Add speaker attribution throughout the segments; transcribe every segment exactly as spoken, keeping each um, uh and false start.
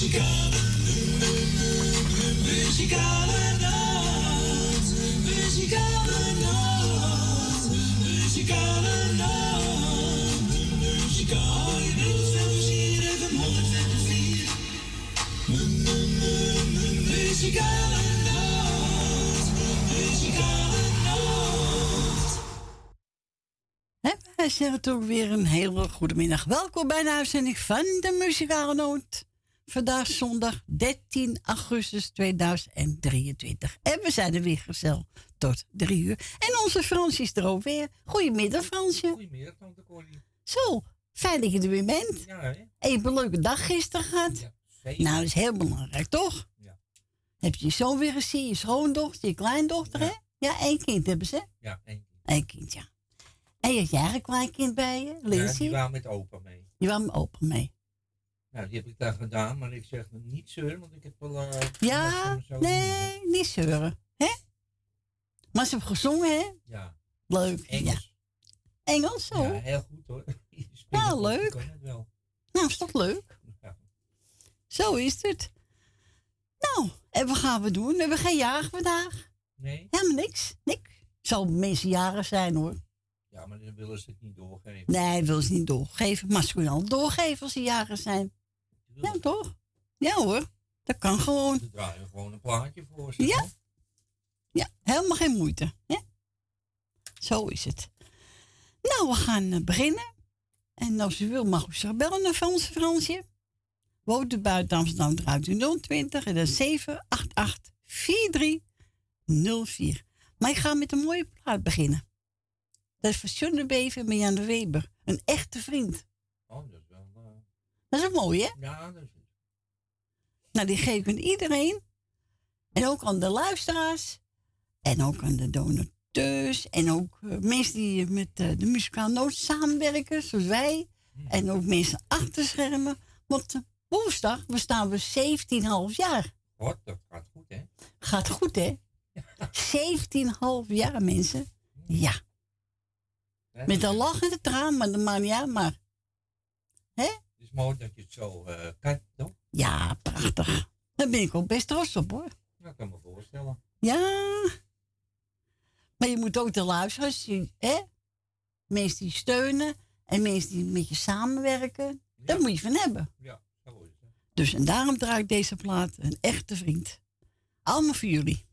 Speaker 1: Muzikale, muzikale nacht, muzikale nacht, muzikale nacht, muzikale nacht, muzikale nacht, muzikale nacht. En wij zeggen toch weer een hele goede middag. Welkom bij de uitzending van de Muzikale Noot. Vandaag zondag dertien augustus tweeduizend drieëntwintig. En we zijn er weer gezellig tot drie uur. En onze Fransje is er ook weer. Goedemiddag, Fransje.
Speaker 2: Goedemiddag, tante Corrie.
Speaker 1: Zo, fijn dat je er weer bent.
Speaker 2: Ja, hè?
Speaker 1: Even een leuke dag gisteren gehad.
Speaker 2: Ja, zeker.
Speaker 1: Nou, dat is heel belangrijk, toch?
Speaker 2: Ja.
Speaker 1: Heb je je zoon weer gezien, je schoondochter, je kleindochter,
Speaker 2: Ja.
Speaker 1: hè? Ja, één kind hebben ze.
Speaker 2: Ja, één kind.
Speaker 1: Eén kind, ja. En je had jij een kleinkind bij je,
Speaker 2: Ja,
Speaker 1: Lindsay?
Speaker 2: die waren met opa mee.
Speaker 1: Je was met opa mee.
Speaker 2: Nou, die heb ik daar gedaan, maar ik zeg niet zeuren, want ik heb wel... Uh,
Speaker 1: Ja, nee, niet zeuren. Hè? Maar ze hebben gezongen, hè?
Speaker 2: Ja.
Speaker 1: Leuk.
Speaker 2: Engels.
Speaker 1: Ja. Engels, zo.
Speaker 2: Ja, heel goed hoor.
Speaker 1: Ja, leuk.
Speaker 2: Ik kan het wel.
Speaker 1: Nou, is toch leuk?
Speaker 2: Ja.
Speaker 1: Zo is het. Nou, en wat gaan we doen? We hebben geen jarig vandaag.
Speaker 2: Nee?
Speaker 1: Helemaal niks. Niks. Zal mensen jarig zijn, hoor.
Speaker 2: Ja, maar dan willen ze het niet doorgeven.
Speaker 1: Nee, wil ze niet doorgeven. Maar ze kunnen al doorgeven als ze jarig zijn. Ja, toch? Ja, hoor. Dat kan gewoon.
Speaker 2: Ze draaien gewoon een plaatje voor ze.
Speaker 1: Ja.
Speaker 2: Hè?
Speaker 1: Ja, helemaal geen moeite. Hè? Zo is het. Nou, we gaan uh, beginnen. En als u wil, mag u zich bellen naar Franse Fransje. Woont u buiten Amsterdam, draait u nul twintig en dan zeven acht acht vier drie nul vier. Maar ik ga met een mooie plaat beginnen. Dat is van John Bever met Jan de Weber. Een echte vriend.
Speaker 2: Oh, dat is wel... Uh...
Speaker 1: Dat is wel mooi, hè?
Speaker 2: Ja, dat is...
Speaker 1: Nou, die geef ik aan iedereen. En ook aan de luisteraars. En ook aan de donateurs. En ook uh, mensen die met uh, de muzikale noot samenwerken, zoals wij. Hmm. En ook mensen achter schermen. Want uh, woensdag bestaan we zeventien komma vijf jaar.
Speaker 2: Wat, dat gaat goed, hè?
Speaker 1: Gaat goed, hè? zeventien komma vijf jaar, mensen. Ja. Met een lach en de traan, maar dat maakt niet uit, maar... Hè?
Speaker 2: Het is mooi dat je het zo uh, kan, toch?
Speaker 1: Ja, prachtig. Daar ben ik ook best trots op, hoor.
Speaker 2: Dat kan me voorstellen.
Speaker 1: Ja. Maar je moet ook de luisteraars, hè? Mensen die steunen en mensen die met je samenwerken. Ja. Daar moet je van hebben.
Speaker 2: Ja, zo is het.
Speaker 1: Dus en daarom draai ik deze plaat, een echte vriend. Allemaal voor jullie.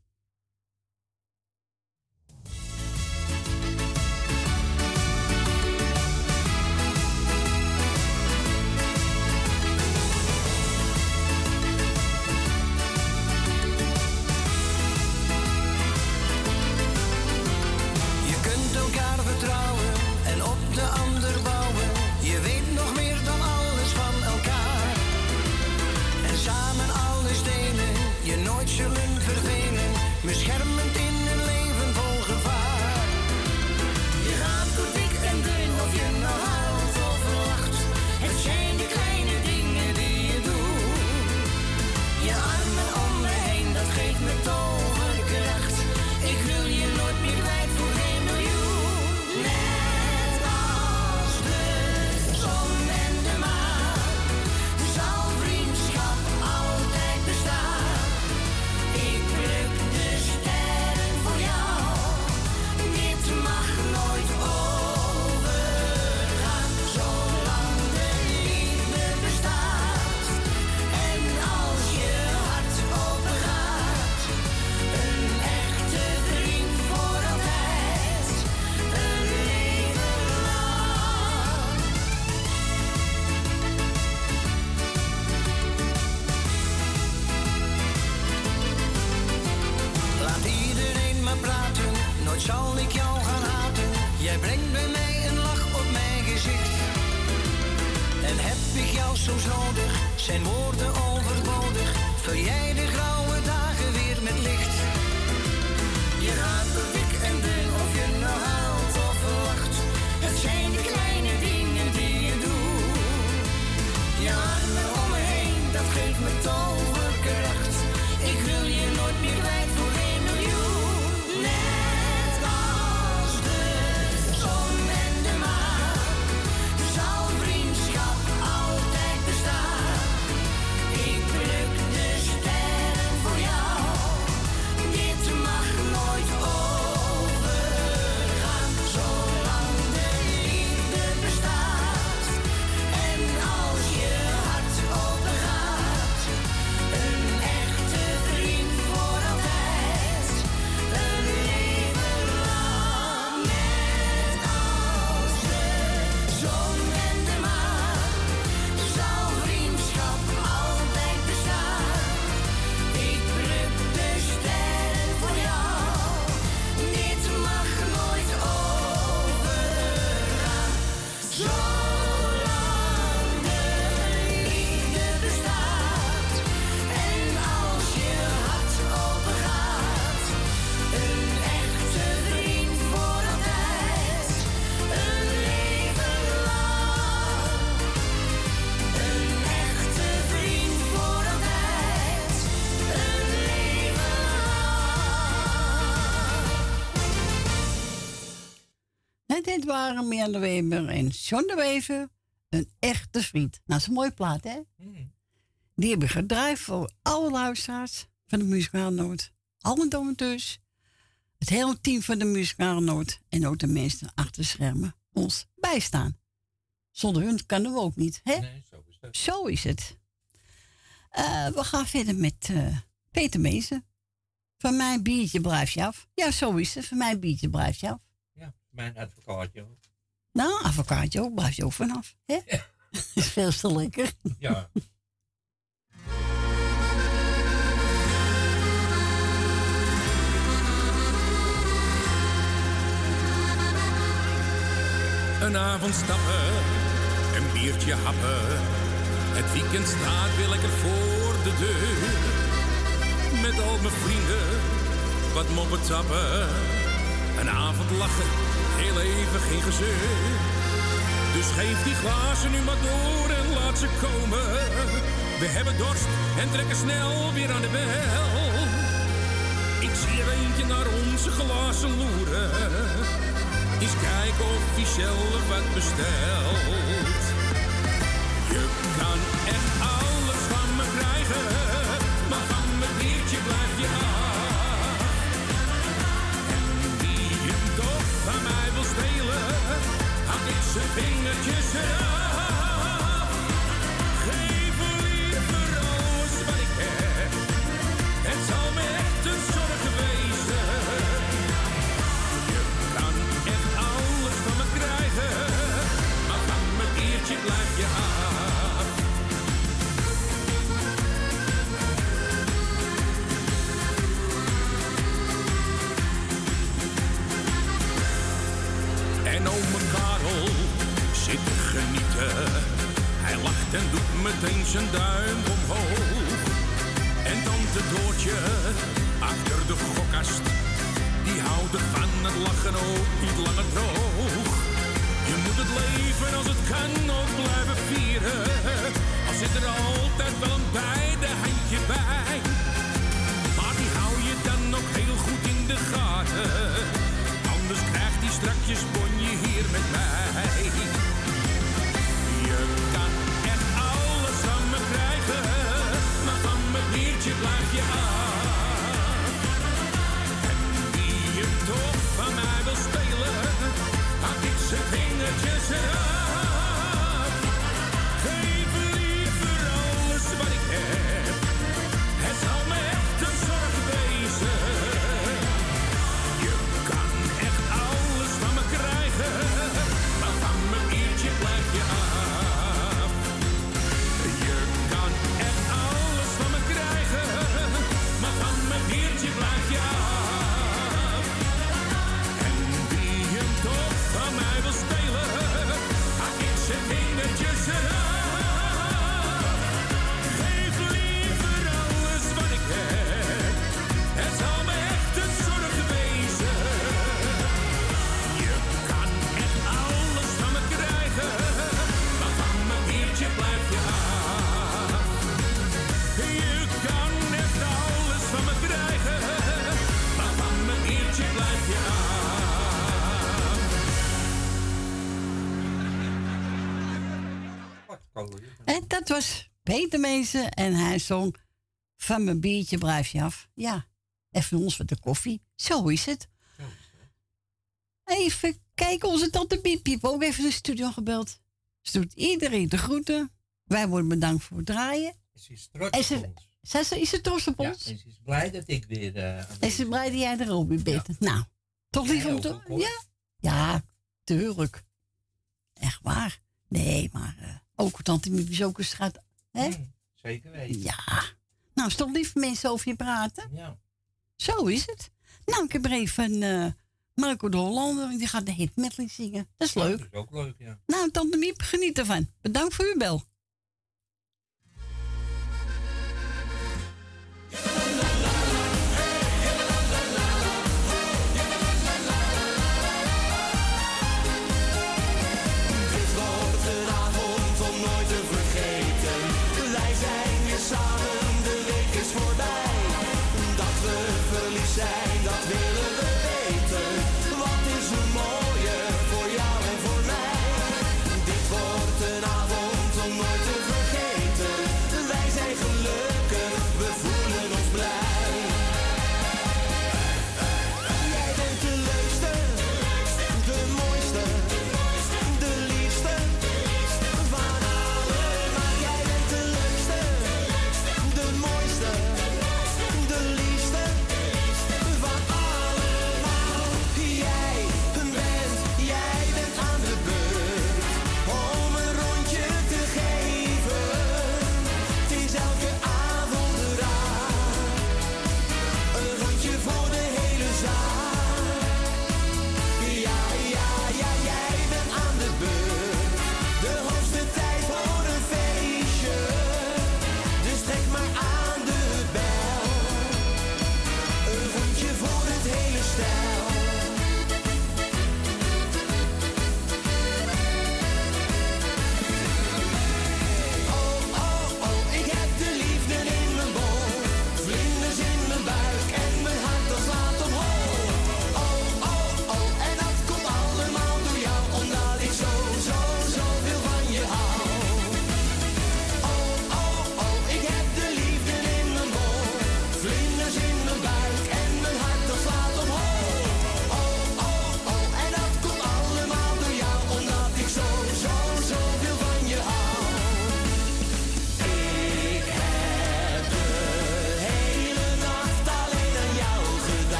Speaker 3: Zullen vervelen, beschermend in een leven vol gevaar. Je gaat door dik en dun, of je nou huilt of lacht. Het zijn de kleine dingen die je doet. Je armen om me heen, dat geeft me toverkracht. Ik wil je nooit meer kwijt voor geen miljoen. Net als de zon en de maan, zal vriendschap altijd bestaan. Ik pluk de sterren voor jou. Dit mag nooit overgaan, zolang de liefde bestaat. En als je hart open gaat, een echte vriend voor altijd, een leven lang. Laat iedereen maar praten, nooit zal ik jou gaan haten. Jij brengt bij mij een lach op mijn gezicht. En heb ik jou soms nodig, zijn woorden overbodig. Vul jij de grauwe dagen weer met licht. Je gaat door dik en dun, of je nou huilt of lacht. Het zijn de kleine dingen die je doet. Je armen om me heen, dat geeft me toverkracht. Ik wil je nooit meer kwijt voor geen miljoen. Net als de zon en de maan, zal vriendschap altijd bestaan. Ik
Speaker 1: waren Mirjam de Wever en John de Wever. Een echte vriend. Nou, dat is een mooie plaat, hè?
Speaker 2: Mm.
Speaker 1: Die hebben gedraaid voor alle luisteraars van de Muzikale Noot. Alle donateurs. Het hele team van de Muzikale Noot. En ook de mensen achter de schermen ons bijstaan. Zonder hun kunnen we ook niet, hè?
Speaker 2: Nee, zo is het.
Speaker 1: Zo is het. Uh, we gaan verder met uh, Peter Meesen. Van mijn biertje blijf je af. Ja, zo is het. Van mijn biertje blijf je af.
Speaker 2: Ja, mijn advocaatje ook.
Speaker 1: Nou, advocaatje ook. Blijf je ook vanaf. Hè? Ja. Is veel te lekker.
Speaker 2: Ja.
Speaker 4: Een avond stappen, een biertje happen. Het weekend staat weer lekker voor de deur. Met al mijn vrienden, wat moppen tappen. Een avond lachen, heel even geen gezeur. Dus geef die glazen nu maar door en laat ze komen. We hebben dorst en trekken snel weer aan de bel. Ik zie er eentje naar onze glazen loeren. Eens kijken of hij zelf wat bestelt. Je kan echt alles van me krijgen, maar van mijn biertje blijf je af. En wie hem toch van mij wil stelen, hak ik zijn vingertjes eraf. Geef liever alles wat ik heb, het zal me echt een zorg wezen. Je kan echt alles van me krijgen, maar van mijn biertje blijf je af. En ome Karel zit te genieten. Hij lacht en doet meteen zijn duim omhoog. En tante Doortje achter de gokkast, die houdt ervan het lachen ook niet langer droog. Je moet het leven als het kan ook blijven vieren. Al zit er altijd wel een beide handje bij. Maar die hou je dan ook heel goed in de gaten. Anders krijgt die strakjes bonje hier met mij. Je kan echt alles van me krijgen, maar van mijn biertje blijf je af. En wie je toch van mij wil spelen, hak ik zijn vingertjes eraf. Geef liever alles wat ik heb, het zal me echt een zorg wezen. Je kan echt alles van me krijgen, maar van mijn biertje blijf je af. Je kan echt alles van me krijgen, maar van mijn biertje blijf je af. En wie hem toch van mij wil spelen, hak ik zijn vingertjes eraf. Geef liever alles wat ik heb, het zal me echt een zorg wezen. Je kan echt alles van me krijgen, maar van mijn biertje blijf je af. Je kan echt alles van me krijgen, maar van mijn biertje blijf je af.
Speaker 2: Wat kan je?
Speaker 1: En dat was Peter Meesen en hij zong Van mijn biertje blijf je af. Ja, even ons met de koffie. Zo is het.
Speaker 2: Zo is het.
Speaker 1: Even kijken, onze tante Piep Piep ook even de studio gebeld. Ze doet iedereen de groeten. Wij worden bedankt voor het draaien.
Speaker 2: Ze is trots
Speaker 1: En
Speaker 2: op
Speaker 1: ze-
Speaker 2: ons.
Speaker 1: Zij ze- is ze trots op
Speaker 2: Ja,
Speaker 1: ons?
Speaker 2: en ze is blij dat ik weer uh,
Speaker 1: En ze is blij dat jij er ook weer bent. Nou, toch lief
Speaker 2: Jij
Speaker 1: om
Speaker 2: ook,
Speaker 1: te...
Speaker 2: hoor.
Speaker 1: Ja, ja, tuurlijk. Echt waar. Nee, maar uh, ook tante Miep is ook een schat. Hè?
Speaker 2: Mm, zeker weten.
Speaker 1: Ja. Nou, is toch lief mensen over je praten?
Speaker 2: Ja.
Speaker 1: Zo is het. Nou, ik heb er even uh, Marco de Hollander. Die gaat de hit medley zingen. Dat is leuk.
Speaker 2: Dat is ook leuk, ja.
Speaker 1: Nou, tante Miep, geniet ervan. Bedankt voor uw bel.
Speaker 3: Dit wordt een avond om nooit te vergeten. Wij zijn weer samen, de week is voorbij. Dat we verliefd zijn, dat willen we weten. Wat is er mooier voor jou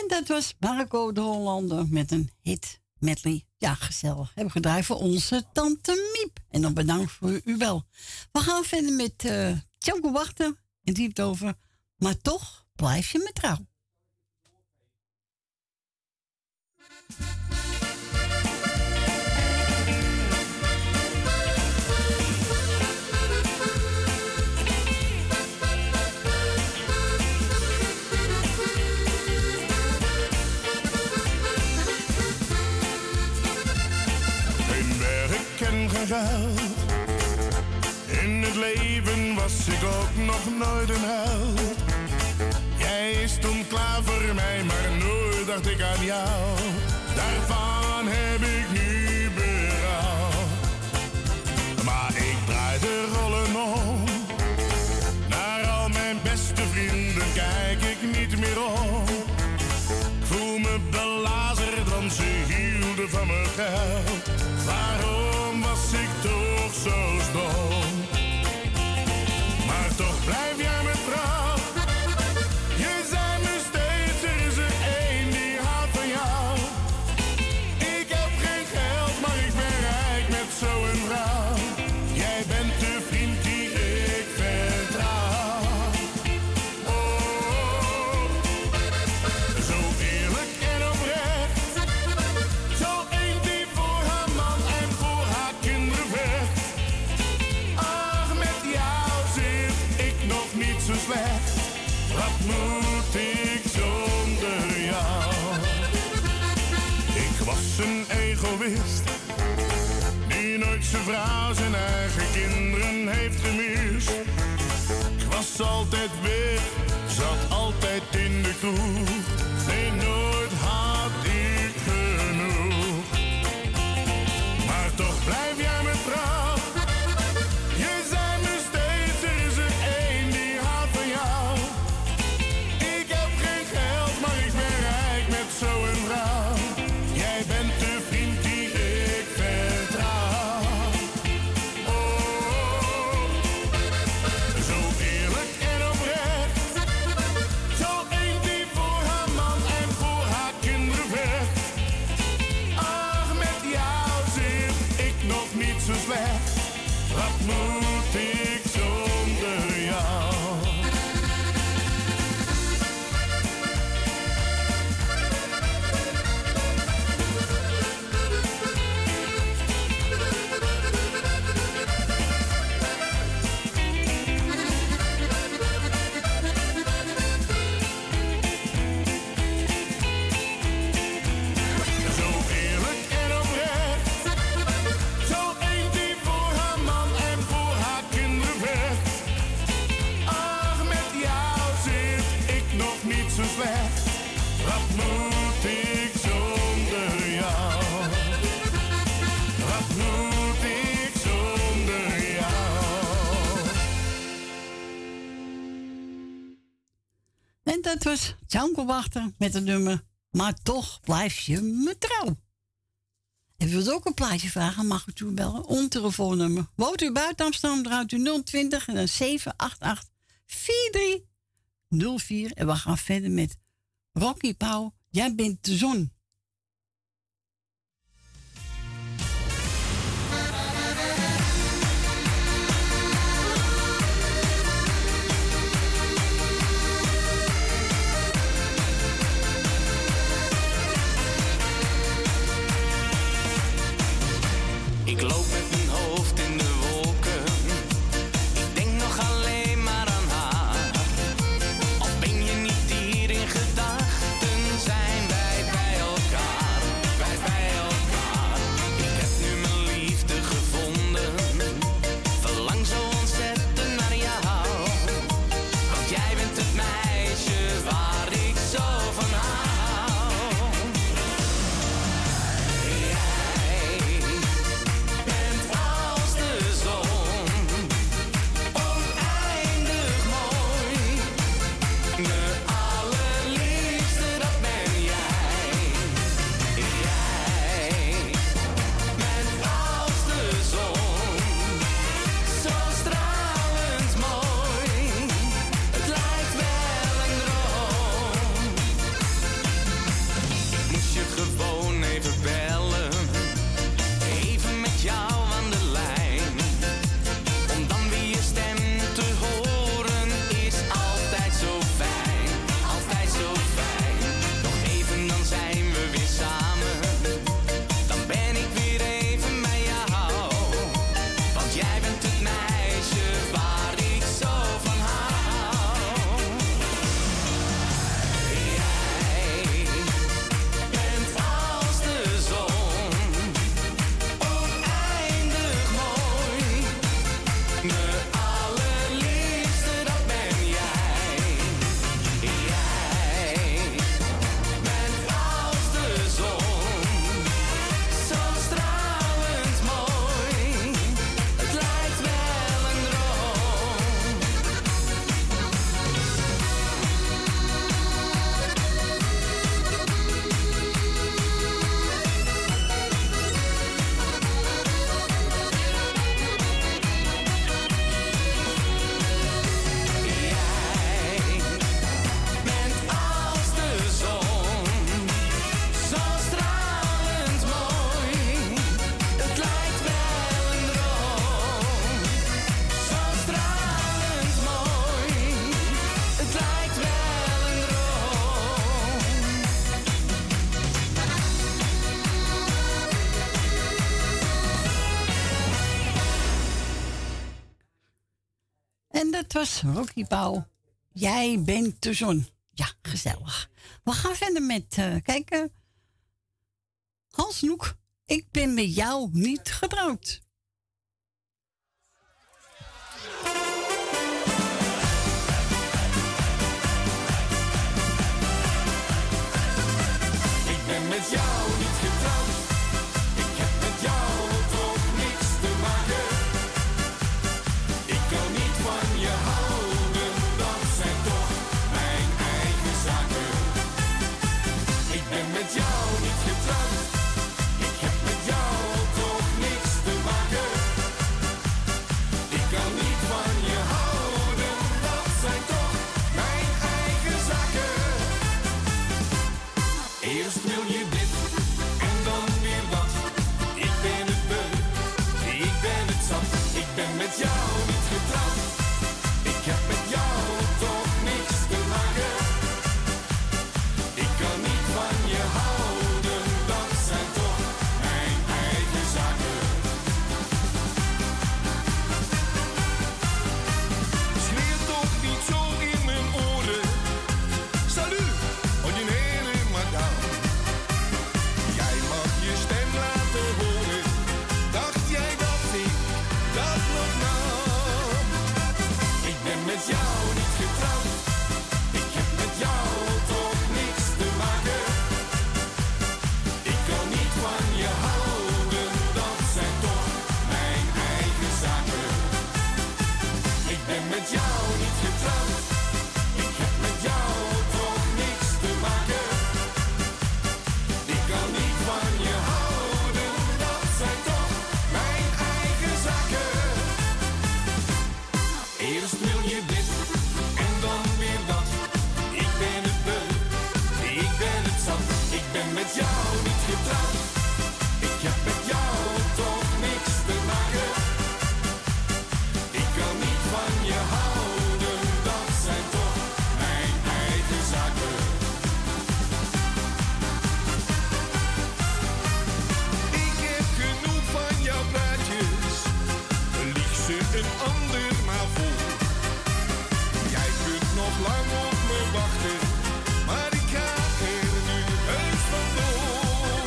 Speaker 1: En dat was Marco de Hollander met een hit medley. Ja, gezellig. Hebben we gedraaid voor onze tante Miep. En dan bedankt voor u wel. We gaan verder met uh, Tjanko Wachter. En die heeft het over, maar toch blijf je me trouw.
Speaker 5: In het leven was ik ook nog nooit een held. Jij stond klaar voor mij, maar nooit dacht ik aan jou. Daarvan heb ik nu berouw. Maar ik draai de rollen om. Naar al mijn beste vrienden kijk ik niet meer om. Ik voel me belazerd, want ze hielden van mijn geld. Waarom was ik toch zo stom? Maar toch blijf jij me trouw. Je zei me steeds, er is er één die houdt van jou. Ik heb geen geld, maar ik ben rijk met zo'n vrouw. Jij bent de vriend die ik vertrouw. Oh, zo eerlijk en oprecht. Zo één die voor haar man en voor haar kinderen vecht. Ach, met jou zit ik nog niet zo slecht. Wat moet ik zonder jou? Ik was een egoïst die nooit zijn vrouw, zijn eigen kinderen heeft gemist. Ik was altijd weg, zat altijd in de kroeg. Nee, nooit had ik genoeg. Maar toch blijf jij me trouw. Je zei me steeds, er is er één die houdt van jou. Ik heb geen geld, maar ik ben rijk met zo'n vrouw. Jij bent de vriend die ik vertrouw. Oh, zo eerlijk en oprecht. Zo één die voor haar man en voor haar kinderen vecht. Ach, met jou zit ik nog niet zo slecht. Wat moet ik zonder jou? Zo eerlijk en oprecht. Zo één die voor haar man en voor haar kinderen vecht. Ach, met jou zit ik nog niet zo slecht. Wat moet ik zonder jou? Wat moet ik zonder jou?
Speaker 1: En dat was Tjanko Wachter met het nummer, maar toch blijf je me trouw. En wilt u ook een plaatje vragen, mag u toebellen. Ons telefoonnummer. Woont u buiten Amsterdam, draait u nul twintig en dan zeven acht acht vier drie nul vier. En we gaan verder met Rocky Pauw. Jij bent de zon.
Speaker 6: Ik loop met mijn hoofd in de wolken. Ik denk nog alleen maar aan haar. Al ben je niet hier in gedachten, zijn wij bij elkaar.
Speaker 1: dat was Rocky Pauw. Jij bent de zon. Ja, gezellig. We gaan verder met uh, kijken. Hans Noek, ik ben met jou niet getrouwd.
Speaker 5: Ik ben met jou niet getrouwd. Ik heb met jou toch niks te maken. Ik kan niet van je houden, dat zijn toch mijn eigen zaken. Ik ben met jou niet getrouwd. Ik heb met jou toch niks te maken. Ik kan niet van je houden, dat zijn toch mijn eigen zaken. Eerst wil je dit en dan weer dat. Ik ben het beu, ik ben het zat. Ik ben met jou niet getrouwd. Ik heb met jou toch niks te maken. Ik kan niet van je houden, dat zijn toch mijn eigen zaken. Schreeuw toch niet zo in mijn oren. Salut, ordinaire madame. Jij mag je stem laten horen. Dacht jij dat ik dat nog nam? Ik ben met jou niet getrouwd. Ik heb met jou toch niks te maken. Ik kan niet van je houden, dat zijn toch mijn eigen zaken. Ik ben met jou niet getrouwd. Ik heb met jou toch niks te maken. Ik kan niet van je houden, dat zijn toch mijn eigen zaken. Eerst wil je dit en dan weer dat. Ik ben het beu, ik ben het zat. Ik ben met jou niet getrouwd. Ik heb met jou toch niks te maken. Ik kan niet van je houden, dat zijn toch mijn eigen zaken. Ik heb genoeg van jouw praatjes. Lieg ze een ander maar voor. Jij kunt nog lang op me wachten, maar ik ga er nu heus vandoor.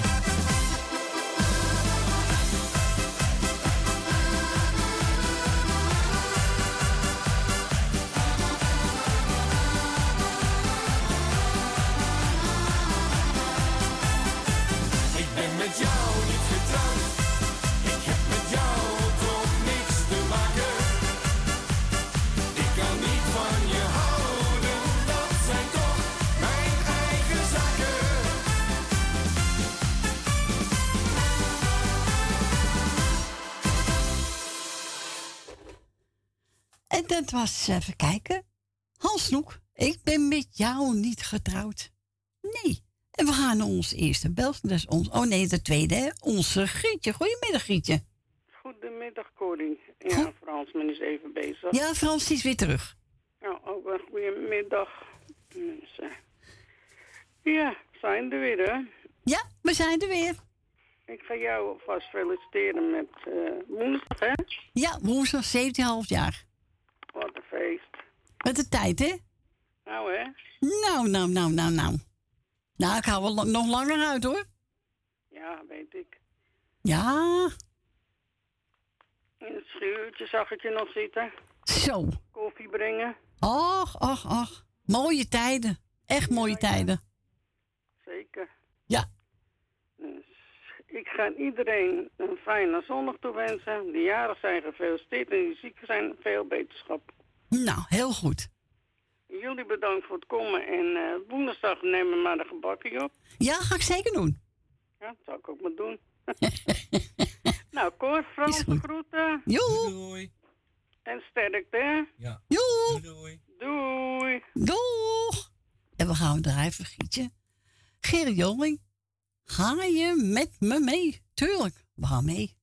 Speaker 5: Ik ben met jou niet getrouwd. Ik heb met jou toch niks te maken. Ik kan niet van je houden, dat zijn toch mijn eigen zaken.
Speaker 1: En dat was, even kijken. Hans Noek, ik ben met jou niet getrouwd. Nee. En we gaan naar ons eerste bel. Dat is ons, oh nee, de tweede, hè? Onze Grietje. Goedemiddag, Grietje.
Speaker 7: Goedemiddag, Corrie. Ja, Frans, men is even bezig.
Speaker 1: Ja, Frans die is weer terug.
Speaker 7: Nou, ook een goedemiddag. Mensen. Ja, we zijn er weer, hè?
Speaker 1: Ja, we zijn er weer.
Speaker 7: Ik ga jou alvast feliciteren met uh, woensdag, hè?
Speaker 1: Ja, woensdag, zeventien komma vijf jaar.
Speaker 7: Wat een feest.
Speaker 1: Met de tijd, hè?
Speaker 7: Nou, hè?
Speaker 1: Nou, nou, nou, nou, nou. Nou, ik hou wel la- nog langer uit, hoor.
Speaker 7: Ja, weet ik.
Speaker 1: Ja,
Speaker 7: In het schuurtje zag ik je nog zitten.
Speaker 1: zo.
Speaker 7: Koffie brengen.
Speaker 1: Och, och, och. Mooie tijden. Echt mooie tijden.
Speaker 7: Zeker.
Speaker 1: Ja.
Speaker 7: Dus ik ga iedereen een fijne zondag toewensen. Die jarig zijn, gefeliciteerd. En die ziek zijn, veel beterschap.
Speaker 1: Nou, heel goed.
Speaker 7: Jullie bedankt voor het komen. En uh, woensdag nemen we maar de gebakkie op.
Speaker 1: Ja, ga ik zeker doen.
Speaker 7: Ja, dat zou ik ook maar doen. Nou, Cor,
Speaker 1: Is
Speaker 7: Frans,
Speaker 1: goed.
Speaker 7: groeten.
Speaker 1: Joe.
Speaker 2: Doei.
Speaker 7: En sterkte, hè?
Speaker 2: Ja.
Speaker 1: Joe.
Speaker 2: Doei.
Speaker 7: Doei.
Speaker 1: Doeg. En we gaan drijven, Gietje. Gerrit Joling, ga je met me mee? Tuurlijk, we gaan mee.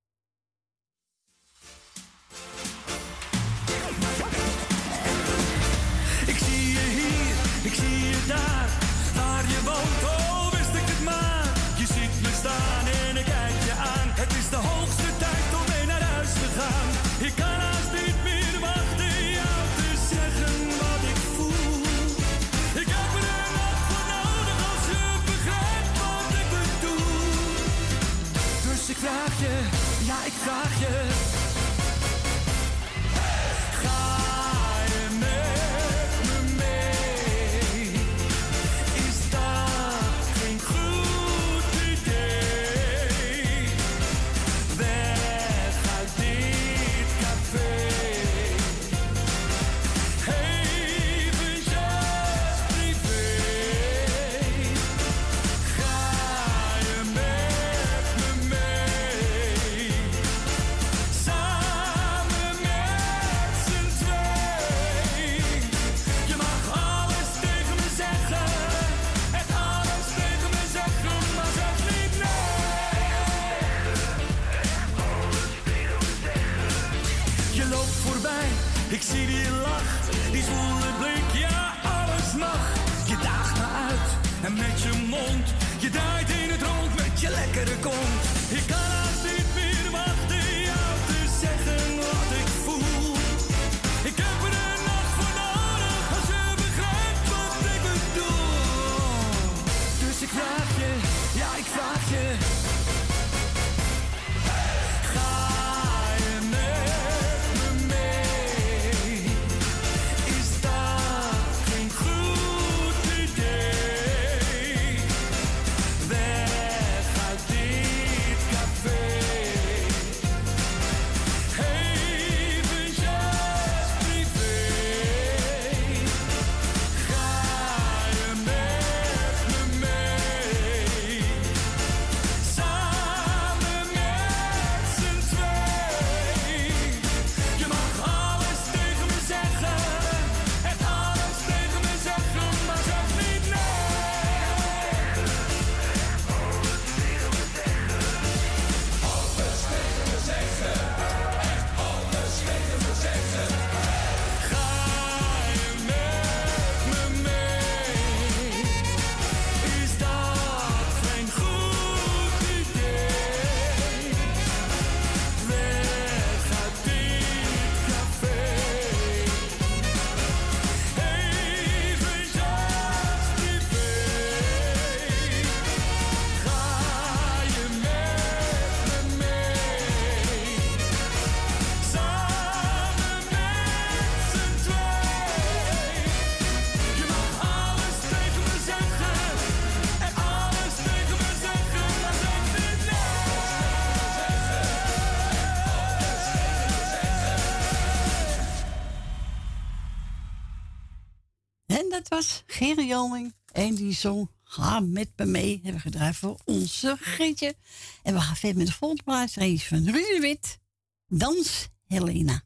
Speaker 3: Ik zie je hier, ik zie je daar. Waar je woont, oh wist ik het maar. Je ziet me staan en ik kijk je aan. Het is de hoogste tijd om mee naar huis te gaan. Ik kan haast niet meer wachten, je, ja ik vraag je. Ga je met me mee? Is dat geen goed idee? Weg uit dit café. Eventjes privé. Ga je met me mee? Samen met z'n twee. Je mag alles tegen me zeggen, echt alles tegen me zeggen, maar zeg niet nee. Je loopt voorbij, ik zie die lacht, die zwoele blik, ja alles mag. Je daagt me uit en met je mond, je draait in het rond met je lekkere kont. Ik kan haast niet meer wachten jou te zeggen wat ik voel. Ik heb er een nacht voor nodig als je begrijpt wat ik bedoel. Dus ik vraag je, ja ik vraag je. Ga je met me mee? Is dat geen goed idee? Weg uit dit café. Eventjes privé. Ga je met me mee? Samen met z'n twee. Je mag alles tegen me zeggen, echt alles tegen me zeggen, maar zeg niet nee. Alles tegen me zeggen. Alles tegen me zeggen, echt alles tegen me zeggen. Ga je met me mee? Is dat geen goed idee? Weg uit dit café. Eventjes privé. Ga je met me mee? Samen met z'n twee. Je mag alles tegen me zeggen, en alles tegen me zeggen, maar zeg niet
Speaker 1: En dat was Gerry Joling. En die zong Ga met me mee. Hebben we gedraaid voor onze Grietje. En we gaan verder met de volgende plaats. Er is van Ruud de Wit. Dans Helena.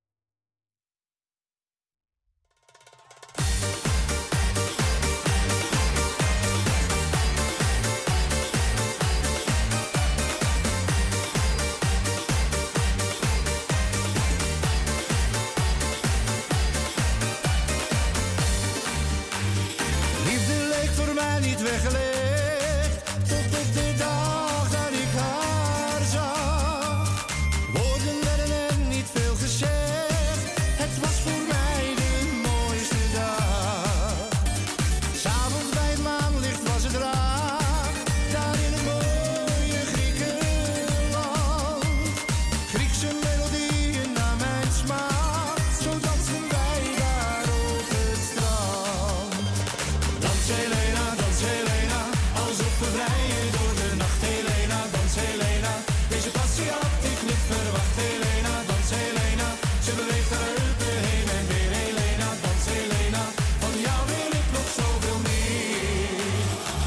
Speaker 3: Liefde leek voor mij niet weggelegd, tot op de dag dat ik haar zag. Woorden werden er niet veel gezegd, het was voor mij de mooiste dag. S'avonds bij het maanlicht was het raar, daar in het mooie Griekenland. Griekse melodieën naar mijn smaak, zo dansen wij daar op het strand. Dans Helena, dans Helena, alsof we vrijen door de nacht. Helena, dans Helena, deze passie had ik niet verwacht. Helena, dans Helena, ze beweegt haar heupen heen en weer. Helena, dans Helena, van jou wil ik nog zoveel meer.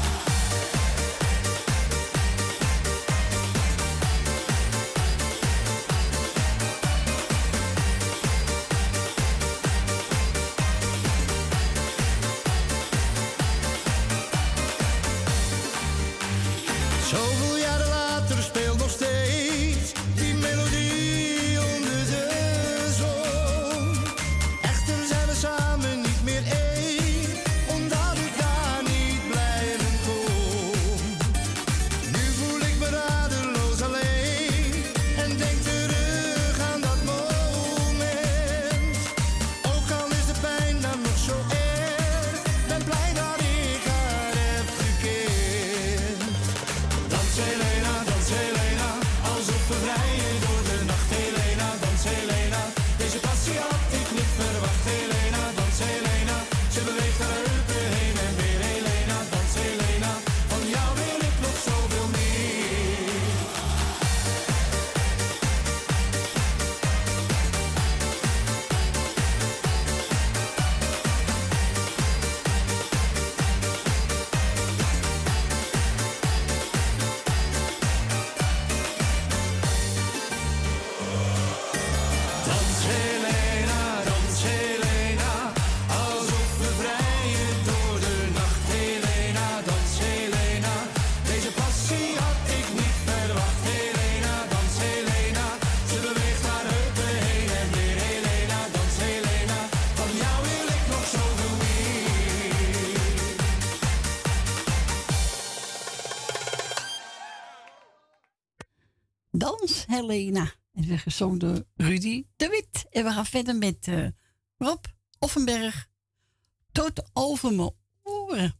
Speaker 3: Zoveel jaren later speelt nog steeds die melodie onder de zon. Echter zijn we samen niet meer één, omdat ik daar niet blijven kon. Nu voel ik me radeloos alleen en denk terug aan dat moment. Ook al is de pijn dan nog zo erg, ben blij dat ik haar heb gekend. Dans
Speaker 1: Dans Helena. En we gezongen door Rudy de Wit. En we gaan verder met uh, Rob Offenberg. Tot over mijn oren.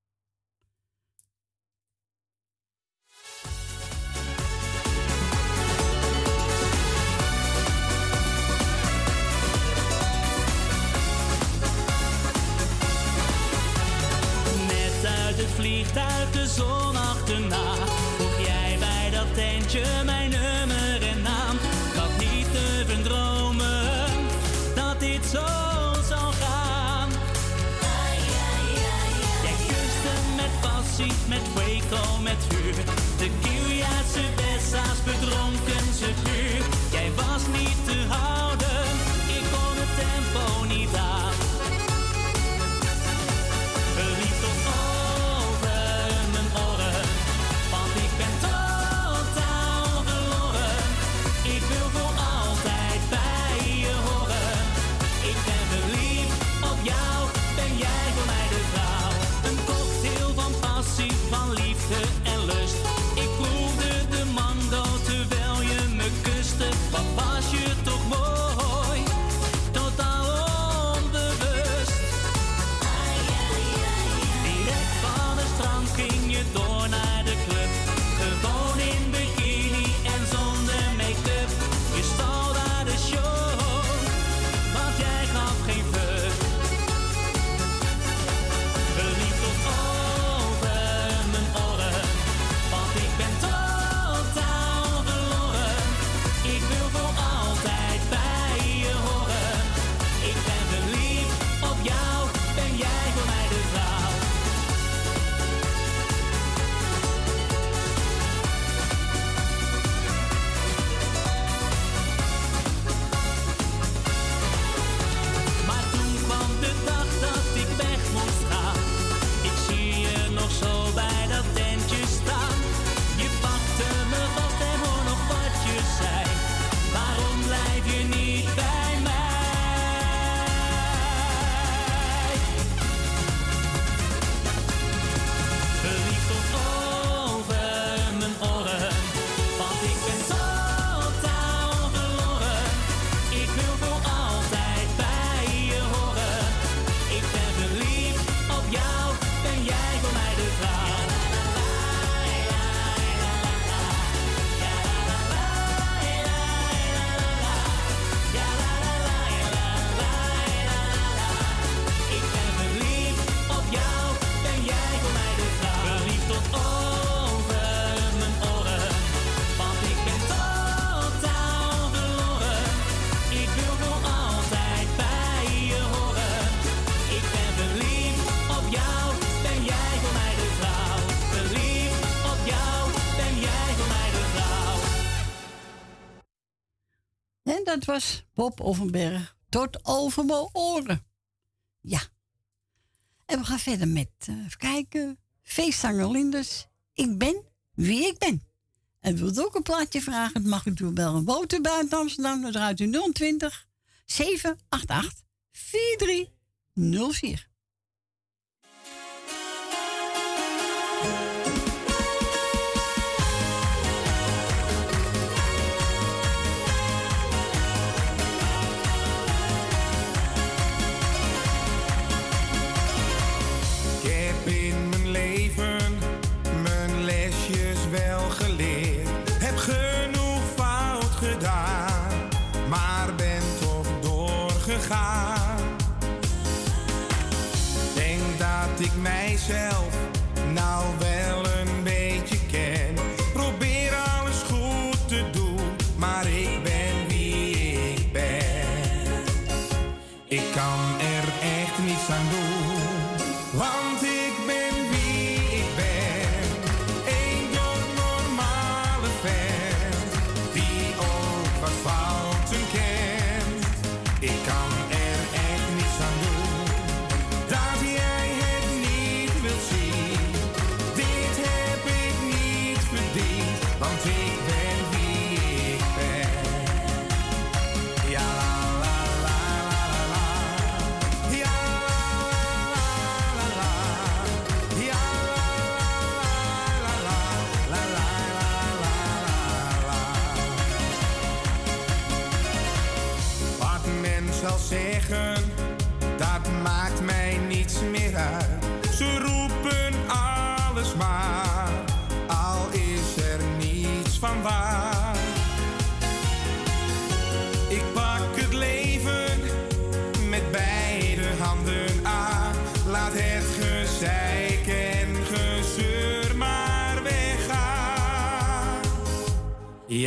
Speaker 8: Net uit het vliegtuig de zon achterna. Vroeg jij bij dat tentje mijn nummer en naam. Ik had niet durven dromen dat dit zo zou gaan. Jij kuste met passie, met fuego, met vuur. De Kiliaanse Bessa's bedronken ze puur. Jij was niet te houden, ik kon het tempo niet aan. Verliefd tot over mijn oren, want ik ben totaal verloren. Ik wil voor altijd bij je horen. Ik ben verliefd op jou, ben jij voor mij de vrouw. Een cocktail van passie, van liefde en lust. Ik proefde de mango terwijl je me kuste. Wat was je toch mooi, totaal onbewust. Direct van het strand ging je door naar de club. Gewoon in bikini en zonder make-up. Je stal daar de show, want jij gaf geen fuck. Verliefd tot over mijn oren, want ik ben totaal verloren. Ik wil voor altijd bij je horen. Ik ben verliefd op jou, ben jij voor mij de vrouw. Maar toen kwam de dag dat ik weg moest gaan. Ik zie je nog zo bij dat tentje staan. Je pakte me vast en hoor nog wat je zei. Waarom blijf je niet bij mij? Verliefd tot over mijn oren, want ik ben totaal verloren. Ik wil voor altijd bij je horen. Ik ben verliefd op jou, ben jij voor mij de vrouw. Ik ben verliefd op jou, ben jij voor mij de vrouw. Verliefd tot over mijn oren, want ik ben totaal verloren. Ik wil voor altijd bij je horen. Ik ben verliefd op jou, ben jij voor mij de vrouw. Verliefd op jou, ben jij voor mij de vrouw.
Speaker 1: En dat was Bob Offenberg. Tot over mijn oren. Ja. En we gaan verder met, uh, even kijken, feestzanger Linders. Ik ben wie ik ben. En wilt ook een plaatje vragen, het mag u doen bellen. Woont u buiten Amsterdam, dan draait u nul twintig, zeven acht acht, vier drie nul vier.
Speaker 5: Ik heb in mijn leven mijn lesjes wel geleerd. Heb genoeg fout gedaan, maar ben toch doorgegaan. Denk dat ik mijzelf nou wel een beetje ken. Probeer alles goed te doen, maar ik ben wie ik ben. Ik kan er echt niets aan doen, want ik ben wie ik ben. Een normale vent, die ook wat fouten kent. Ik kan er echt niets aan doen, dat jij het niet wilt zien.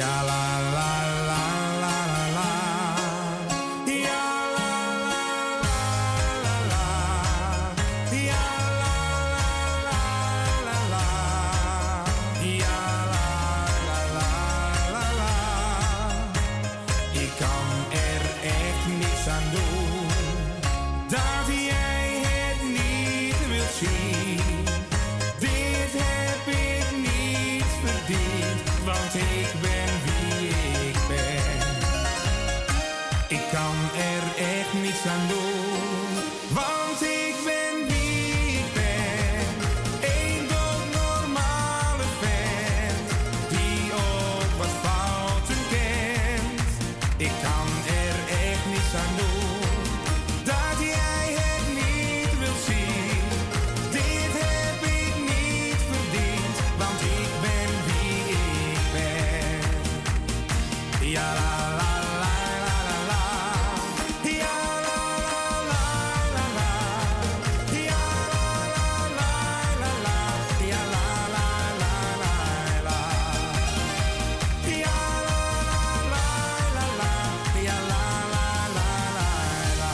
Speaker 5: Ja la la la la la la. Ja la la la la la. Ja la la la la la. Ja la la la la la. Ik kan er echt niets aan doen dat jij het niet wilt zien. Dit heb ik niet verdiend, want ik ben wie ik ben. Ik kan er echt niets aan doen, want ik ben wie ik ben. Een doodnormale vent die ook wat fouten kent. Ik kan er echt niets aan doen dat jij het niet wilt zien. Dit heb ik niet verdiend, want ik ben wie ik ben. Ja la la la la la la. Ja la la la la la. Ja la la la la la. Ja la la la la la. Ja la la la la la. Ja la la la la la.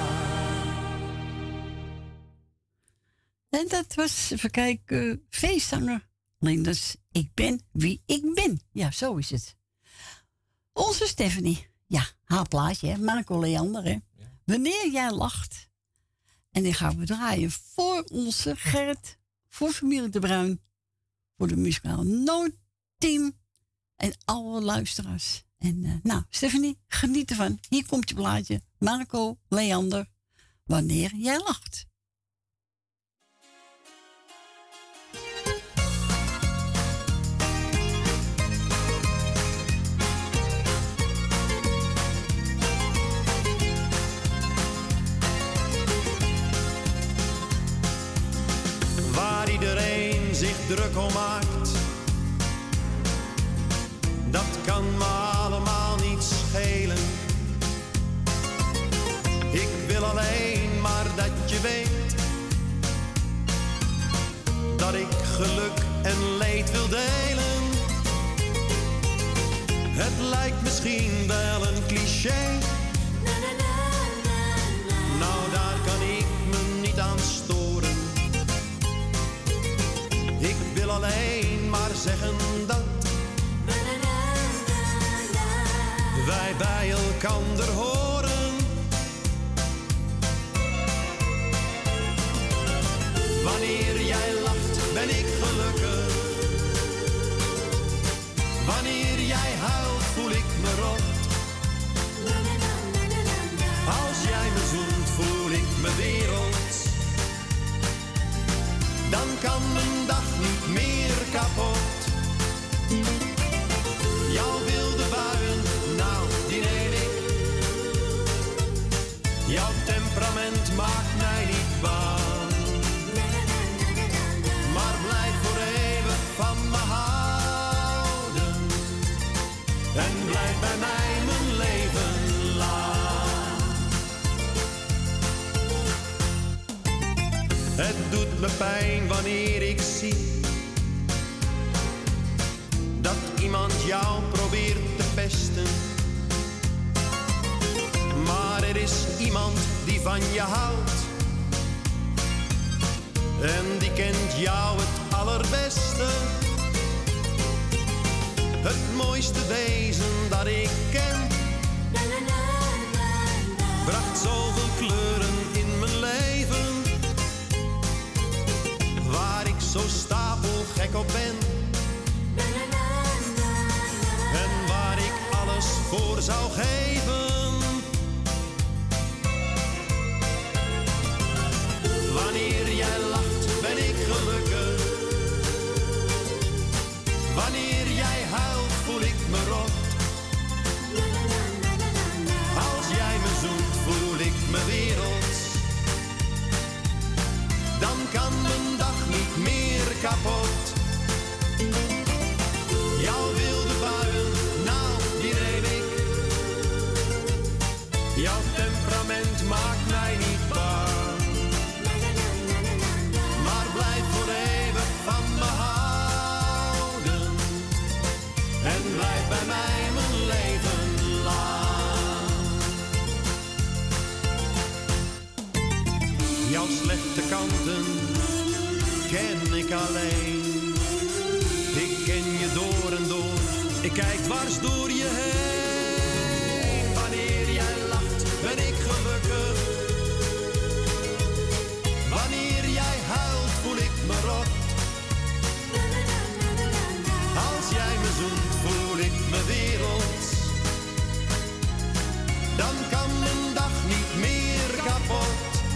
Speaker 1: En dat was, even kijken, feestzanger Linders. Ik ben wie ik ben. Ja, zo is het. Onze Stephanie. Ja, haar plaatje, hè. Marco Leander, hè. Wanneer jij lacht. En die gaan we draaien voor onze Gerrit. Voor familie De Bruin. Voor de muzikaal Noodteam. En alle luisteraars. En uh, nou, Stephanie, geniet ervan. Hier komt je plaatje. Marco Leander. Wanneer jij lacht.
Speaker 9: Waar iedereen zich druk om maakt, dat kan me allemaal niet schelen. Ik wil alleen maar dat je weet dat ik geluk en leed wil delen. Het lijkt misschien wel een cliché, nou daar kan ik me niet aan storen. Ik wil alleen maar zeggen dat wij bij elkander horen. Wanneer jij lacht ben ik gelukkig. Wanneer jij huilt voel ik me rot. Als jij me zoent voel ik me wereld. Dan kan mijn dag niet meer kapot. Jouw wilde buien, nou die neem ik. Jouw temperament maakt mij niet bang. Maar blijf voor eeuwig van me houden. En blijf bij mij mijn leven lang. Het doet me pijn wanneer ik zie dat iemand jou probeert te pesten. Maar er is iemand die van je houdt. En die kent jou het allerbeste. Het mooiste wezen dat ik ken. Bracht zoveel kleuren in mijn leven. Waar ik zo stapelgek op ben. En waar ik alles voor zou geven. Wanneer jij lacht ben ik gelukkig. Wanneer jij huilt voel ik me rot. Als jij me zoent voel ik me wereld. Dan kan mijn dag niet meer kapot. Jouw wilde buien, nou die neem ik. ken ik alleen. Ik ken je door en door, ik kijk dwars door je heen. Wanneer jij lacht, ben ik gelukkig. Wanneer jij huilt, voel ik me rot. Als jij me zoent, voel ik me wereld. Dan kan een dag niet meer kapot.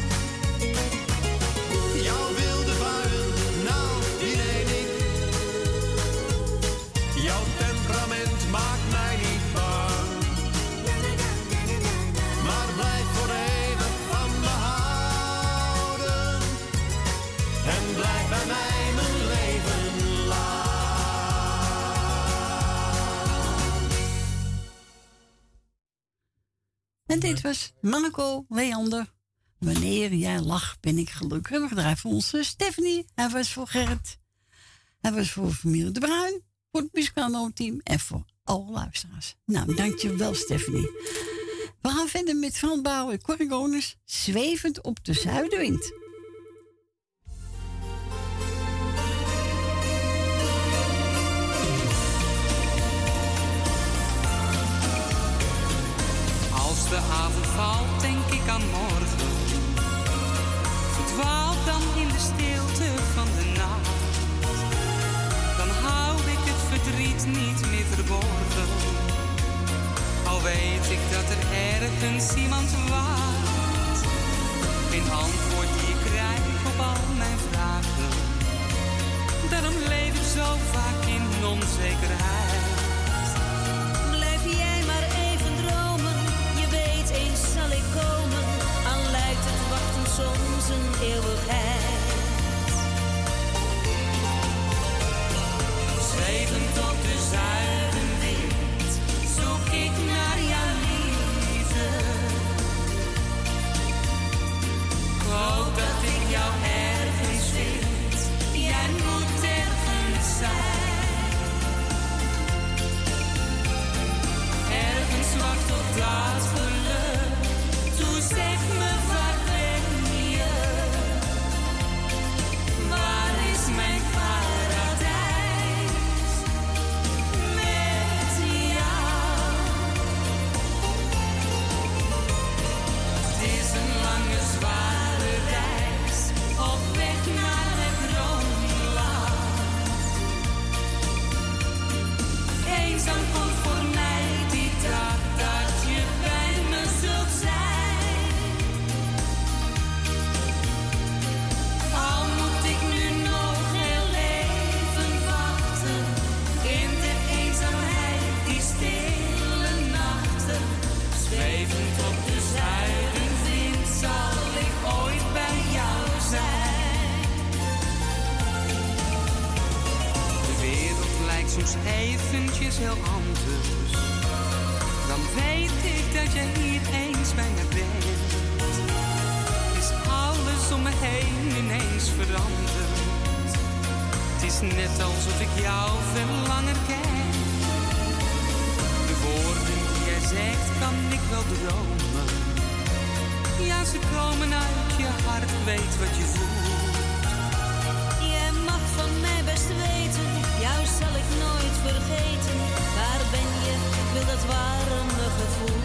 Speaker 9: Jouw wilde buien, nou die weet ik. Jouw temperament maakt mij niet bang. Maar blijf voor eeuwig van me houden. En blijf bij mij mijn leven lang.
Speaker 1: En dit was Marco Leander. Wanneer jij lacht, ben ik gelukkig. We draaien voor onze Stephanie. Hij was voor Gerrit. Hij was voor familie De Bruin. Voor het muzikaal team. En voor alle luisteraars. Nou, dankjewel Stephanie. We gaan verder met Frans Bauer en Corrie Koners. Zwevend op de zuidenwind.
Speaker 6: Als de avond valt, denk ik aan morgen. Verdwaal dan in de stilte van de nacht. Dan hou ik het verdriet niet meer verborgen. Al weet ik dat er ergens iemand wacht. Geen antwoord die ik krijg op al mijn vragen. Daarom leef ik zo vaak in onzekerheid.
Speaker 10: Blijf jij maar even dromen. Je weet, eens zal ik komen. Al lijkt het wachten soms een eeuwigheid.
Speaker 6: Zwevend op de zuidenwind zoek ik naar jouw liefde. Ik hoop dat ik jou ergens vind. Jij moet ergens zijn. Ergens wacht op dat geluk. Toe zeg me, waar ben je? Waar is mijn paradijs? Met jou. Het is een lange, zware reis. Op weg naar het droomland. Eenzaam komt voor mij die dag dat je bij me zult zijn. Al moet ik nu nog heel even wachten. In de eenzaamheid, die stille nachten. Zwevend op de zuidenwind zal ik ooit bij jou zijn. De wereld lijkt soms eventjes heel anders. Dan weet ik dat jij hier eens bij me bent. Is alles om me heen ineens veranderd. Het is net alsof ik jou veel langer ken. De woorden die jij zegt kan ik wel dromen. Ja, ze komen uit je hart, weet wat je voelt.
Speaker 10: Jij mag van mij best weten, jou zal ik nooit vergeten. Waar ben je? Ik wil dat warme gevoel.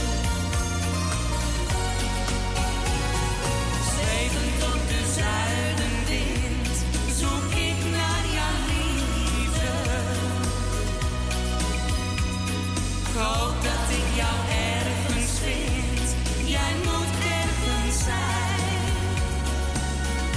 Speaker 6: Zwevend op de zuidenwind zoek ik naar jouw liefde. Ik hoop dat ik jou ergens vind. Jij moet ergens zijn.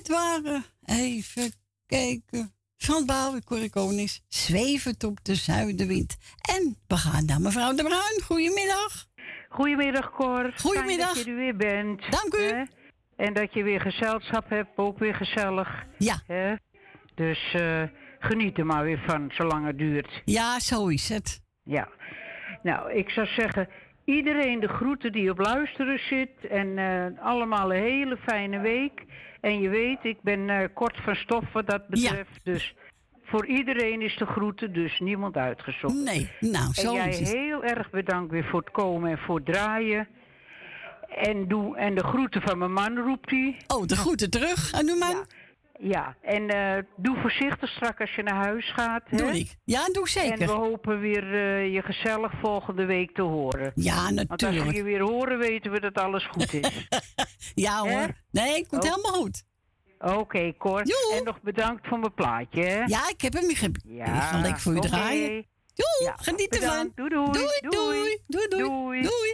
Speaker 1: waren, even kijken. Van Corrie Konings, zwevend op de zuidenwind. En we gaan naar mevrouw De Bruin. Goedemiddag.
Speaker 11: Goedemiddag, Cor.
Speaker 1: Goedemiddag.
Speaker 11: Fijn dat je er weer bent.
Speaker 1: Dank u.
Speaker 11: Hè? En dat je weer gezelschap hebt, ook weer gezellig.
Speaker 1: Ja.
Speaker 11: Hè? Dus uh, geniet er maar weer van, zolang het duurt.
Speaker 1: Ja, zo is het.
Speaker 11: Ja. Nou, ik zou zeggen, iedereen de groeten die op luisteren zit. En uh, allemaal een hele fijne week. En je weet, ik ben uh, kort van stof wat dat betreft. Ja. Dus voor iedereen is de groeten, dus niemand uitgezocht.
Speaker 1: Nee, nou, zo
Speaker 11: en jij
Speaker 1: is het.
Speaker 11: heel erg bedankt weer voor het komen en voor het draaien. En, doe, en de groeten van mijn man roept hij.
Speaker 1: Oh, de groeten terug aan uw man?
Speaker 11: Ja, ja. En uh, doe voorzichtig straks als je naar huis gaat.
Speaker 1: Doe
Speaker 11: hè?
Speaker 1: ik. Ja, doe ik zeker.
Speaker 11: En we hopen weer uh, je gezellig volgende week te horen.
Speaker 1: Ja, natuurlijk.
Speaker 11: Want als we je weer horen, weten we dat alles goed is.
Speaker 1: Ja hoor. Hè? Nee, het komt oh. helemaal goed.
Speaker 11: Oké, okay, Cor.
Speaker 1: Joe.
Speaker 11: En nog bedankt voor mijn plaatje, hè?
Speaker 1: Ja, ik heb hem. Ik ga ja, lekker voor u okay. draaien. Joe, ja, geniet ervan.
Speaker 11: Doei doei.
Speaker 1: Doei,
Speaker 11: doei.
Speaker 1: Doei, doei. Doei,
Speaker 11: doei.
Speaker 1: doei.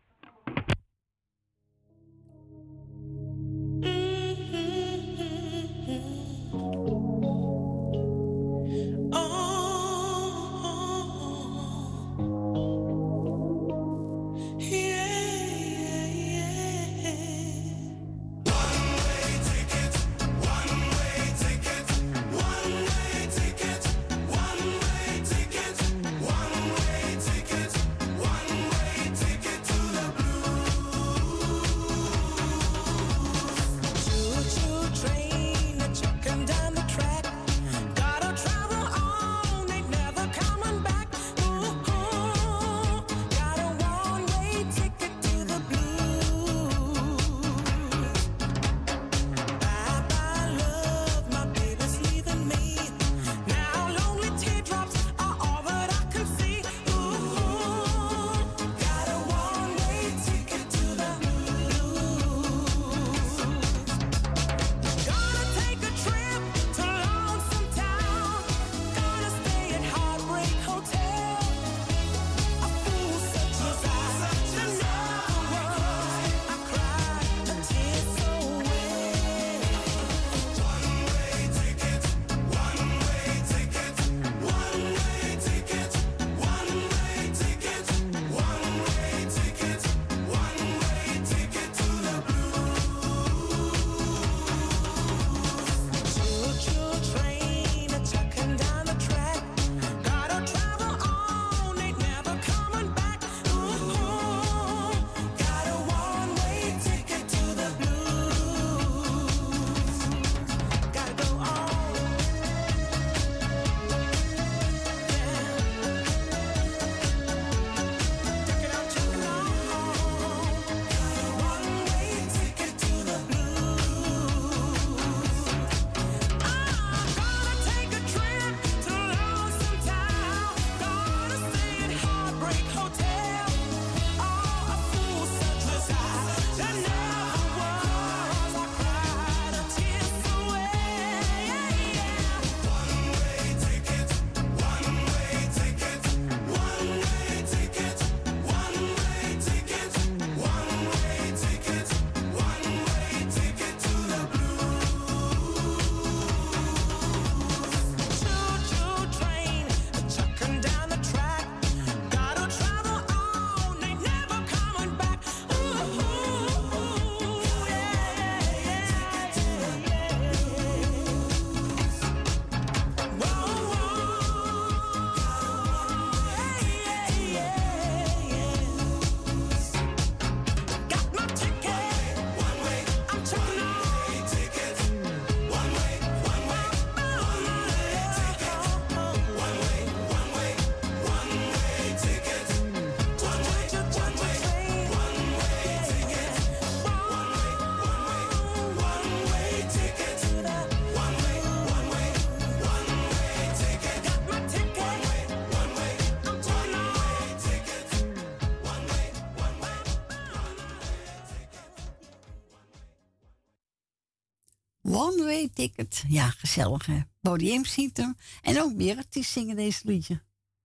Speaker 1: One Way Ticket. Ja, gezellig hè. Bodie M ziet hem. En ook meer artiesten zingen deze liedje.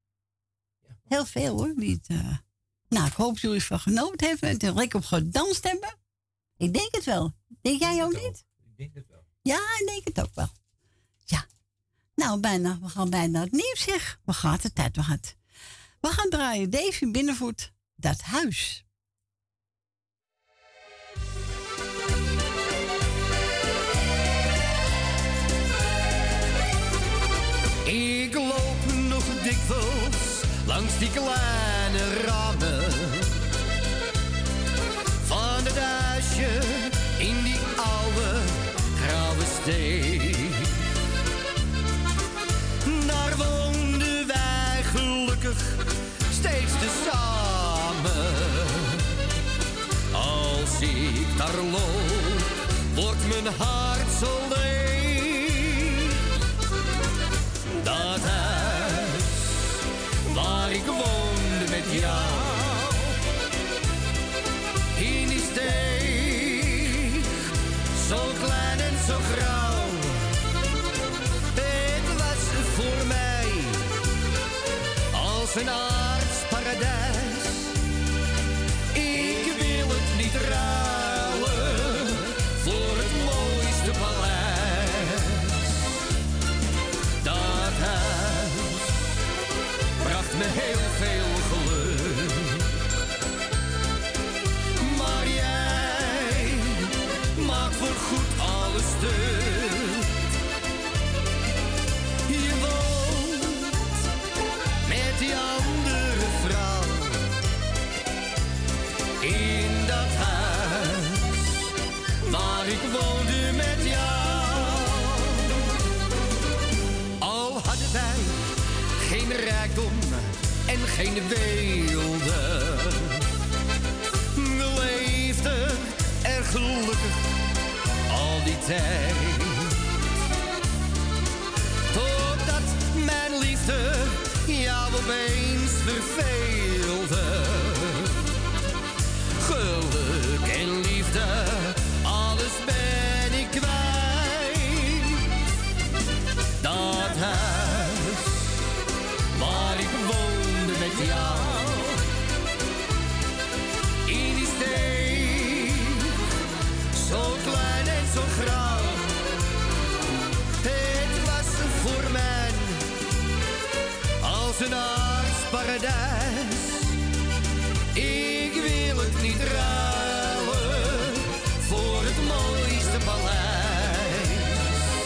Speaker 1: Ja. Heel veel hoor. Die het, uh... Nou, ik hoop dat jullie van genoten hebben. En er lekker op gedanst hebben. Ik denk het wel. Denk jij ook niet?
Speaker 2: Ik denk het wel.
Speaker 1: Ja, ik denk het ook wel. Ja. Nou, bijna. We gaan bijna het nieuws, zeg. We gaan de tijd, we gaan het. We gaan draaien Davy Binnenvoet, Dat Huis.
Speaker 9: Ik loop nog dikwijls langs die kleine ramen van het huisje in die oude grauwe steeg. Daar woonden wij gelukkig steeds tezamen. Als ik daar loop, wordt mijn hart zo leeg. Dat huis waar ik woonde met jou, in die steeg, zo klein en zo grauw. Het was voor mij als een aardsparadijs. Ik wil het niet ruilen voor het mooiste paleis. Dat huis bracht me heel veel geluk. Maar jij maakt voor goed alles stuk. Je woont met die andere vrouw in dat huis waar ik woonde met jou. Al hadden wij geen rijkdom en geen weelde, we leefden er gelukkig al die tijd. Totdat mijn liefde jou opeens verveelde. Geluk en liefde, alles ben ik kwijt. Dat huis waar ik woonde met jou, in die steeg, zo klein en zo grauw. Het was voor mij als een aardsparadijs. Ik wil het niet ruilen voor het mooiste paleis.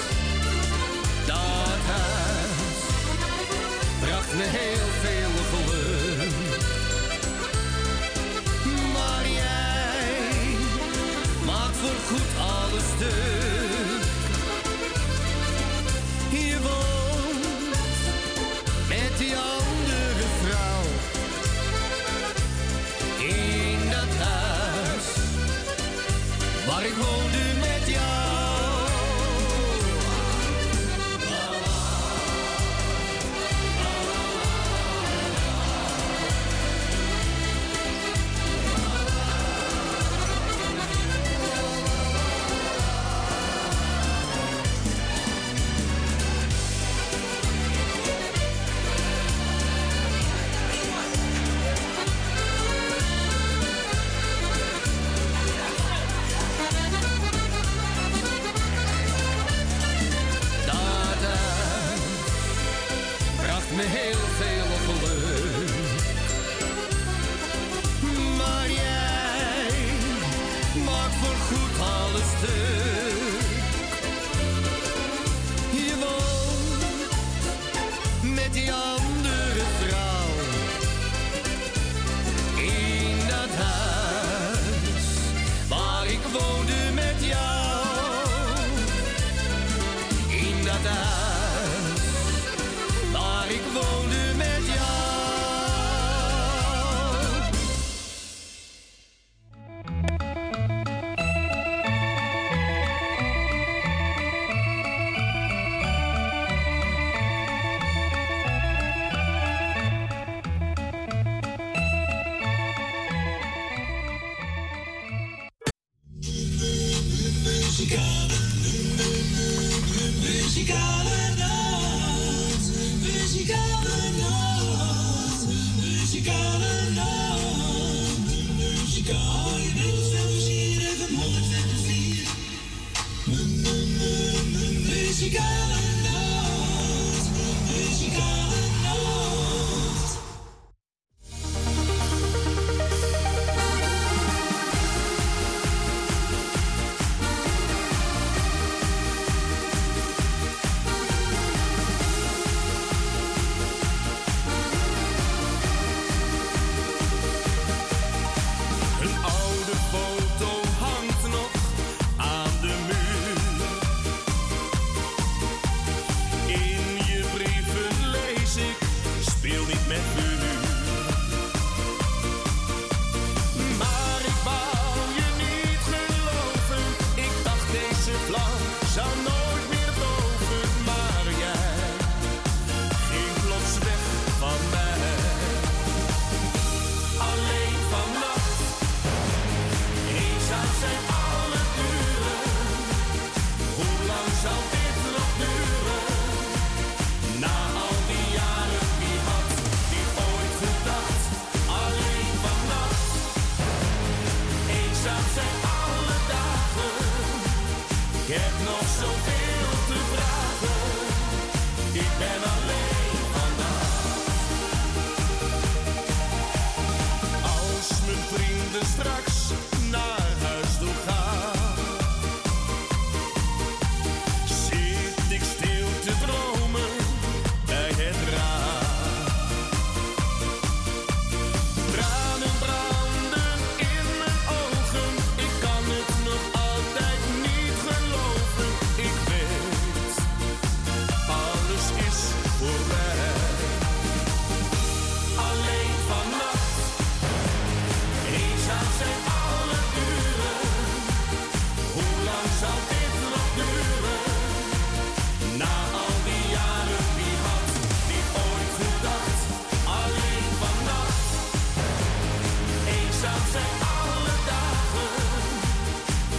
Speaker 9: Dat huis bracht me heel veel geluk. Maar jij maakt voor goed alles stuk. Je woont met die andere vrouw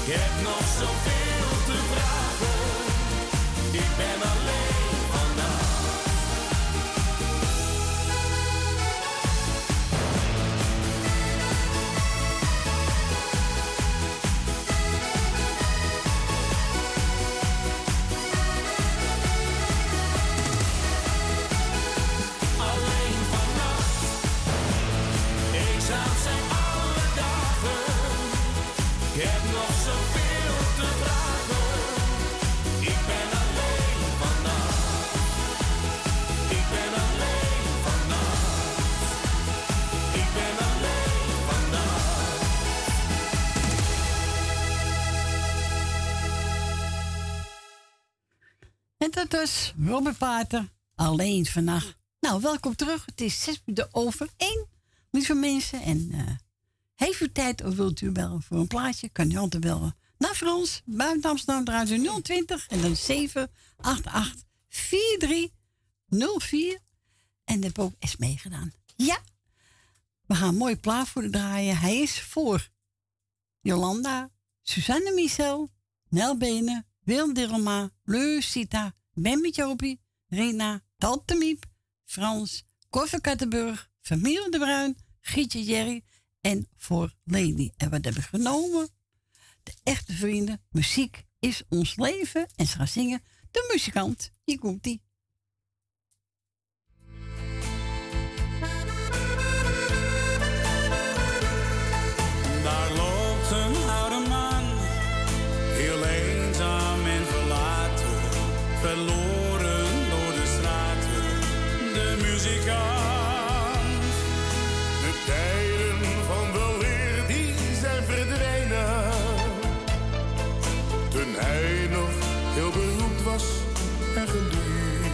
Speaker 5: Ik heb nog zoveel te vragen. Ik ben alleen vandaag. Alleen vannacht. Eenzaam zijn alle dagen. Ik heb nog zoveel te vragen. Ik ben alleen vannacht. Ik ben alleen vannacht. Ik ben alleen vannacht.
Speaker 1: En dat was Robert Pater, alleen vannacht. Nou, welkom terug. Het is zes minuten over één, lieve mensen. En uh, heeft u tijd of wilt u bellen voor een plaatje, kan u altijd bellen naar Frans, buiten Amsterdam, draait u nul twintig en dan zeven acht acht vier drie nul vier. En dat heb ik ook eens meegedaan. Ja, we gaan een mooie plaat voor u draaien. Hij is voor Jolanda, Suzanne Michel, Nel Benen, Wil Dilma, Leusita, Bambi Jopie, Rina, Tante Miep, Frans, Koffer Kattenburg, Familie de Bruin, Gietje Jerry en voor Lady. En wat hebben we genomen? De echte vrienden. Muziek is ons leven. En ze gaan zingen De Muzikant. Hier komt ie.
Speaker 12: Daar loopt een oude man, heel eenzaam en verlaten, verloren door de straten, de muzikant.
Speaker 5: De tijden van weleer die zijn verdwenen. Toen hij nog heel beroemd was en geliefd.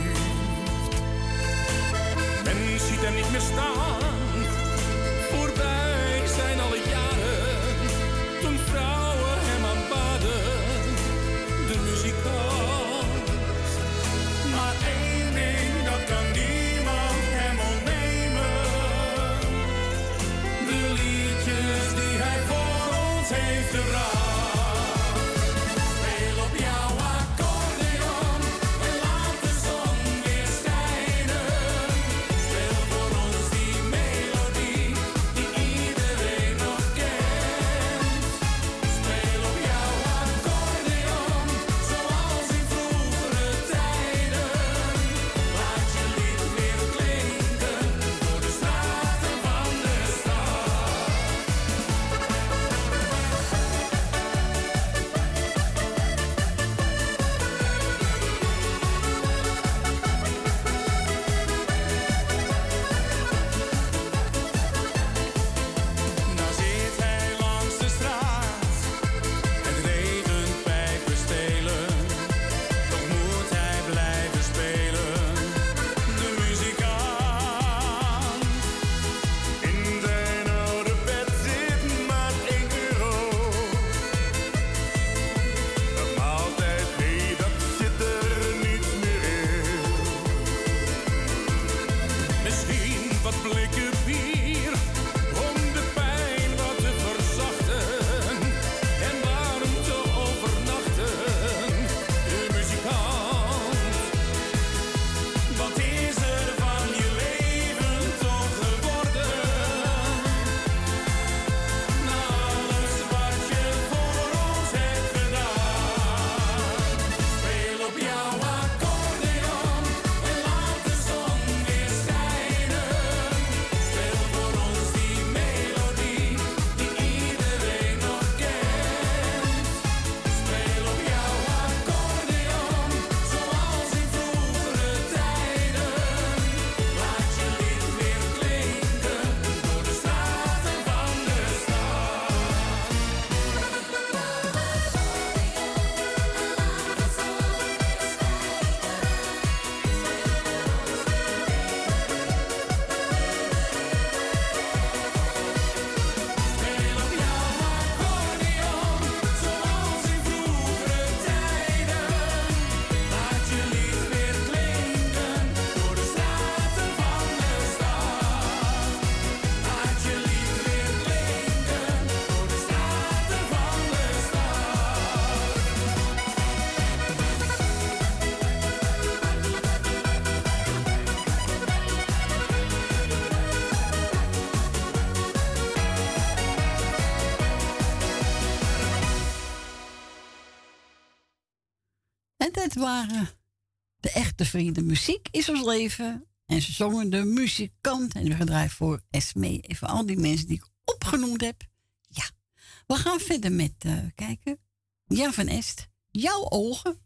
Speaker 1: En dat waren de echte vrienden. Muziek is ons leven. En ze zongen de muzikant. En we gedraaid voor Esmee. En voor al die mensen die ik opgenoemd heb. Ja, we gaan verder met uh, kijken. Jan van Est. Jouw ogen.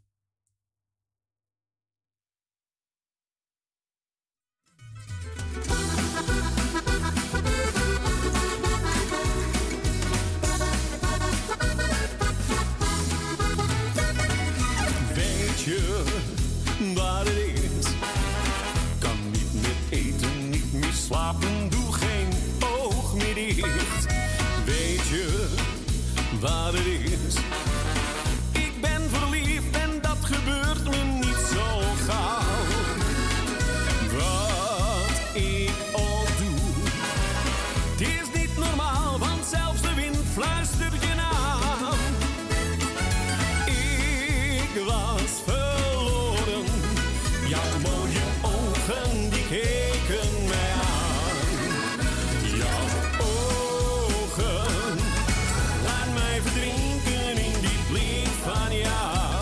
Speaker 9: Weet je waar het is? Kan niet meer eten, niet meer slapen, doe geen oog meer dicht. Weet je waar het is? Ik ben verliefd en dat gebeurt me niet zo gauw. Wat ik ook doe, het is niet normaal, want zelfs de wind fluistert je naam. Ik was verloren, jouw mooie ogen die keken mij aan. Jouw ogen, laat mij verdrinken in die blik van jou.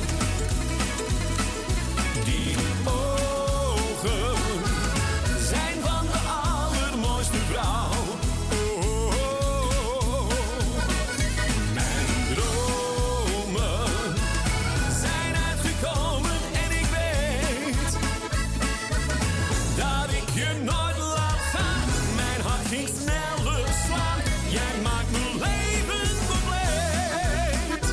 Speaker 9: Die ogen zijn van de allermooiste vrouw. Oh, oh, oh. Mijn dromen zijn uitgekomen en ik weet dat ik je nooit laat gaan. Mijn hart ging sneller slaan, jij maakt mijn leven compleet.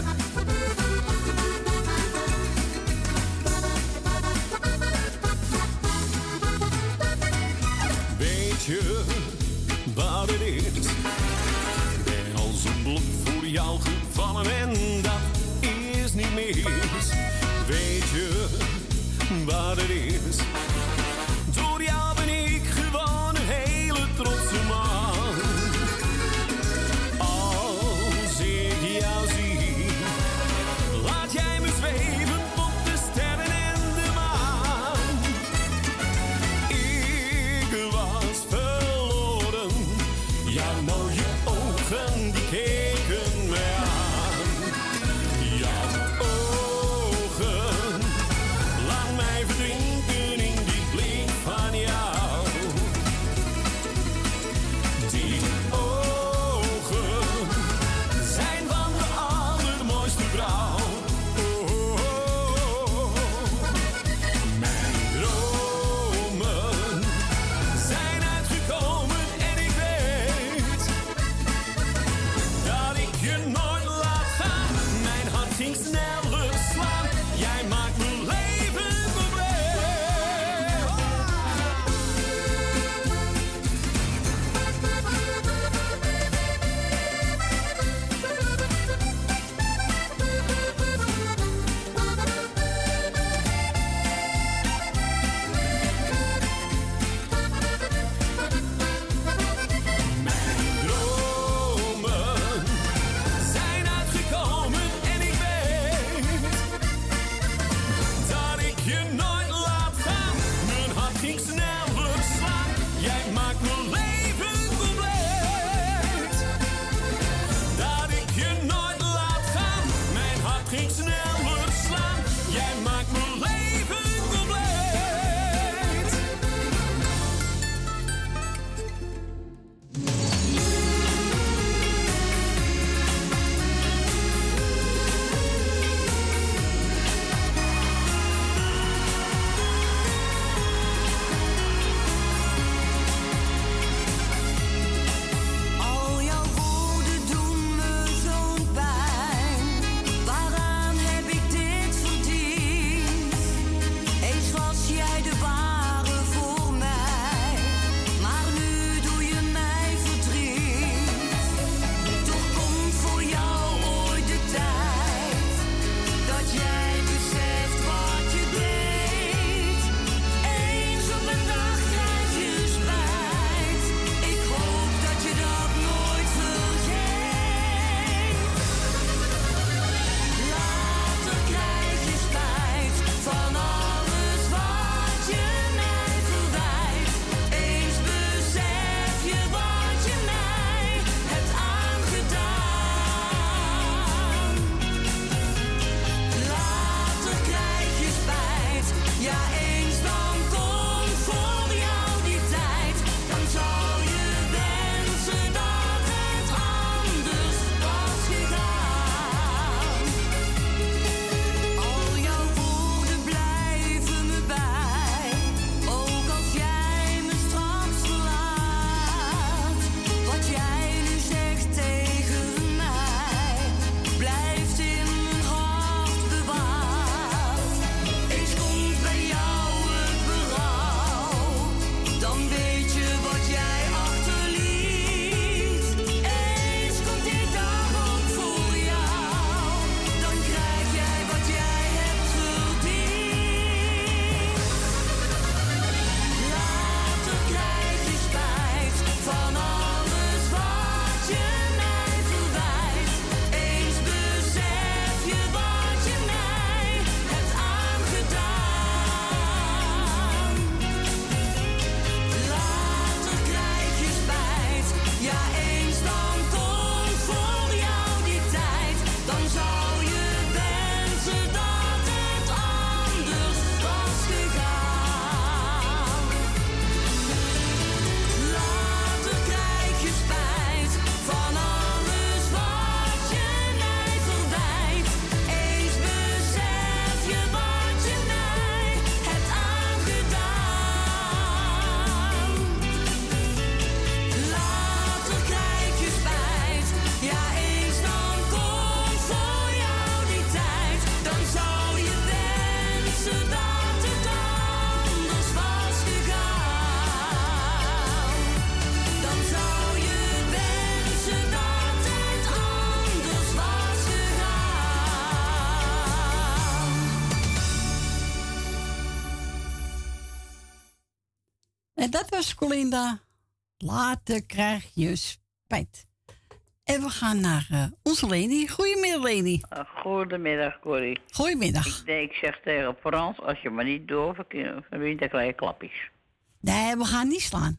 Speaker 9: Weet je wat het is? Ik ben als een blok voor jou gevallen en dat is niet mis. Weet je wat het is? Door jou ben ik gewoon een hele trotse man. Als ik jou zie, laat jij me zweven op de sterren en de maan. Ik was verloren, jouw mooie ogen die keken mij aan. Jouw ogen, laat mij verdrinken in
Speaker 1: was Colinda. Later krijg je spijt. En we gaan naar uh, onze Leni. Goedemiddag, Leni.
Speaker 13: Uh, goedemiddag, Corrie.
Speaker 1: Goedemiddag.
Speaker 13: Ik, nee, ik zeg tegen Frans, als je maar niet doorverkeert, dan krijg je klapjes.
Speaker 1: Nee, we gaan niet slaan.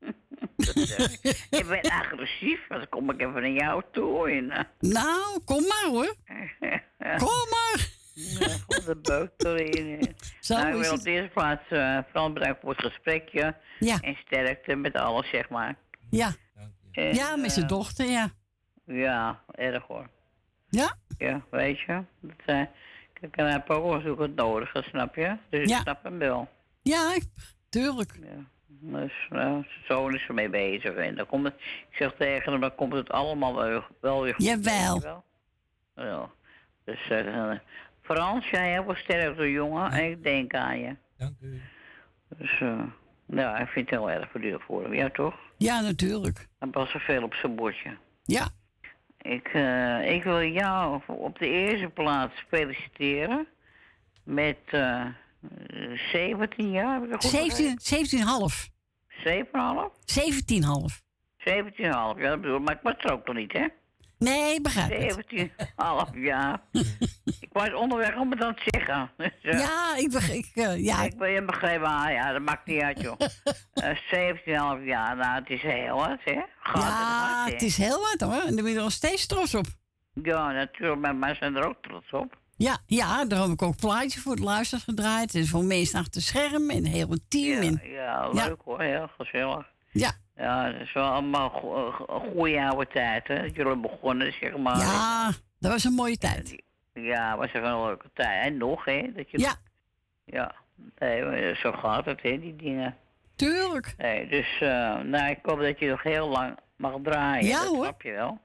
Speaker 13: Ik ben agressief, want dan kom ik even naar jou toe. En, uh...
Speaker 1: Nou, kom maar hoor. Kom maar.
Speaker 13: Ja, goed, de beuk erin.
Speaker 1: Zo
Speaker 13: nou, ik
Speaker 1: is
Speaker 13: wil
Speaker 1: het.
Speaker 13: op de eerste plaats uh, Frans bedanken voor het gesprekje.
Speaker 1: Ja.
Speaker 13: En sterkte met alles, zeg maar.
Speaker 1: Ja.
Speaker 13: En,
Speaker 1: ja, met zijn
Speaker 13: uh,
Speaker 1: dochter, ja.
Speaker 13: Ja, erg hoor.
Speaker 1: Ja?
Speaker 13: Ja, weet je. Dat, uh, ik heb ook wel zo'n het nodige, snap je? Dus
Speaker 1: Ja.
Speaker 13: ik snap hem wel.
Speaker 1: Ja, ik, tuurlijk.
Speaker 13: Ja. Dus nou, zijn zoon is ermee bezig. En dan komt het, ik zeg tegen hem, dan komt het allemaal wel, wel weer goed.
Speaker 1: Jawel.
Speaker 13: weet je wel. Ja. Dus uh, Frans, jij hebt wel sterker jongen en ik denk aan je.
Speaker 2: Dank u.
Speaker 13: Dus uh, ja, ik vind het heel erg verduurd voor hem. Ja, toch?
Speaker 1: Ja, natuurlijk.
Speaker 13: Hij past er veel op zijn bordje.
Speaker 1: Ja.
Speaker 13: Ik, uh, ik wil jou op de eerste plaats feliciteren met uh, zeventien jaar. Heb ik dat goed
Speaker 1: zeventien, zeventien komma vijf.
Speaker 13: zeven komma vijf?
Speaker 1: zeventien komma vijf.
Speaker 13: zeventien komma vijf, ja, dat bedoel ik, maar ik was er ook nog niet, hè?
Speaker 1: Nee, begrijp het.
Speaker 13: zeventien komma vijf jaar. Ik was onderweg om het aan te zeggen. Dus, uh,
Speaker 1: Ja, ik begrijp. Uh, ja.
Speaker 13: Ik ben je begrepen, ah, ja, dat maakt niet uit, joh. Uh, zeventien komma vijf jaar, nou, het is heel wat, hè? Gaat
Speaker 1: Ja,
Speaker 13: wat, hè?
Speaker 1: het is heel wat hoor. En daar ben je er nog steeds trots op.
Speaker 13: Ja, natuurlijk, maar wij zijn er ook trots op.
Speaker 1: Ja, ja, daar heb ik ook plaatjes voor het luisteren gedraaid. En voor mensen achter het scherm en heel het team.
Speaker 13: Ja,
Speaker 1: en,
Speaker 13: ja leuk
Speaker 1: Ja.
Speaker 13: hoor, heel gezellig.
Speaker 1: Ja.
Speaker 13: Ja, dat is wel allemaal go- go- goede oude tijd, hè? Dat jullie begonnen, zeg maar.
Speaker 1: ja, dat was een mooie tijd.
Speaker 13: Ja, was er wel een leuke tijd. En nog, hè? Dat je...
Speaker 1: Ja.
Speaker 13: Ja, nee, maar zo gaat het, hè, die dingen.
Speaker 1: Tuurlijk.
Speaker 13: Nee, dus, uh, nou, ik hoop dat je nog heel lang mag draaien.
Speaker 1: Ja,
Speaker 13: dat
Speaker 1: hoor.
Speaker 13: snap je wel.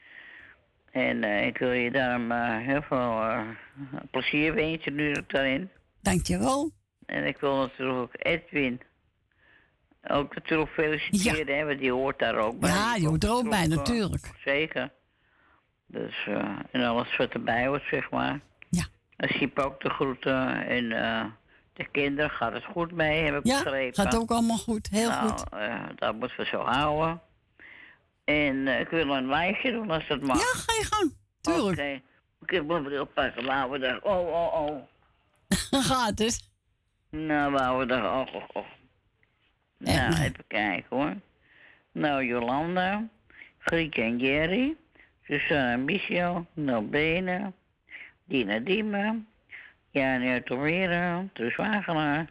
Speaker 13: En uh, ik wil je daarom uh, heel veel uh, plezier wensen nu daarin.
Speaker 1: Dankjewel.
Speaker 13: En ik wil natuurlijk ook Edwin ook natuurlijk feliciteren, hè, want die hoort daar ook bij.
Speaker 1: Ja, die hoort er ook bij,
Speaker 13: Ook, uh,
Speaker 1: natuurlijk.
Speaker 13: Zeker. Dus, uh, en alles wat erbij hoort, zeg maar.
Speaker 1: Ja.
Speaker 13: En Siep ook de groeten. En uh, de kinderen, gaat het goed mee, heb ik
Speaker 1: Ja,
Speaker 13: begrepen.
Speaker 1: gaat ook allemaal goed. Heel
Speaker 13: nou,
Speaker 1: goed.
Speaker 13: Uh, dat moeten we zo houden. En uh, ik wil een lijstje doen als dat mag.
Speaker 1: Ja, ga je gang. Tuurlijk.
Speaker 13: Oké. Okay. Ik heb mijn bril pakken. Laten we daar. Oh, oh, oh.
Speaker 1: Gaat het?
Speaker 13: Nou, laten we daar. Oh, oh, oh. Nou, even kijken hoor. Nou, Jolanda, Grietje en Jerry, Susanne en Michel, Nobene, Dina Diemen, Jani uit Almere, Truus Wagenaar,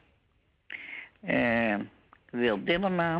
Speaker 13: uh, Wil Dillema.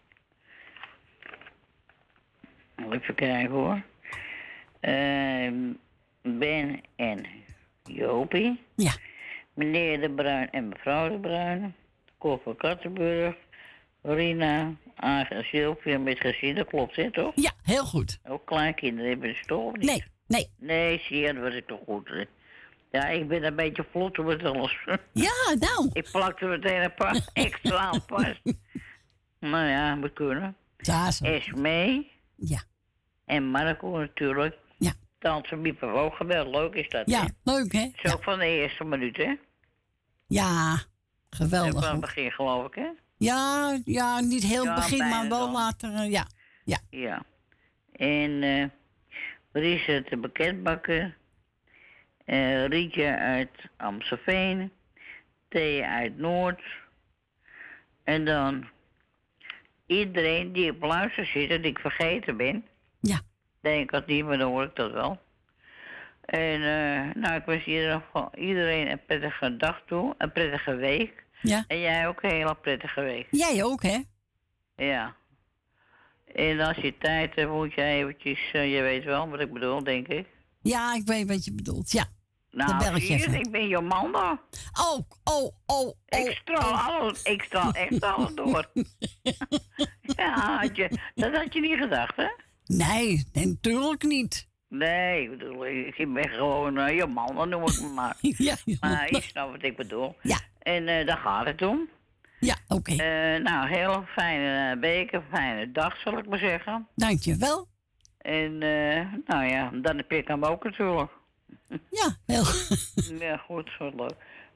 Speaker 13: Even kijken hoor. Uh, Ben en Jopie.
Speaker 1: Ja.
Speaker 13: Meneer De Bruin en mevrouw De Bruin. Cor van Kattenburg. Rina, Aag en Sylvia met gezin, dat klopt hè toch?
Speaker 1: Ja, heel goed.
Speaker 13: Ook kleinkinderen hebben ze toch of niet?
Speaker 1: Nee, nee.
Speaker 13: Nee, zie je, dat was ik toch goed. Hè? Ja, ik ben een beetje vlot met alles.
Speaker 1: Ja, nou.
Speaker 13: Ik plakte meteen een paar extra aan vast. Nou ja, we kunnen.
Speaker 1: Ja, zo.
Speaker 13: Esmee.
Speaker 1: Ja.
Speaker 13: En Marco natuurlijk.
Speaker 1: Ja.
Speaker 13: Tante Miep heeft ook gebeld. Leuk is dat,
Speaker 1: Ja,
Speaker 13: hè?
Speaker 1: leuk hè?
Speaker 13: Is ook van de eerste minuut, hè?
Speaker 1: Ja, geweldig.
Speaker 13: Van het
Speaker 1: hoor.
Speaker 13: begin, geloof ik, hè?
Speaker 1: Ja, ja, niet heel
Speaker 13: Ja,
Speaker 1: het begin, maar
Speaker 13: bijna
Speaker 1: wel
Speaker 13: dan.
Speaker 1: later. uh, ja. Ja.
Speaker 13: Ja. En uh, Ries de Bekendbakker. Uh, Rietje uit Amstelveen. Thea uit Noord. En dan iedereen die op luister zit en die ik vergeten ben.
Speaker 1: Ja.
Speaker 13: Denk dat niet, maar dan hoor ik dat wel. En uh, nou, ik wens iedereen, iedereen een prettige dag toe. Een prettige week.
Speaker 1: Ja.
Speaker 13: En jij ook een hele prettige week.
Speaker 1: Jij ook, hè?
Speaker 13: Ja. En als je tijd hebt, moet je eventjes... Uh, je weet wel wat ik bedoel, denk ik.
Speaker 1: Ja, ik weet wat je bedoelt. Ja. Dan
Speaker 13: Nou,
Speaker 1: bel ik je
Speaker 13: zie je,
Speaker 1: even.
Speaker 13: ik ben Jomanda.
Speaker 1: Oh, oh, oh, oh.
Speaker 13: Ik straal alles, ik straal echt alles door. Ja, had je, dat had je niet gedacht, hè?
Speaker 1: Nee, nee, natuurlijk niet.
Speaker 13: Nee, ik bedoel, ik ben gewoon uh, Jomanda, noem ik me maar.
Speaker 1: Ja,
Speaker 13: Maar je snapt wat ik bedoel.
Speaker 1: Ja.
Speaker 13: En uh, daar gaat het om.
Speaker 1: Ja, oké.
Speaker 13: Okay. Uh, nou, hele fijne week, een fijne dag, zal ik maar zeggen.
Speaker 1: Dankjewel.
Speaker 13: En, uh, nou ja, dan heb ik hem ook natuurlijk.
Speaker 1: Ja, heel
Speaker 13: Ja, goed, zo leuk.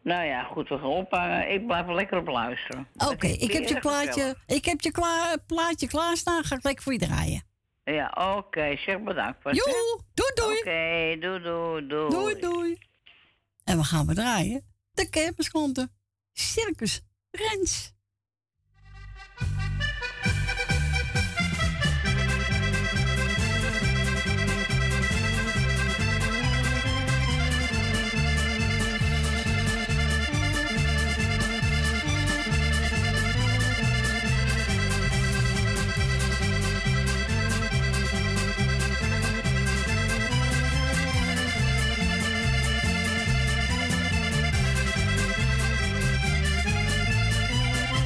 Speaker 13: Nou ja, goed, we gaan ophangen. Ik blijf er lekker op luisteren.
Speaker 1: Oké, okay, ik heb je
Speaker 13: erg
Speaker 1: plaatje,
Speaker 13: gezellig.
Speaker 1: ik heb je klaar, plaatje klaarstaan. Ga ik lekker voor je draaien.
Speaker 13: Ja, oké. Okay. Zeg bedankt. vast, hè.
Speaker 1: Joe, doei doei.
Speaker 13: Oké, okay, doei doei doei.
Speaker 1: Doei doei. En we gaan we draaien. De kermisklanten. Circus Rens.
Speaker 3: Thank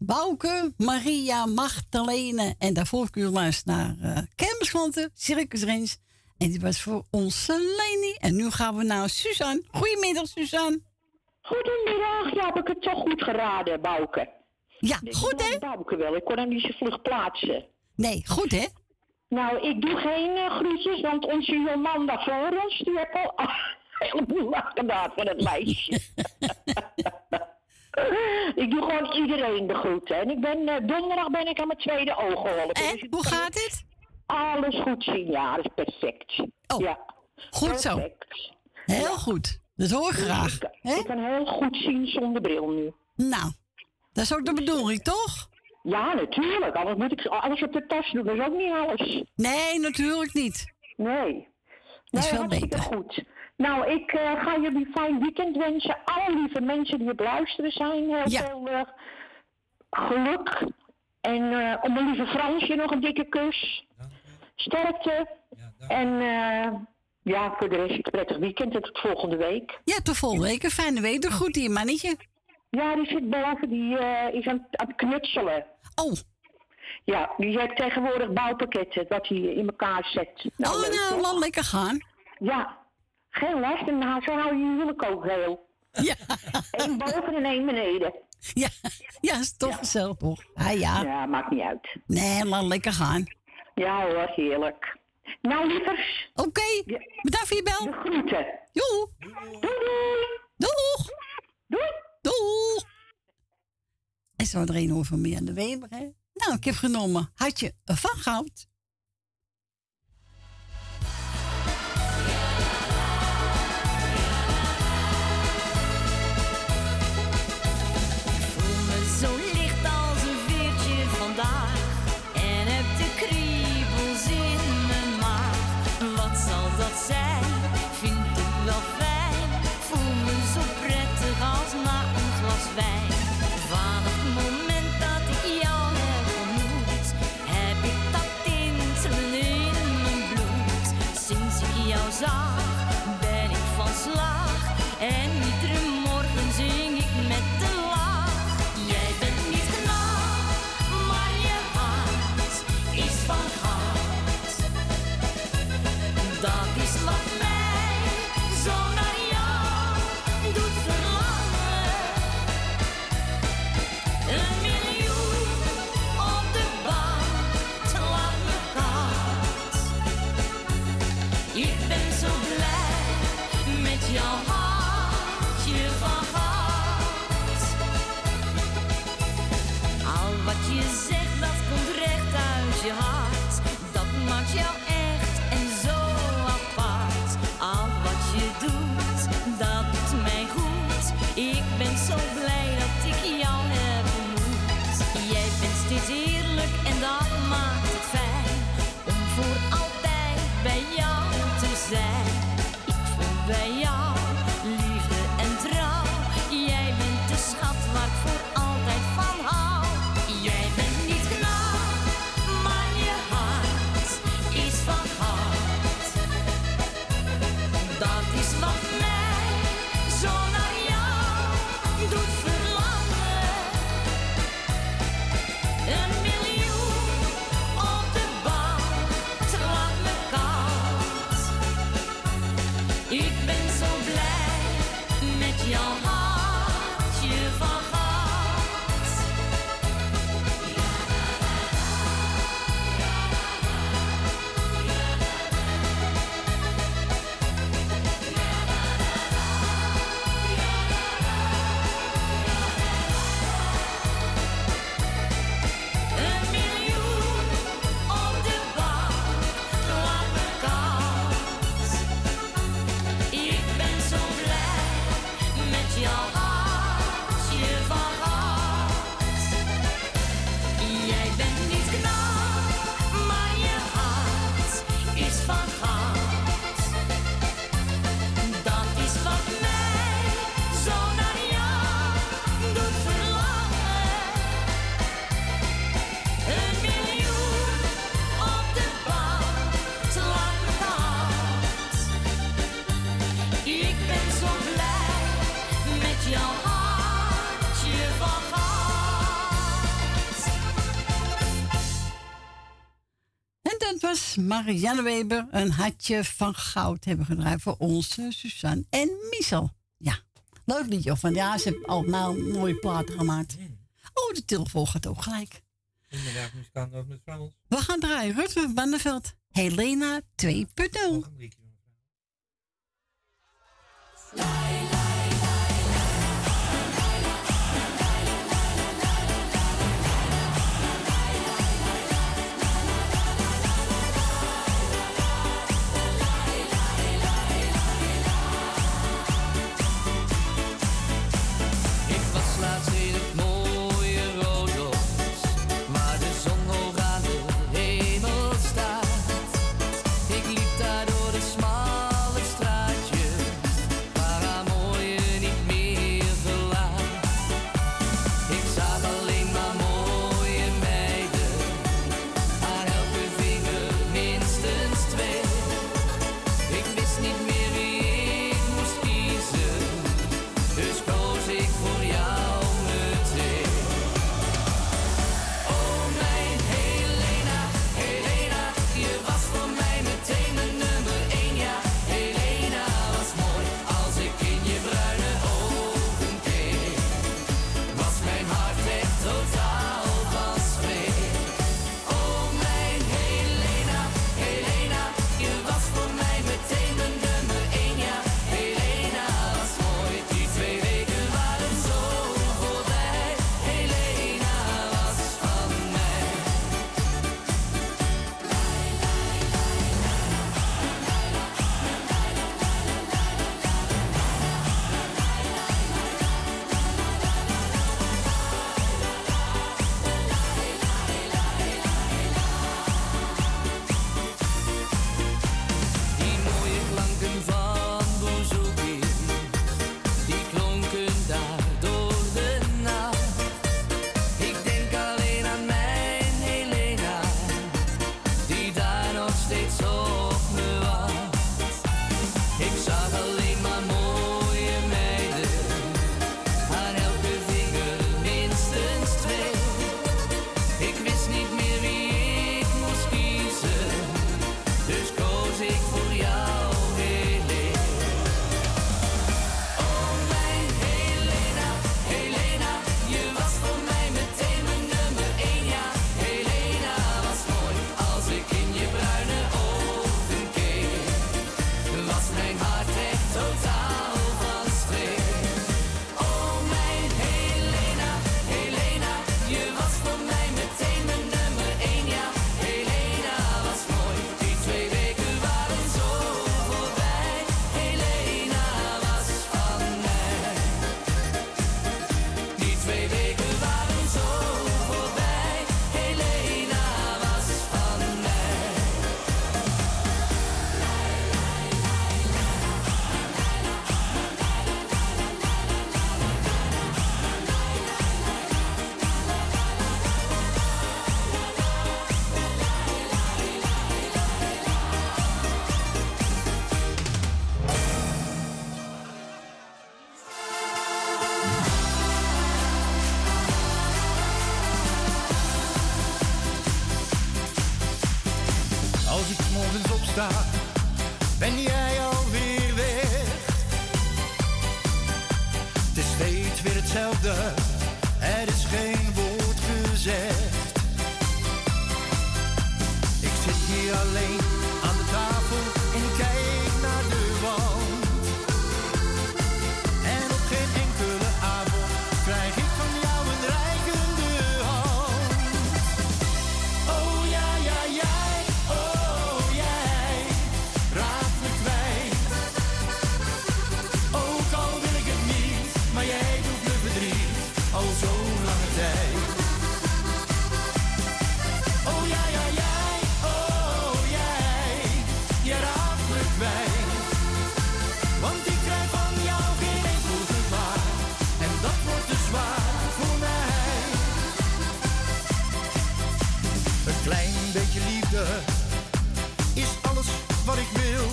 Speaker 1: Bouke, Maria, Magdalene. En daarvoor kun je luisteren naar uh, Kermisklanten, Circus Rens. En die was voor onze Leni. En nu gaan we naar Suzanne. Goedemiddag, Suzanne.
Speaker 14: Goedemiddag. Ja, heb ik het toch goed geraden, Bouke?
Speaker 1: Ja,
Speaker 14: ik
Speaker 1: goed hè?
Speaker 14: Bouke wel. Ik kon hem niet zo vlug plaatsen.
Speaker 1: Nee, goed hè?
Speaker 14: Nou, ik doe geen uh, groetjes, want onze Jolanda voor ons, die heeft al een heleboel gedaan van het lijstje. Ik doe gewoon iedereen de groeten. En ik ben, uh, donderdag ben ik aan mijn tweede oog geholpen.
Speaker 1: En,
Speaker 14: dus
Speaker 1: hoe gaat het?
Speaker 14: Alles goed zien, ja, dat is perfect.
Speaker 1: Oh,
Speaker 14: ja.
Speaker 1: Goed
Speaker 14: perfect.
Speaker 1: zo. Heel ja. goed. Dat hoor ik graag.
Speaker 14: Ik, ik kan heel goed zien zonder bril nu.
Speaker 1: Nou, dat is ook de bedoeling, toch?
Speaker 14: Ja, natuurlijk. Anders moet ik alles op de tas doen. Dat is ook niet alles.
Speaker 1: Nee, natuurlijk niet.
Speaker 14: Nee.
Speaker 1: Dat is
Speaker 14: nee,
Speaker 1: wel beter.
Speaker 14: Goed. Nou, ik uh, ga jullie een fijn weekend wensen. Alle lieve mensen die op luisteren zijn. Heel
Speaker 1: ja.
Speaker 14: veel uh, geluk. En uh, om mijn lieve Fransje nog een dikke kus. Sterkte. Ja, en uh, ja, voor de rest een prettig weekend. En tot volgende week.
Speaker 1: Ja, tot volgende week. Een fijne week. Doe goed hier, mannetje.
Speaker 14: Ja, die zit boven. Die uh, is aan, aan het knutselen.
Speaker 1: Oh.
Speaker 14: Ja, die heeft tegenwoordig bouwpakketten. Wat hij in elkaar zet.
Speaker 1: Nou, oh, leuk, nou, laat lekker gaan.
Speaker 14: Ja. Geen last. En nou, zo hou je je huwelijk ook heel.
Speaker 1: Ja.
Speaker 14: Eén boven en één beneden.
Speaker 1: Ja, ja, is toch ja. gezellig, toch? Ah, ja.
Speaker 14: Ja, maakt niet uit.
Speaker 1: Nee, laat lekker gaan.
Speaker 14: Ja hoor, heerlijk. Nou, lievers.
Speaker 1: Oké, okay. ja. Bedankt voor je bel.
Speaker 14: De groeten.
Speaker 1: Joe.
Speaker 14: Doei. Doei.
Speaker 1: Doeg.
Speaker 14: Doei.
Speaker 1: Doeg. En zo er een over van meer aan de Weber, hè? Nou, ik heb genomen. Had je van goud?
Speaker 10: Zo licht als een veertje vandaag. En heb de kriebels in mijn maag. Wat zal dat zijn? Vind ik wel fijn. Voel me zo prettig als na een glas wijn. Vanaf het moment dat ik jou heb ontmoet, heb ik dat tintelen in mijn bloed. Sinds ik jou zag, ben ik van slag. En iedere morgen zing ik met de lach. Jij bent niet knap, maar je hart is van goud. Dat is wat mij zo naar jou doet verlangen. Een miljoen op de bank, laat me koud. Ik ben zo blij met jouw hartje van goud. Al wat je zegt, dat komt recht uit je hart. Dat maakt jou echt en zo apart. Al wat je doet, dat doet mij goed. Ik ben zo blij dat ik jou heb ontmoet. Jij bent steeds eerlijk en dat maakt het fijn. Om voor altijd bij jou te zijn. Ik voel bij jou liefde en trouw. Jij bent de schat waar ik voor altijd van hou. Jij bent niet knap, maar je hart is van goud. Dat is wat mij zo naar jou doet verlangen. Een miljoen
Speaker 1: was Marianne Weber. Een hartje van goud hebben gedraaid voor onze Suzanne en Michel. Ja, leuk liedje. Van ja, ze hebben allemaal mooie platen gemaakt. Oh, de telefoon gaat ook gelijk.
Speaker 2: Inderdaad, muzikant ook met Frans.
Speaker 1: We gaan draaien. Rutger Bandeveld. Helena twee punt nul.
Speaker 3: Ben jij alweer weg? Het is steeds weer hetzelfde, er is geen woord gezegd. Ik zit hier alleen aan de tafel en ik kijk naar de wand. En op geen enkele avond krijg ik van jou een reikende hand. Oh ja, ja, jij, oh jij, raakt me kwijt. Ook al wil ik het niet, maar jij doet me verdriet, al zo'n lange tijd. Oh ja, ja, jij, oh jij, je raakt me kwijt. Want ik krijg van jou geen enkel gevaar, en dat wordt te zwaar voor mij. Een klein beetje liefde is alles wat ik wil.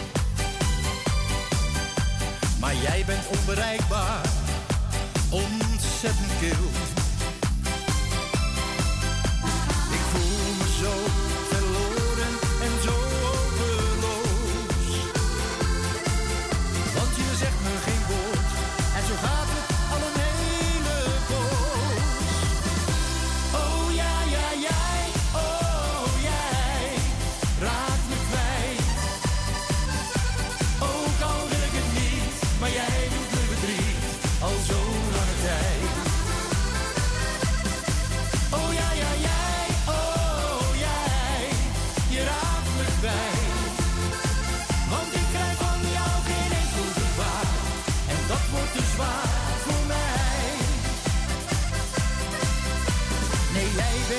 Speaker 3: Maar jij bent onbereikbaar, ontzettend kil. Ik voel me zo verloren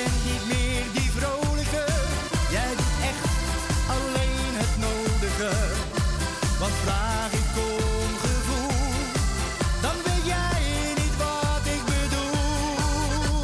Speaker 3: bent niet meer die vrolijke. Jij doet echt alleen het nodige. Want vraag ik om gevoel, dan weet jij niet wat ik bedoel.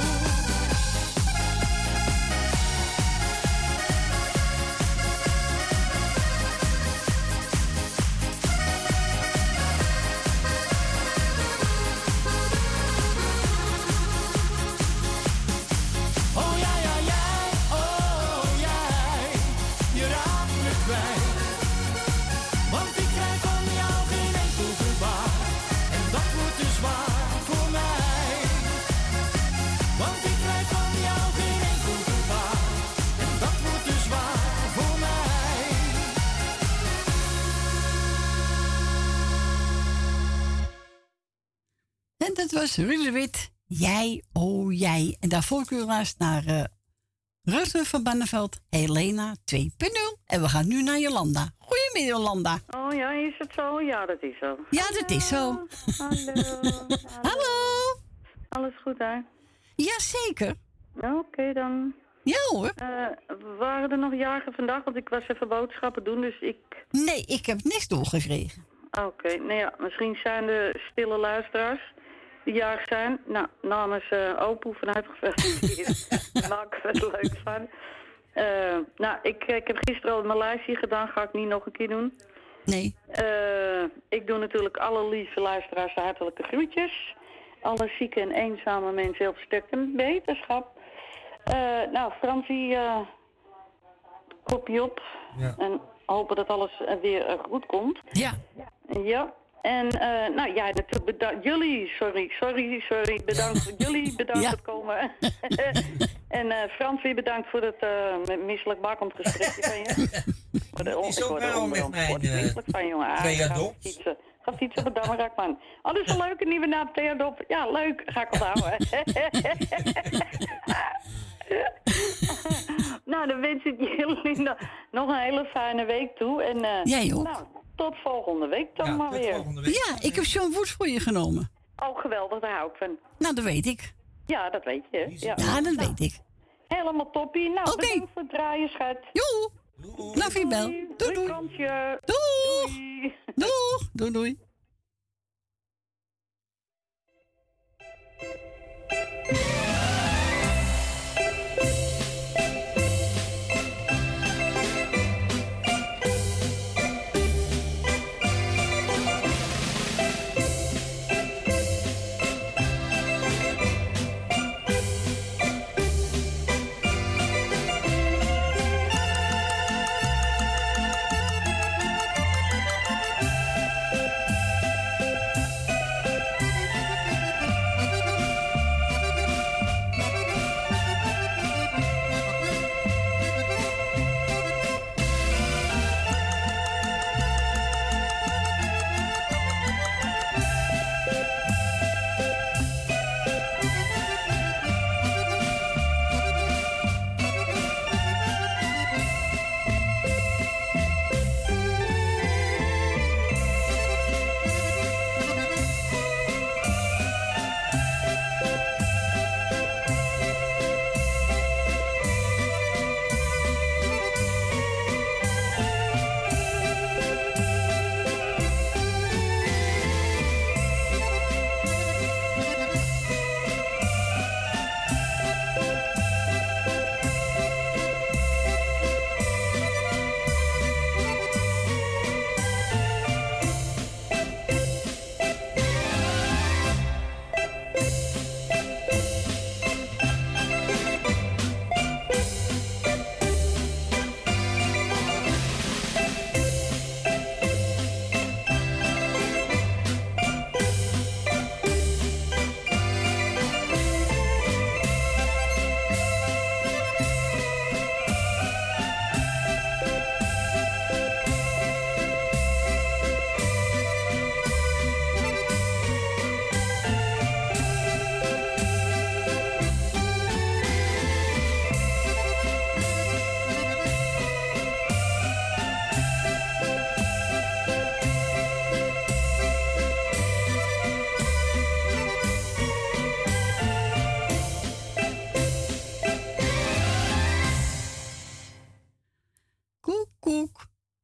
Speaker 3: Oh ja, ja, jij, oh jij, je raakt me kwijt. Want ik krijg van jou geen enkel gebaar. En dat wordt te zwaar voor mij. Want ik krijg van jou geen enkel gebaar. En dat wordt te zwaar voor mij.
Speaker 1: En dat was Ruud de Wit. Jij, oh jij. En daarvoor kun je luisteren naar uh, Rutger van Barneveld, Helena twee punt nul. En we gaan nu naar Jolanda. Goedemiddag, Jolanda.
Speaker 15: Oh ja, is het zo? Ja, dat is zo.
Speaker 1: Ja, dat is zo.
Speaker 15: Hallo.
Speaker 1: Hallo.
Speaker 15: Alles goed daar?
Speaker 1: Jazeker.
Speaker 15: Nou, oké dan.
Speaker 1: Ja hoor.
Speaker 15: Uh, waren er nog jagen vandaag? Want ik was even boodschappen doen, dus ik...
Speaker 1: Nee, ik heb niks doorgekregen.
Speaker 15: Oké, okay. Nou ja, misschien zijn de stille luisteraars die jarig zijn. Nou, namens uh, Opoe vanuit gefeliciteerd. Maak er het leuk van. Uh, nou, ik, ik heb gisteren al mijn lijstje gedaan, ga ik niet nog een keer doen.
Speaker 1: Nee.
Speaker 15: Uh, ik doe natuurlijk alle lieve luisteraars hartelijke groetjes. Alle zieke en eenzame mensen heel stukken beterschap. Uh, nou, Fransie, uh, kopje op.
Speaker 2: Ja.
Speaker 15: En hopen dat alles uh, weer uh, goed komt.
Speaker 1: Ja.
Speaker 15: Ja. En uh, nou ja, natuurlijk bedankt. Jullie, sorry, sorry, sorry. Bedankt voor jullie, bedankt
Speaker 1: Ja.
Speaker 15: voor het komen. En uh, Frans, weer bedankt voor het uh, misselijkmakend gesprekje van je. Voor de,
Speaker 2: is ook
Speaker 15: ik word
Speaker 2: nou
Speaker 15: er
Speaker 2: met
Speaker 15: onder-
Speaker 2: mijn,
Speaker 15: word er
Speaker 2: eh,
Speaker 15: misselijk van, jongen. Ah,
Speaker 2: Thea
Speaker 15: ga
Speaker 2: Dops.
Speaker 15: fietsen. Ga fietsen op het Dammerak, man. Oh, dat is een leuke nieuwe naam, Thea Dop. Ja, leuk. Ga ik onthouden. Nou, dan wens ik jullie nog, nog een hele fijne week toe. En, uh,
Speaker 1: Jij ook.
Speaker 15: Nou, tot volgende week dan maar weer.
Speaker 1: Ja, ik heb John Wood voor je genomen.
Speaker 15: Oh, geweldig, daar hou ik van.
Speaker 1: Nou, dat weet ik.
Speaker 15: Ja, dat weet je. Ja,
Speaker 1: Ja, dat weet ik.
Speaker 15: Helemaal toppie. Nou,
Speaker 1: Oké.
Speaker 15: bedankt voor het draaien, schat.
Speaker 1: Joe. Love you, Bel. Doei, doei.
Speaker 15: Doei.
Speaker 1: Doeg. Doeg. Doei, doei.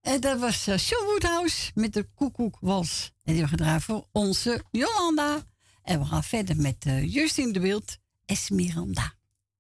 Speaker 1: En dat was uh, John Woodhouse met de Koekoekwals. En die we gedraaid voor onze Jolanda. En we gaan verder met uh, Justin de Wild, Esmeralda.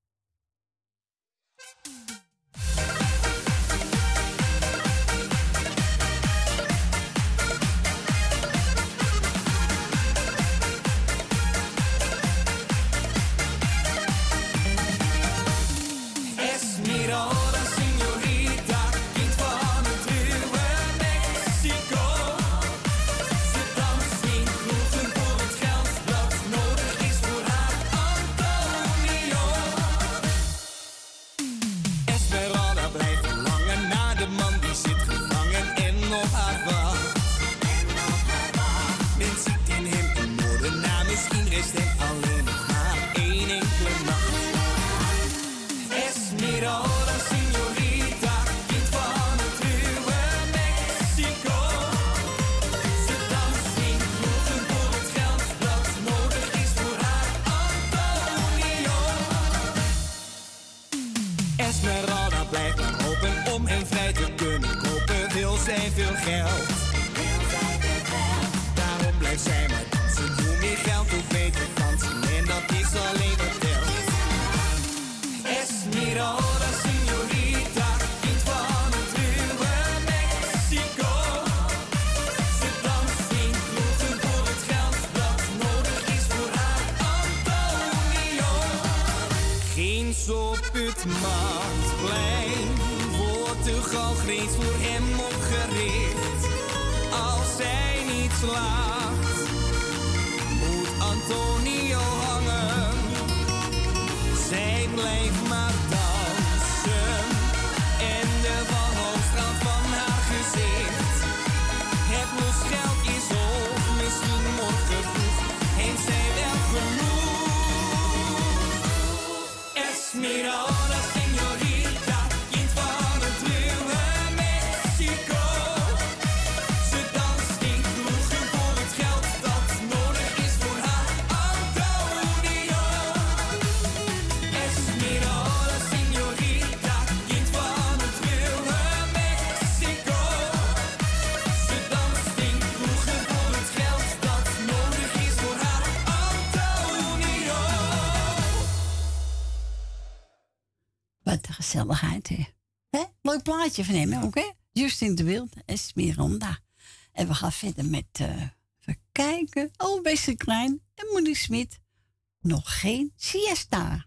Speaker 3: Esmeralda, señorita, kind van het ruwe Mexico. Ze danst in kroegen voor het geld dat nodig is voor haar Antonio. Esmeralda blijft verlangen naar de man die zit gevangen en op haar wacht. Men ziet in hem een moordenaar, misschien rest hem alleen nog maar één enkele nacht. Esmeralda, señorita, kind van het ruwe Mexico. Ze danst in kroegen voor het geld dat nodig is voor haar Antonio. Esmeralda blijft maar hopen om hem vrij te kunnen kopen. Wil zij veel geld? Daarom blijft zij maar dansen. Hoe meer geld, hoe beter dansen. En dat is alleen wat telt. Esmeralda, señorita, kind van het ruwe Mexico. Ze danst in kroegen voor het geld dat nodig is voor haar Antonio. Geen Zoputmarktplein wordt de galg reeds voor hem opgericht. Als zij niet slaagt, moet Antonio hangen. Zij blijft maar dansen en de wanhoop straalt van haar gezicht. Het losgeld is op, misschien morgen vroeg heeft zij wel genoeg. Esmeralda, señorita, kind van het ruwe Mexico. Ze danst in kroegen voor het geld dat nodig is voor haar Antonio. Esmeralda, señorita, kind van het ruwe Mexico. Ze danst in kroegen voor het geld dat nodig is voor haar Antonio.
Speaker 1: Wat een gezelligheid, hè? Hè? Leuk plaatje van hem, oké? Okay? Justin de Wild, Esmeralda. En we gaan verder met, uh, even kijken. Oh, Beste Klein en Moenie Smit. Nog geen siesta.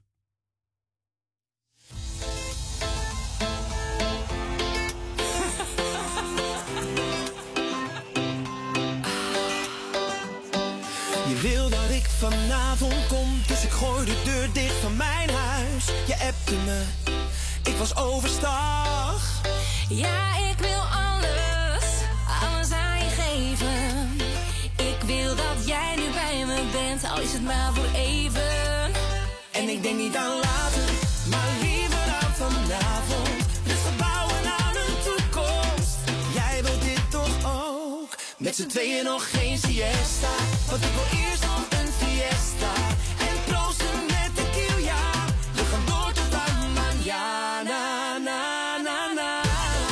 Speaker 3: Je wil dat ik vanavond kom, dus ik gooi de deur dicht van mijn huis. Je appte me, ik was overstag.
Speaker 10: Ja, ik wil alles, alles aan je geven. Ik wil dat jij nu bij me bent, al is het maar voor even.
Speaker 3: En ik denk niet aan later, maar liever aan vanavond. Dus we bouwen aan een toekomst. Jij wilt dit toch ook? Met z'n tweeën nog geen siesta, want ik wil eerst nog een fiesta. En proosten met tequila, we gaan door tot aan mañana, na, na, na.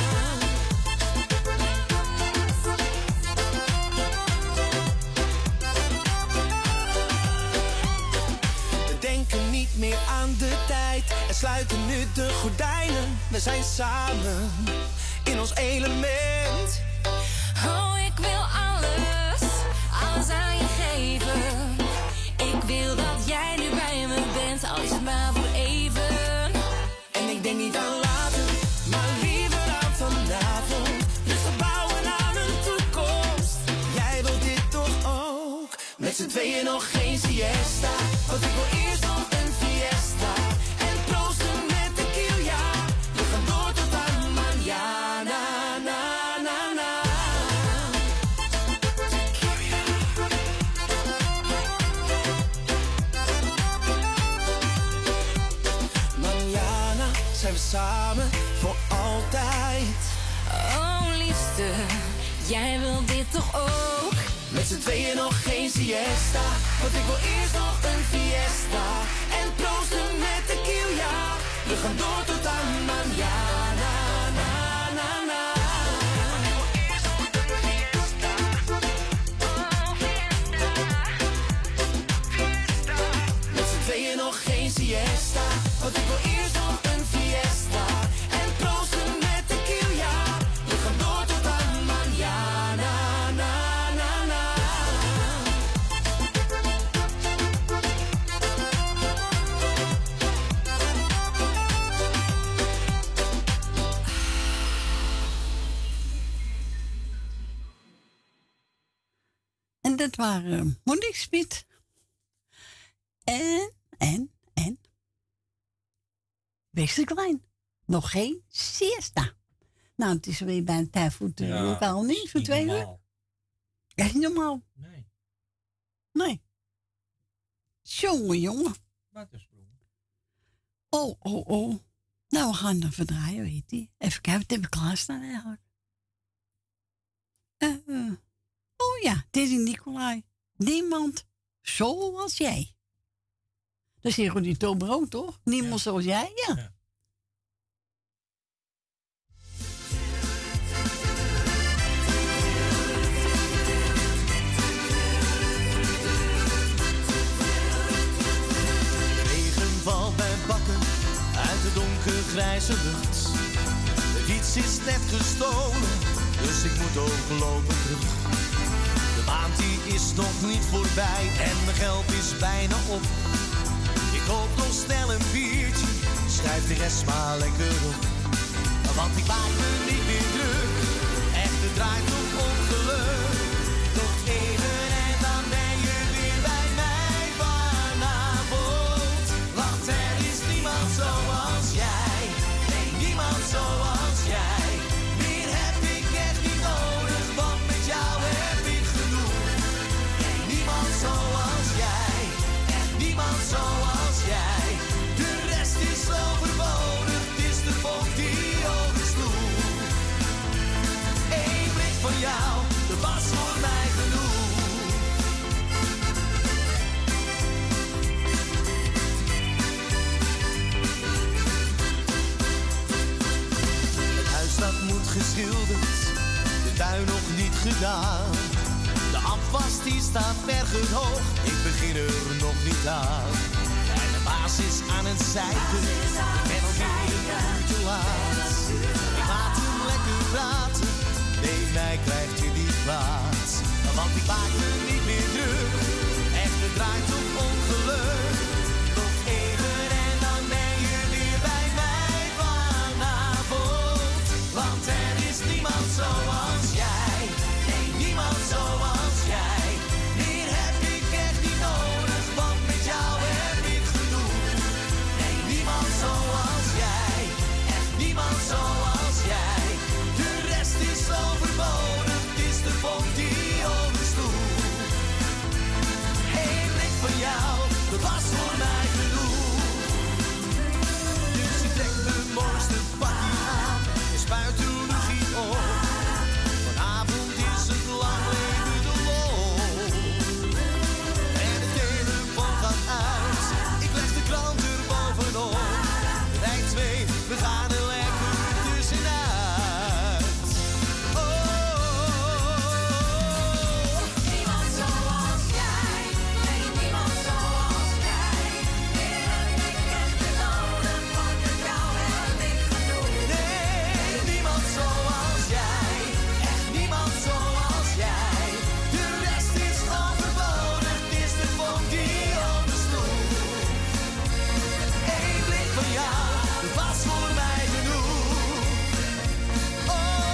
Speaker 3: We denken niet meer aan de tijd en sluiten nu de gordijnen. We zijn samen in ons element.
Speaker 10: Oh, ik wil alles, alles aan je geven. Ik wil dat jij nu bij me bent, al is het maar voor even.
Speaker 3: En ik denk niet aan later, maar liever aan vanavond. Dus we bouwen aan een toekomst. Jij wilt dit toch ook? Met z'n tweeën nog geen siesta, want ik wil eerst nog een fiesta. En proosten met tequila, we gaan door tot aan mañana, na, na, na. Mañana zijn we samen voor altijd.
Speaker 10: Oh, liefste, jij wil dit toch ook?
Speaker 3: Met z'n tweeën nog geen siesta, want ik wil eerst nog een fiesta. En proosten met tequila, we gaan door tot aan mañana, na, na, na.
Speaker 1: dat waren Monique Smit. En, en, en. Wees klein. Nog geen siesta. Nou, het is weer bijna tijd voor het
Speaker 2: Ja,
Speaker 1: lokaal nieuws voor
Speaker 2: niet
Speaker 1: twee uur.
Speaker 2: normaal.
Speaker 1: Ja, niet normaal.
Speaker 2: Nee.
Speaker 1: Nee. Jongen, jongen.
Speaker 2: Wat een sprong.
Speaker 1: Oh, oh, oh. Nou, we gaan er verdraaien, weet je. Even kijken, wat heb ik klaarstaan eigenlijk? Uh, uh. Oh ja, dit is Nicolai. Niemand zoals jij. Dat is hier Rudy Tobro, toch? Niemand ja. zoals jij, ja. ja.
Speaker 3: Regen valt bij bakken uit de donkergrijze lucht. De fiets is net gestolen, dus ik moet ook lopen terug. De maand die is nog niet voorbij en mijn geld is bijna op. Ik koop nog snel een biertje, schrijf de rest maar lekker op. Want ik maak me niet meer druk, echt het draait op ongeluk. Nog even en dan ben je weer bij mij vanavond. Want er is niemand zoals jij, nee niemand zoals jij. Meer heb ik echt niet nodig, want met jou heb ik genoeg. Nee niemand zoals jij, echt niemand zoals jij. De rest is overbodig, het is de vonk die oversloeg. Eén blik van jou, dat was voor mij genoeg. Het huis dat moet geschilderd, de tuin nog niet gedaan. De afwas die staat bergen hoog, ik begin er nog niet aan. En de baas is aan het zeiken, ik ben alweer een uurtje laat. Ik laat hem lekker praten, nee mij krijgt je niet kwaad. Want ik maak me niet meer druk, echt het draait op ongeluk. Nog even en dan ben je weer bij mij vanavond. Want er is niemand zoals jij, nee niemand zoals jij. Meer heb ik echt niet nodig, want met jou heb ik genoeg. Nee niemand zoals jij, echt niemand zoals jij. De rest is overbodig, het is de vonk die oversloeg. Eén blik van jou, dat was voor mij genoeg. Dus ik trek mijn mooiste pakje aan en spuit de lucht op. Vanavond is het lang leven de lol. En de telefoon gaat uit, ik leg de krant er bovenop. Rij twee, we gaan er lekker tussenuit. Oh, niemand zoals jij, nee niemand zoals jij. Meer heb ik echt niet nodig, want met jou heb ik genoeg. Nee, niemand zoals jij, echt niemand zoals jij. De rest is overbodig, het is de vonk die oversloeg. Eén blik van jou, dat was voor mij genoeg. Oh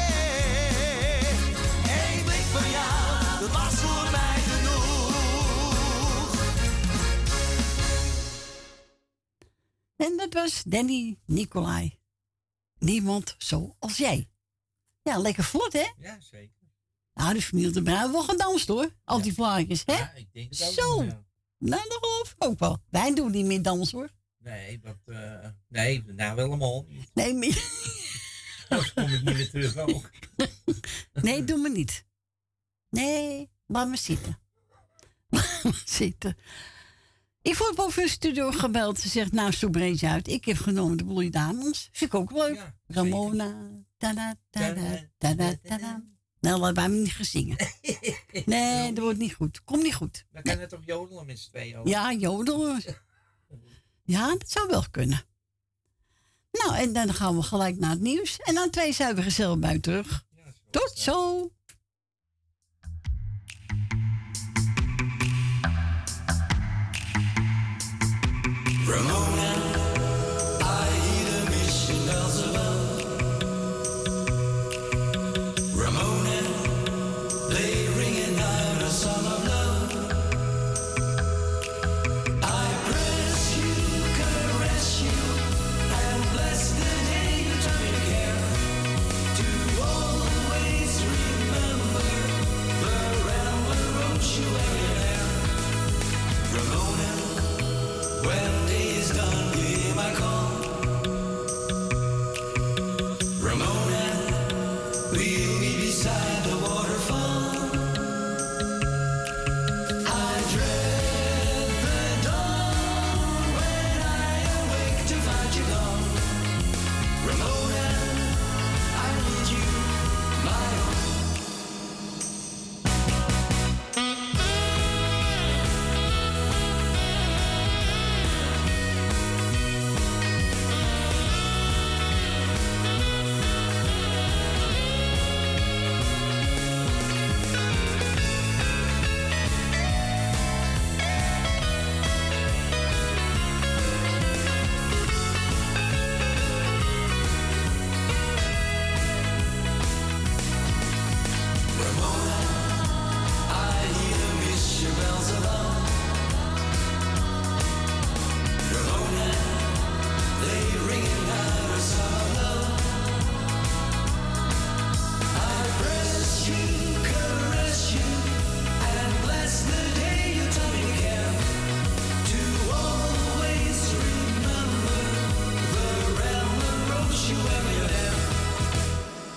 Speaker 3: yeah, één blik van jou, dat was voor mij genoeg.
Speaker 1: En dat was Danny Nicolai. Niemand zoals jij. Ja, lekker vlot, hè?
Speaker 2: Ja, zeker.
Speaker 1: Nou, de familie de Bruin wel gedanst, hoor. Al die plaatjes, hè?
Speaker 2: Ja, ik denk het ook
Speaker 1: Zo.
Speaker 2: wel, ja.
Speaker 1: Nou, dat geloof ik ook wel. Wij doen niet meer dansen, hoor.
Speaker 2: Nee, dat, eh nee, nou helemaal niet.
Speaker 1: Nee, meer.
Speaker 2: Anders kom ik niet meer terug ook.
Speaker 1: Nee, doe me niet. Nee, laat me zitten. Laat me zitten. Ik word boven de studio gebeld. Ze zegt, nou, zo breed je uit. Ik heb genomen de Bloei Dames. Vind ik ook leuk.
Speaker 2: Ja,
Speaker 1: Ramona. Tada, tada, tada, tada. Nou, laat mij niet gaan zingen. Nee, dat wordt niet goed. Komt niet goed.
Speaker 2: Dan kan je toch jodelen met z'n tweeën ook?
Speaker 1: Ja, jodelen. Ja, dat zou wel kunnen. Nou, en dan gaan we gelijk naar het nieuws. En aan twee zijn we gezellig bij terug. Tot zo.
Speaker 3: Ramona, I hear the mission bells above. Ramona, they ringing out a song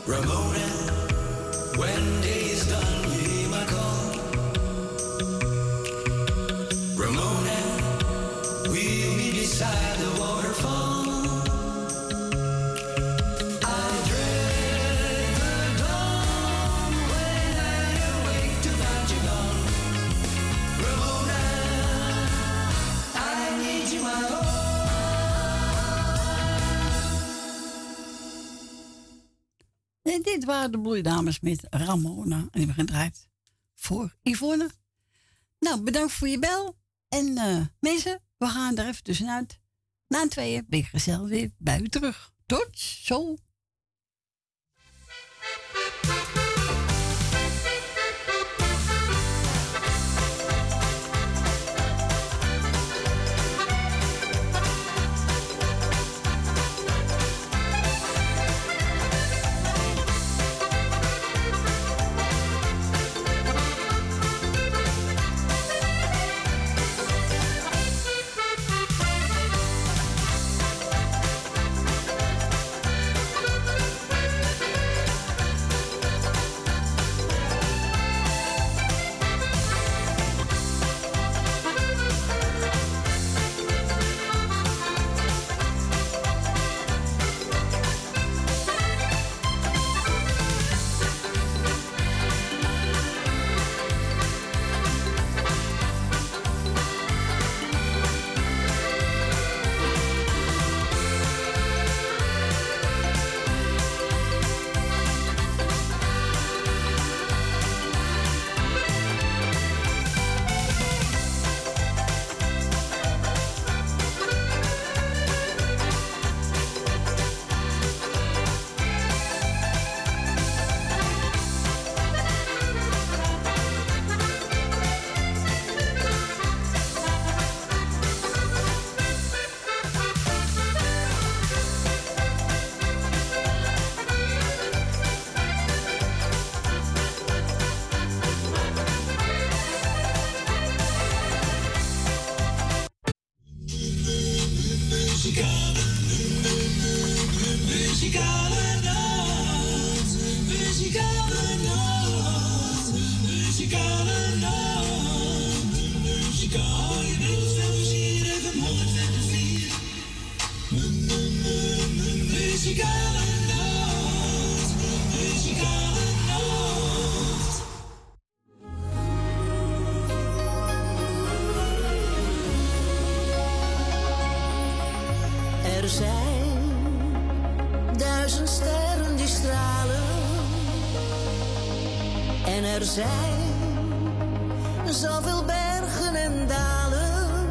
Speaker 3: Ramona, when day is done, you hear my call. Ramona, we'll be beside the waterfall. I dread the dawn when I awake to find you gone. Ramona, I need you, my own.
Speaker 1: En dit waren de Bloeidames met Ramona. En die hebben gedraaid voor Yvonne. Nou, bedankt voor je bel. En uh, mensen, we gaan er even tussenuit. Na een tweeën ben ik gezellig weer bij u terug. Tot zo.
Speaker 16: Er zijn duizend sterren die stralen. En er zijn zoveel bergen en dalen.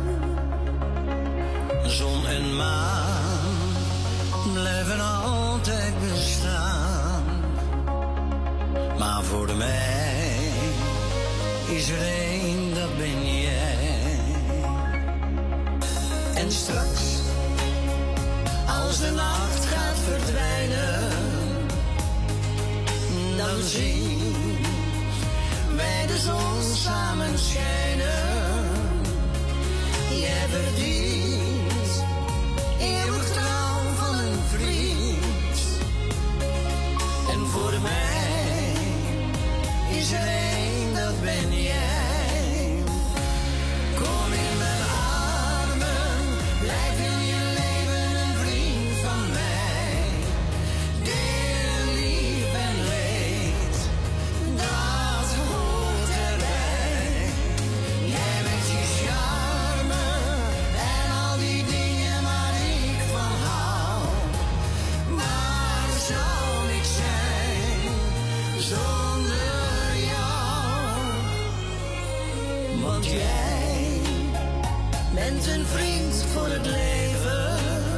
Speaker 16: Zon en maan blijven altijd bestaan. Maar voor mij is er één, dat ben jij. En straks, als de nacht gaat verdwijnen, dan zien wij de zon samen schijnen. Jij verdient eeuwig trouw van een vriend. En voor mij is er één, dat ben jij. Kom in mijn armen, blijf in je leven een vriend van mij. Deel lief en leed, dat hoort erbij. Jij met je charme en al die dingen waar ik van hou. Waar zou ik zijn zonder jou? Want jij bent een vriend voor het leven.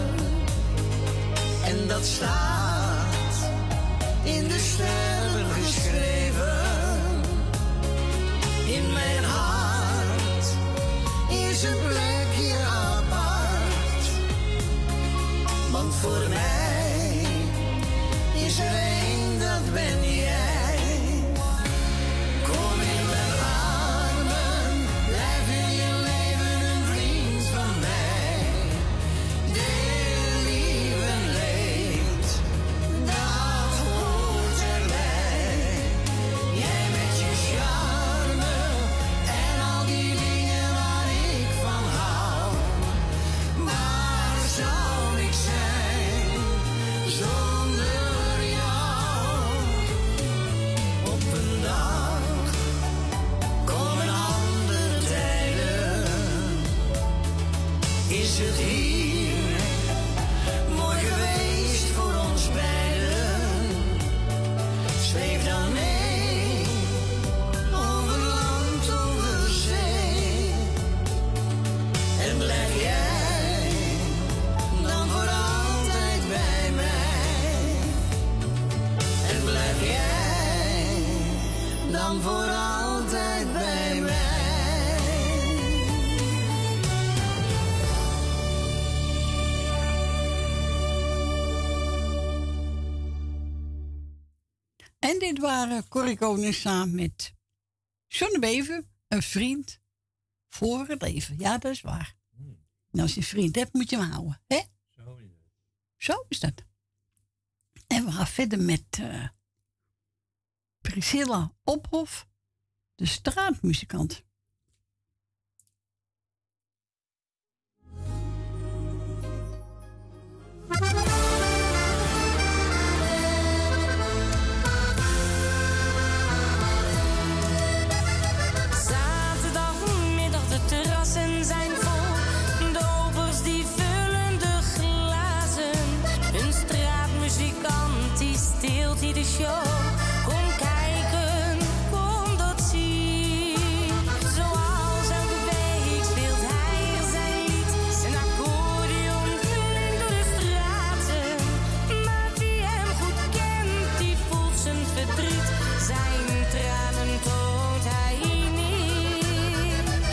Speaker 16: En dat staat in de sterren geschreven. In mijn hart is een plek hier apart. Want voor mij is er één, dat ben jij. Kom in mijn armen, blijf in je leven een vriend van mij. Deel lief en leed, dat hoort dan voor altijd bij mij.
Speaker 1: En dit waren Corrie Konings samen met John de Bever, een vriend voor het leven. Ja, dat is waar. Hmm. En als je een vriend hebt, moet je hem houden. Hè?
Speaker 2: Zo is het.
Speaker 1: Zo is dat. En we gaan verder met uh, Priscilla Ophof, de straatmuzikant.
Speaker 10: Zaterdagmiddag, de terrassen zijn vol. Dopers die vullen de glazen. Een straatmuzikant die steelt hier de show. Kom kijken, kom dat zien. Zoals elke week speelt hij er zijn lied. Zijn accordeon klinkt door de straten. Maar wie hem goed kent, die voelt zijn verdriet. Zijn tranen toont hij niet.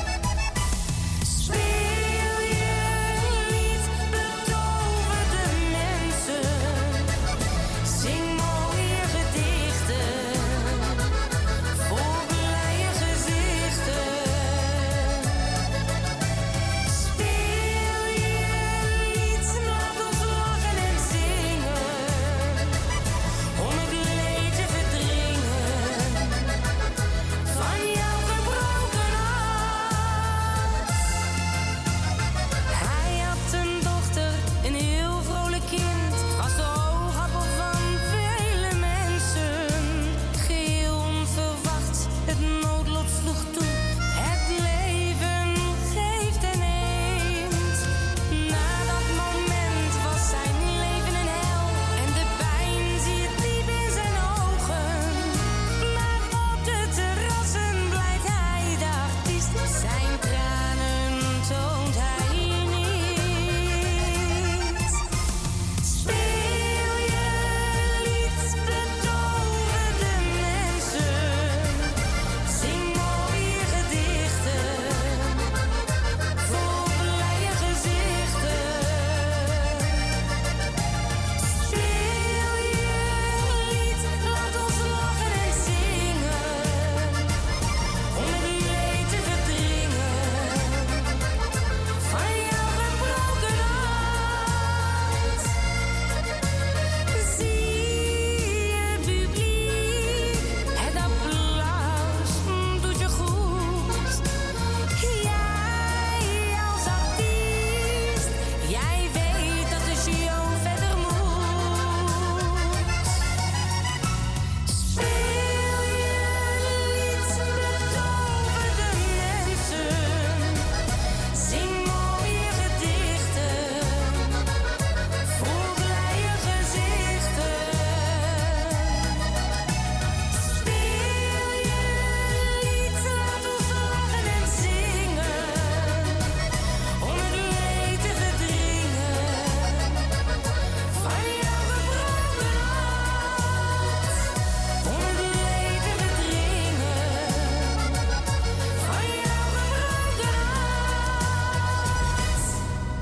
Speaker 10: Speel je lied, betover de mensen. Zing mooie gedichten voor blije gezichten. Speel je lied, laat ons lachen en zingen. Om het leed te verdringen van jouw gebroken hart. Hij had een dochter, een heel vrolijk kind. Was de oogappel van vele mensen. Geheel onverwachts, het noodlot sloeg toe. Het leven geeft en neemt. Na dat moment was zijn leven een hel. En de pijn zie je diep in zijn ogen. Maar op de terrassen blijft hij de artiest. Zijn tranen toont hij niet. Speel je lied, betover de mensen. Zing mooie gedichten voor blije gezichten. Speel je lied, laat ons lachen en zingen. Om het leed te verdringen van jouw gebroken hart. Zie je publiek, het applaus doet je goed. Jij als artiest, jij weet dat de show verder moet. Speel je lied, betover de mensen. Zing mooie gedichten voor blije gezichten. Speel je lied, laat ons lachen en zingen. Om het leed te verdringen van jouw gebroken hart. Om het leed te verdringen van jouw gebroken hart.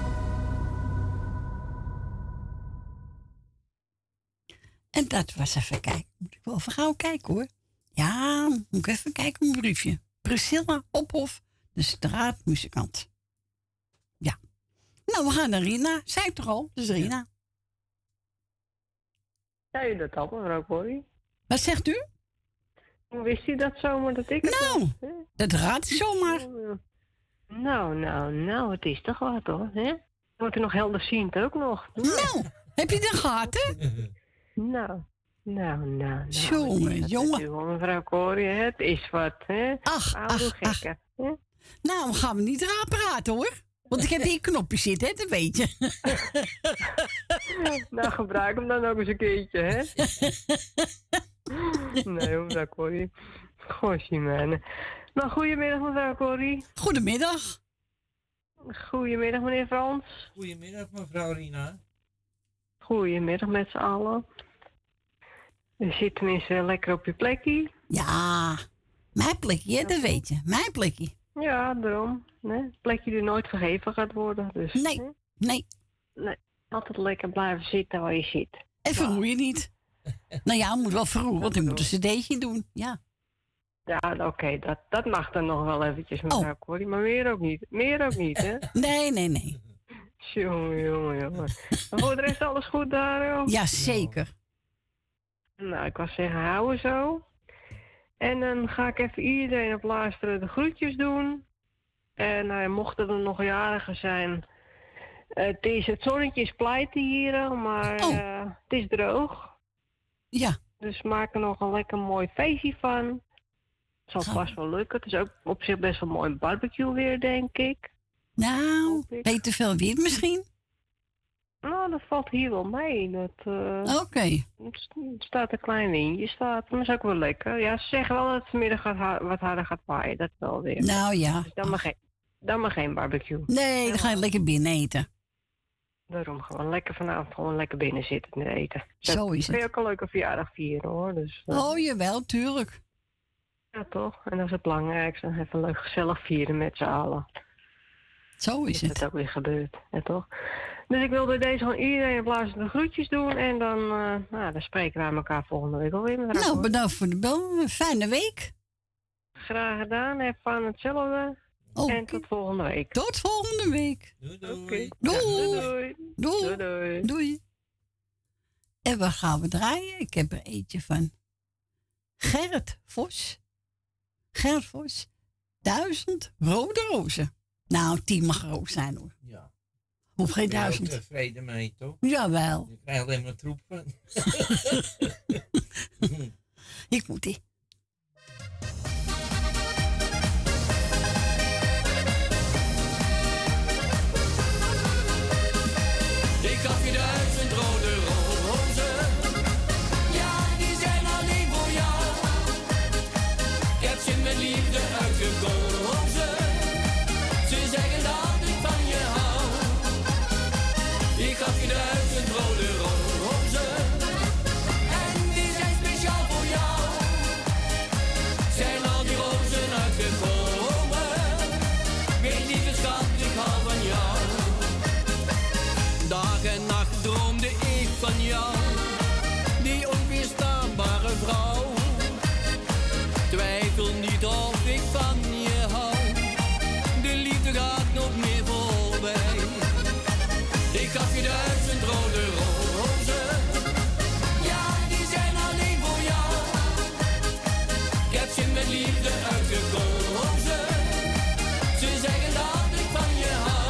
Speaker 1: En dat was even kijken. Moet ik wel even gauw kijken hoor. Ja, moet ik even kijken op mijn briefje. Priscilla Ophof, de straatmuzikant. Ja. Nou, we gaan naar Rina. Zei ik toch al? Dus Rina.
Speaker 17: Zei u dat al, mevrouw Corrie?
Speaker 1: Wat zegt u?
Speaker 17: Hoe wist u dat zomaar dat ik het
Speaker 1: Nou,
Speaker 17: was, hè?
Speaker 1: dat raadt u zomaar.
Speaker 17: Nou, nou, nou, het is toch wat hoor, hè? Wordt er nog helderziend ook nog.
Speaker 1: Nou, heb je de gaten?
Speaker 17: Nou, nou, nou, nou.
Speaker 1: Jongen, jongen.
Speaker 17: U, mevrouw Corrie, het is wat, hè?
Speaker 1: Ach,
Speaker 17: Oude
Speaker 1: ach,
Speaker 17: gekken, hè?
Speaker 1: Nou, dan gaan we niet raar praten hoor. Want ik heb hier knopjes zitten, hè, dat weet je.
Speaker 17: Nou, gebruik hem dan ook eens een keertje, hè? Nee, mevrouw Corrie. Gosje, man. Nou, goedemiddag, mevrouw Corrie.
Speaker 1: Goedemiddag.
Speaker 17: Goedemiddag, meneer Frans.
Speaker 2: Goedemiddag, mevrouw Rina.
Speaker 17: Goedemiddag met z'n allen. U zit tenminste lekker op je plekje.
Speaker 1: Ja, mijn plekje, dat weet je. Mijn plekje.
Speaker 17: Ja, daarom. Nee, een plekje die nooit vergeven gaat worden. Dus,
Speaker 1: nee,
Speaker 17: hè?
Speaker 1: nee.
Speaker 17: Nee, altijd lekker blijven zitten waar je zit.
Speaker 1: En verroeien niet. Nou ja, moet wel verroeien, want je moet een cd'tje doen. Ja.
Speaker 17: Ja, oké, okay, dat, dat mag dan nog wel eventjes, mevrouw
Speaker 1: oh.
Speaker 17: Corrie. Maar meer ook niet. Meer ook niet, hè?
Speaker 1: Nee, nee, nee.
Speaker 17: Jongen, jongen, jongen. Maar voor de rest alles goed daar, joh?
Speaker 1: Ja, zeker.
Speaker 17: Nou, ik was zeggen, houden zo. En dan ga ik even iedereen op luisteren de groetjes doen. En nou, mochten er nog jarigen zijn... Uh, het, is, het zonnetje is pleiten hier, maar oh. uh, het is droog.
Speaker 1: Ja.
Speaker 17: Dus maak er nog een lekker mooi feestje van. Het zal vast wel lukken. Het is ook op zich best wel mooi barbecue weer, denk ik.
Speaker 1: Nou, weet te veel wind misschien?
Speaker 17: Nou, dat valt hier wel mee. Dat, uh,
Speaker 1: Oké. Okay.
Speaker 17: Het staat een klein windje, staat. Dat is ook wel lekker. Ja, ze zeggen wel dat het vanmiddag gaat ha- wat harder gaat waaien. Dat wel weer.
Speaker 1: Nou ja.
Speaker 17: Dus dan, mag geen, dan mag geen barbecue.
Speaker 1: Nee, dan ga je lekker binnen eten.
Speaker 17: Daarom gewoon lekker vanavond gewoon lekker binnen zitten en eten.
Speaker 1: Zo, Zo is het.
Speaker 17: Kun je ook een leuke verjaardag vieren, hoor. Dus, uh,
Speaker 1: oh, jawel, tuurlijk.
Speaker 17: Ja, toch? En dat is het belangrijkste. Even leuk gezellig vieren met z'n allen.
Speaker 1: Zo is
Speaker 17: dat
Speaker 1: het.
Speaker 17: Dat ook weer gebeurt, ja, toch? Dus ik wil bij deze gewoon iedereen op plaats de groetjes doen. En dan, uh, nou, dan spreken wij elkaar volgende week alweer.
Speaker 1: Nou, hoor. Bedankt voor de bel. Een fijne week.
Speaker 17: Graag gedaan. Heb van hetzelfde. Okay. En tot volgende week.
Speaker 1: Tot volgende week.
Speaker 2: Doei doei.
Speaker 17: Okay.
Speaker 1: Doei.
Speaker 17: Ja, doei, doei.
Speaker 1: Doei.
Speaker 17: Doei, doei.
Speaker 1: Doei. En wat gaan we draaien? Ik heb er eentje van Gerrit Vos. Gerrit Vos. Duizend rode rozen. Nou, tien mag rood zijn, hoor.
Speaker 2: Ja.
Speaker 1: Hoef geen duizend.
Speaker 2: Ik tevreden mee, toch?
Speaker 1: Jawel.
Speaker 2: Je krijgt alleen maar troep van.
Speaker 1: Ik moet die.
Speaker 16: Ik gaf je duizend rode rozen. Ja, die zijn alleen voor jou. Ik heb ze met liefde uitgekozen. Ze zeggen dat ik van je hou. Ik gaf je duizend rode rozen. En die zijn speciaal voor jou. Zijn al die rozen uitgekomen. Weet lieve schat, ik hou van jou. Dag en nacht droomde ik van jou, die onweerstaanbare vrouw. Twijfel niet of ik van je hou, de liefde gaat nog meer voorbij. Ik gaf je duizend rode rozen, ja, die zijn alleen voor jou. Ik heb ze met liefde uitgekozen, ze zeggen dat ik van je hou.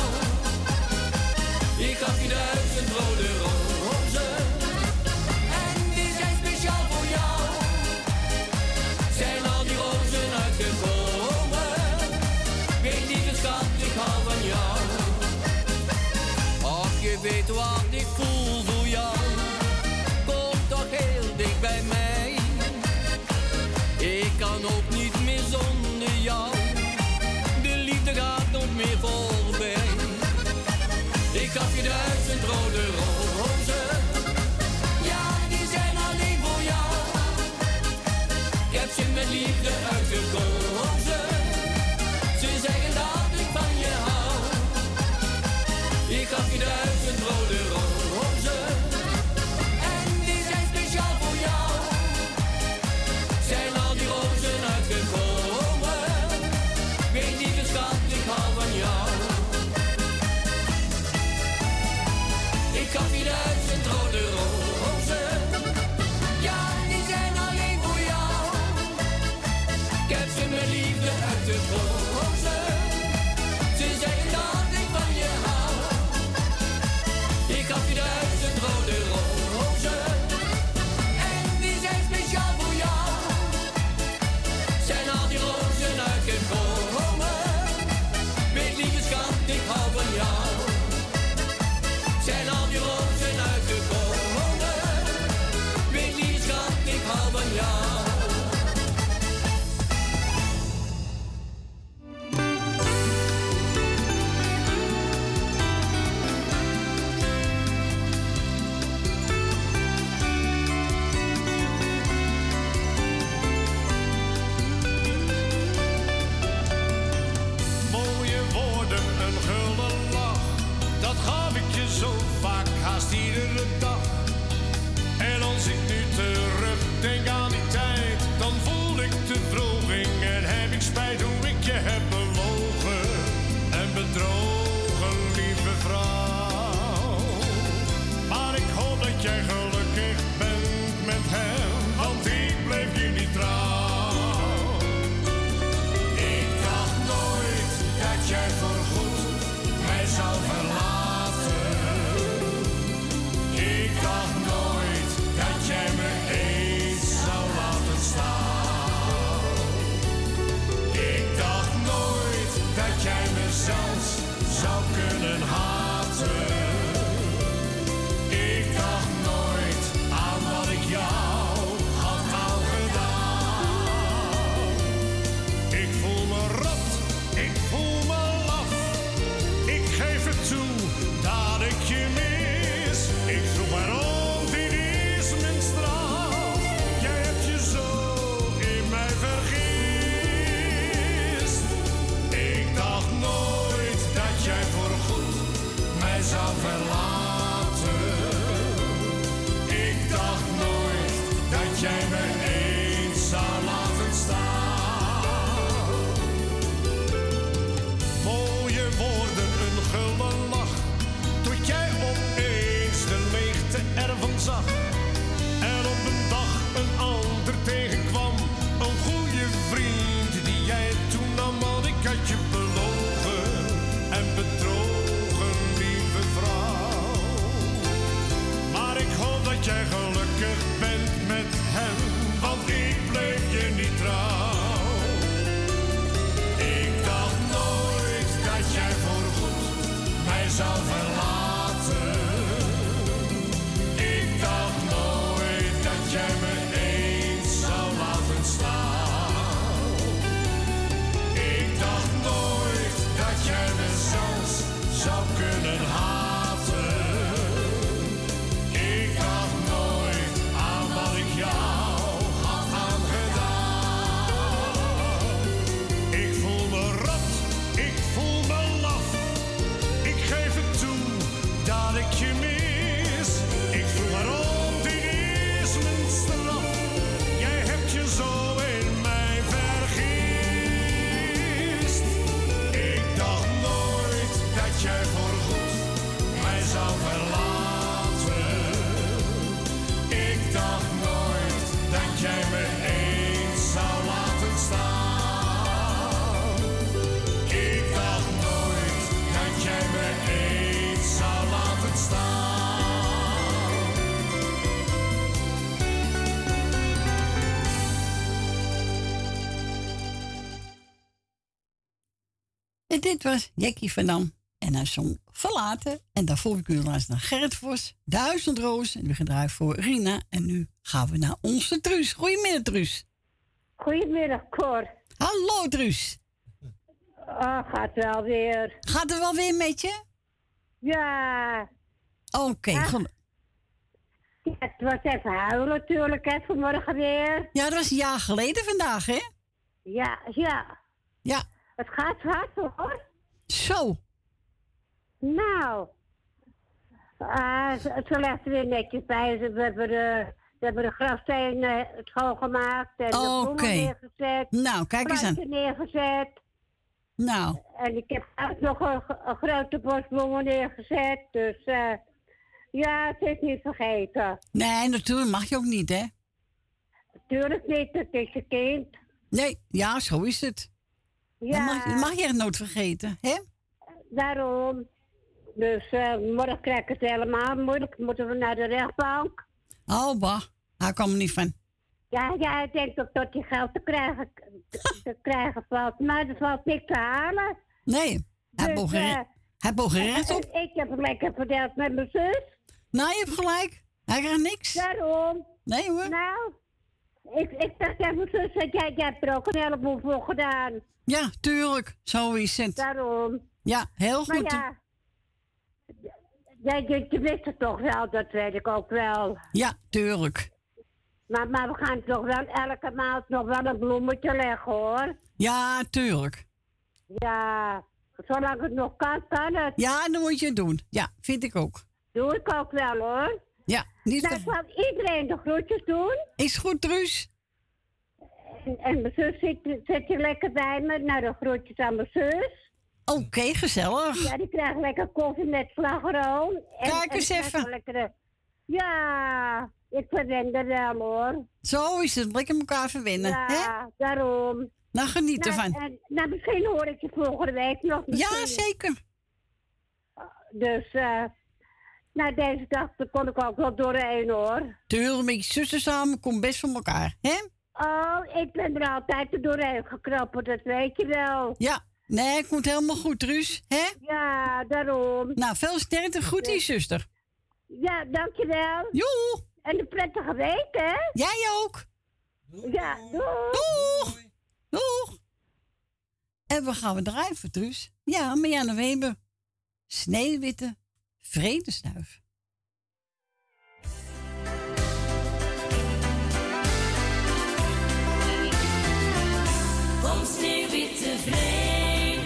Speaker 16: Ik gaf je duizend rode rozen. En die zijn speciaal voor jou. Zijn al die rozen uitgekomen. Weet lieve schat, ik hou van jou. Ach, je weet wat ik voel voor jou. Kom toch heel dicht bij mij. Ik kan ook niet meer zonder jou. De liefde gaat nog meer voorbij. Ik gaf je duizend rode rozen. Ja, die zijn alleen voor jou. Ik heb ze met liefde uitgekozen. Ze zeggen dat ik van je hou. Ik gaf je duizend rode rozen. En die zijn speciaal voor jou. Zijn al die rozen uitgekomen. Weet lieve schat, ik hou van jou. Ik gaf je duizend rode rozen. Ja, die zijn alleen voor jou.
Speaker 1: En dit was Jackie van Dam. En hij zong Verlaten. En daarvoor heb ik u luisteren naar Gerrit Vos, Duizend Rozen. En we gaan draaien voor Rina. En nu gaan we naar onze Truus. Goedemiddag, Truus.
Speaker 18: Goedemiddag, Cor.
Speaker 1: Hallo, Truus.
Speaker 18: Oh, gaat wel weer.
Speaker 1: Gaat het wel weer met je?
Speaker 18: Ja.
Speaker 1: Oké, okay,
Speaker 18: ah.
Speaker 1: goed.
Speaker 18: Ja, het was even huilen natuurlijk, hè, vanmorgen weer.
Speaker 1: Ja, dat was een jaar geleden vandaag, hè?
Speaker 18: Ja, ja.
Speaker 1: Ja.
Speaker 18: Het gaat hard, hoor.
Speaker 1: Zo.
Speaker 18: Nou. Uh, ze legt er weer netjes bij. We hebben de, we hebben de grafsteen uh, schoongemaakt. En
Speaker 1: oh,
Speaker 18: de bloemen neergezet.
Speaker 1: Nou, kijk eens aan.
Speaker 18: neergezet.
Speaker 1: Nou.
Speaker 18: En ik heb ook nog een, een grote bos bloemen neergezet. Dus uh, ja, het is niet vergeten.
Speaker 1: Nee, natuurlijk mag je ook niet, hè?
Speaker 18: Natuurlijk niet, het is je kind.
Speaker 1: Nee, ja, zo is het. Ja. Dat mag, dat mag je echt nooit vergeten, hè?
Speaker 18: Daarom. Dus uh, morgen krijg ik het helemaal moeilijk. Moeten we naar de rechtbank.
Speaker 1: Oh, bah. Daar kwam er niet van.
Speaker 18: Ja, ja, ik denk ook dat die geld te krijgen, te, te krijgen valt. Maar er valt niks te halen.
Speaker 1: Nee, hij
Speaker 18: dus,
Speaker 1: uh, heeft ook geen recht op.
Speaker 18: Ik heb het lekker verdeeld met mijn zus.
Speaker 1: Nou, je hebt gelijk. Hij krijgt niks.
Speaker 18: Daarom.
Speaker 1: Nee hoor.
Speaker 18: Nou, ik, ik dacht tegen mijn zus, jij, jij hebt er ook een heleboel voor gedaan.
Speaker 1: Ja, tuurlijk. Zo is het.
Speaker 18: Daarom.
Speaker 1: Ja, heel goed.
Speaker 18: Maar ja, ja je, je wist het toch wel, dat weet ik ook wel.
Speaker 1: Ja, tuurlijk.
Speaker 18: Maar, maar we gaan toch wel elke maand nog wel een bloemetje leggen, hoor.
Speaker 1: Ja, tuurlijk.
Speaker 18: Ja, zolang het nog kan, kan het.
Speaker 1: Ja, dan moet je het doen. Ja, vind ik ook.
Speaker 18: Doe ik ook wel, hoor.
Speaker 1: Ja, niet
Speaker 18: nou, zal iedereen de groetjes doen.
Speaker 1: Is goed, Truus.
Speaker 18: En, en mijn zus zit, zit hier lekker bij me. Nou, de groetjes aan mijn zus.
Speaker 1: Oké, okay, gezellig.
Speaker 18: Ja, die krijgt lekker koffie met slagroom.
Speaker 1: Kijk eens even.
Speaker 18: Lekkere... Ja, ik verwen er wel, hoor.
Speaker 1: Zo is het, lekker elkaar verwennen.
Speaker 18: Ja,
Speaker 1: hè?
Speaker 18: daarom.
Speaker 1: Nou, geniet
Speaker 18: nou,
Speaker 1: ervan.
Speaker 18: En, nou, misschien hoor ik je volgende week nog. Misschien.
Speaker 1: Ja, zeker.
Speaker 18: Dus, eh... Uh, nou, deze dag kon ik ook wel doorheen, hoor.
Speaker 1: Tuurlijk, met je zussen samen, komt best van elkaar, hè?
Speaker 18: Oh, ik ben er altijd er doorheen gekropen, dat weet je wel.
Speaker 1: Ja, nee, het komt helemaal goed, Truus, hè?
Speaker 18: Ja, daarom.
Speaker 1: Nou, veel sterkte, goed die zuster.
Speaker 18: Ja, dankjewel.
Speaker 1: Joe.
Speaker 18: En een prettige week, hè?
Speaker 1: Jij ook.
Speaker 18: Ja, doeg.
Speaker 1: Doeg. Doeg. En we gaan we draaien voor Truus. Ja, Marianne Weber. Sneeuwwitte Vredesduif.
Speaker 10: Kom sneeuwwitte vredesduif,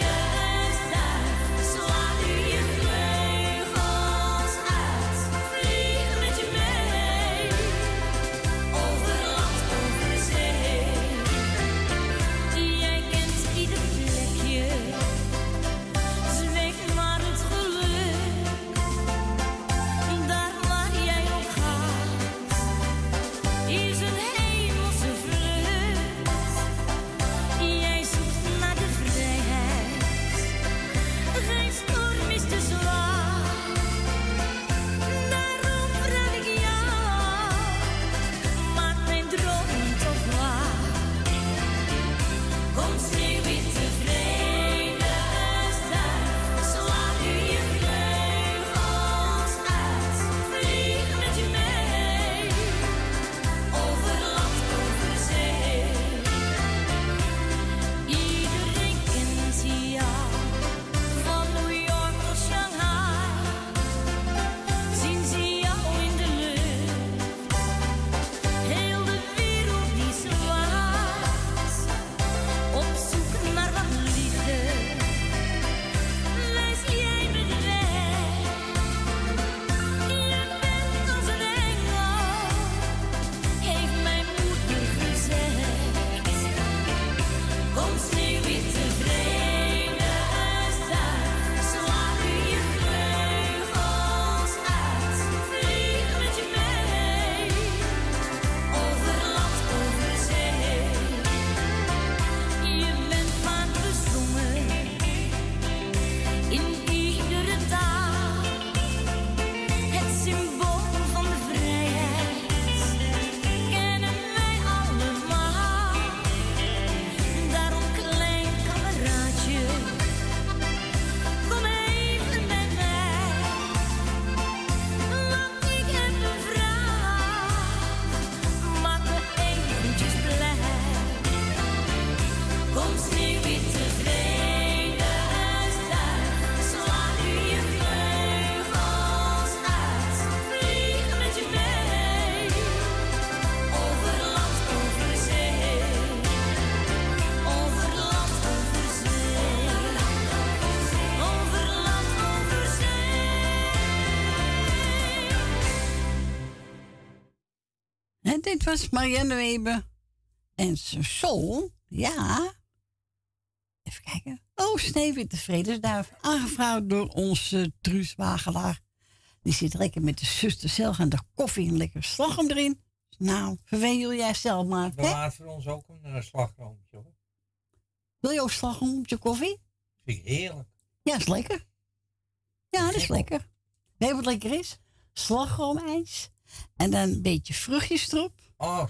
Speaker 10: sla nu je vleugels uit, vlieg met je mee, over land, over zee. Jij kent ieder plekje, zweek maar het geluk.
Speaker 1: En dit was Marianne Weber. En zijn zoon, ja. Even kijken. Oh, Sneeuwwit de Vredesduif. Aangevraagd door onze Truus Wagelaar. Die zit lekker met de zuster zelf aan de koffie en lekker slagroom erin. Nou, verweel jij zelf maar.
Speaker 2: Bewaar voor ons ook een uh, slagroompje hoor.
Speaker 1: Wil je ook slagroom op je koffie?
Speaker 2: Vind ik heerlijk.
Speaker 1: Ja, is lekker. Ja, dat is lekker. Weet je wat lekker is? Slagroomijs. En dan een beetje vruchtjes erop.
Speaker 2: Oh.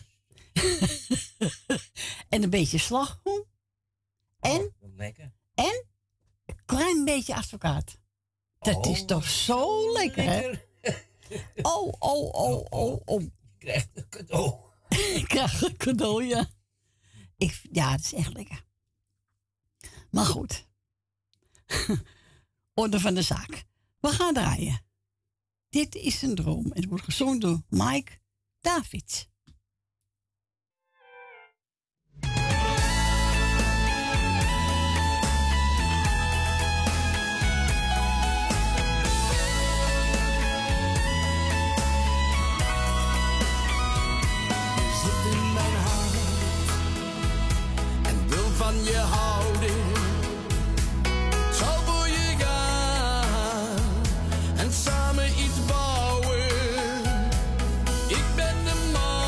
Speaker 1: En een beetje slagroom. En,
Speaker 2: oh, lekker.
Speaker 1: En een klein beetje advocaat. Dat oh, is toch zo lekker, lekker. Hè? Oh, oh, oh, oh, oh.
Speaker 2: Je krijgt een cadeau.
Speaker 1: Ik krijg een cadeau, ja. Ik, ja, dat is echt lekker. Maar goed. Orde van de zaak. We gaan draaien. Dit is een droom. En het wordt gezongen door Mike Davids.
Speaker 16: Van je houden, zo voor je gaan en samen iets bouwen. Ik ben de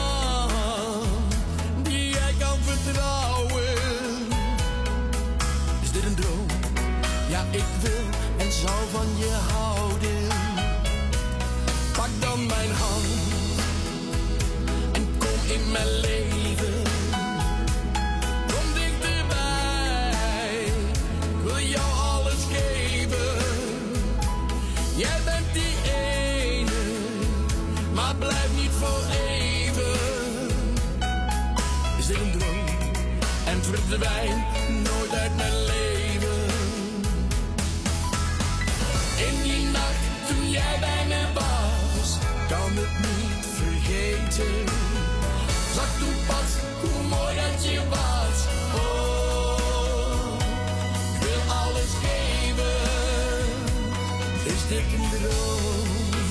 Speaker 16: man die jij kan vertrouwen. Is dit een droom? Ja, ik wil en zou van je houden. Pak dan mijn hand en kom in mijn leven. Jij bent die ene, maar blijf niet voor even. Is dit een droom? En verdwijn nooit uit mijn leven. In die nacht toen jij bij me was, kan het niet vergeten. Zag toen pas hoe mooi dat je was. Oh, ik wil alles geven. Is dit een droom?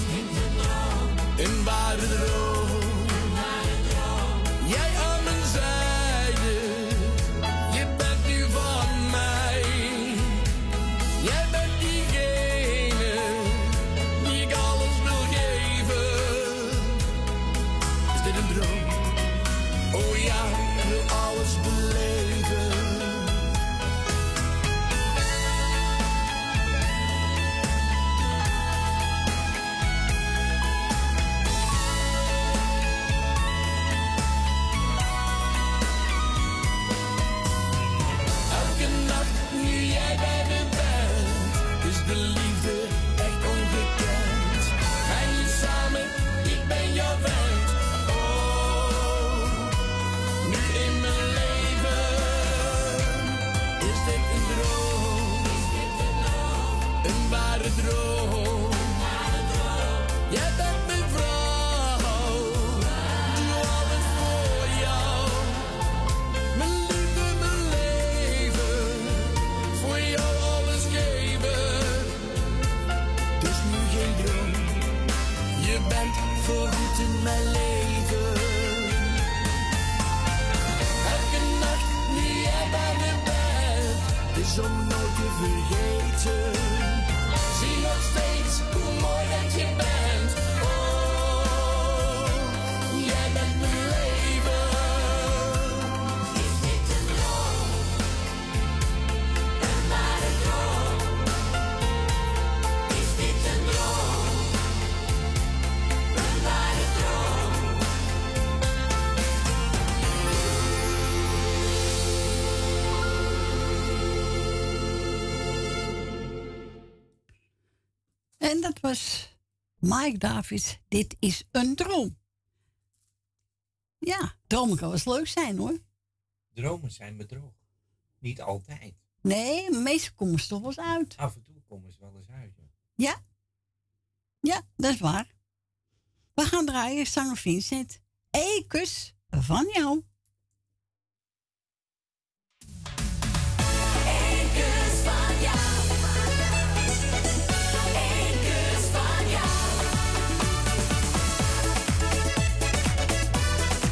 Speaker 16: Een ware droom? Jij aan mijn zijde, je bent nu van mij. Jij bent diegene die ik alles wil geven. Is dit een droom? Oh ja, ik wil alles beleven. De liefde echt ongekend. Ga je samen, ik ben jouw vent. Oh, nu in mijn leven is dit een droom. Een ware droom. Jij bent mijn vrouw. Doe alles voor jou. Mijn liefde, mijn leven. Voor jou alles geven. Je bent voorgoed in mijn leven. Elke nacht nu jij bij me bent, is om nooit te vergeten. Zie nog steeds hoe mooi dat je bent. Oh, jij bent mijn leven. Is dit een droom? Een ware droom? Is dit een droom?
Speaker 1: En dat was Mike Davids. Dit is een droom. Ja, dromen kan wel eens leuk zijn hoor.
Speaker 2: Dromen zijn bedrog. Niet altijd.
Speaker 1: Nee, meestal komen ze toch wel eens uit.
Speaker 2: Af en toe komen ze wel eens uit. Ja,
Speaker 1: ja, ja dat is waar. We gaan draaien, zanger Vincent. Eén kus van jou.
Speaker 3: Eén kus van jou. Eén kus van jou.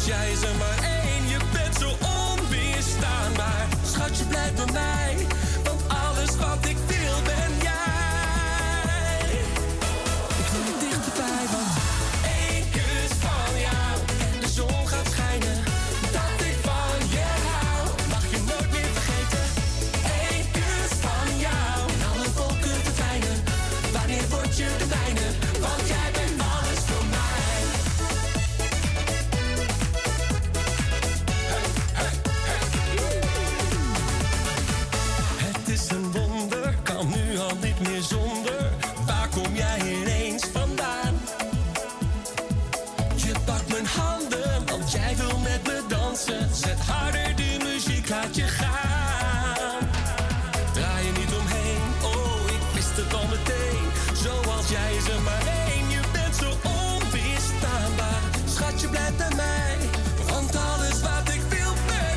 Speaker 19: Zoals jij is er maar één, je bent zo onweerstaanbaar. Schatje, blijf bij mij, want alles wat ik wil ben jij. Ik wil je dichterbij, want één kus van jou en de zon gaat schijnen. Dat ik van je hou, mag je nooit meer vergeten. Eén kus van jou en alle wolken verdwijnen. Wanneer word je de mijne? Want jij bent alles voor mij. Hey, hey, hey. Het is een wonder, kan nu al niet meer zonder. Waar kom jij ineens vandaan? Je pakt mijn handen, want jij wil met me dansen. Zet harder de muziek, laat je gaan. Draai je niet omheen, oh, ik wist het al meteen. Zoals jij is er maar één, je bent zo onweerstaanbaar. Schatje, blijf bij mij, want alles wat ik wil ben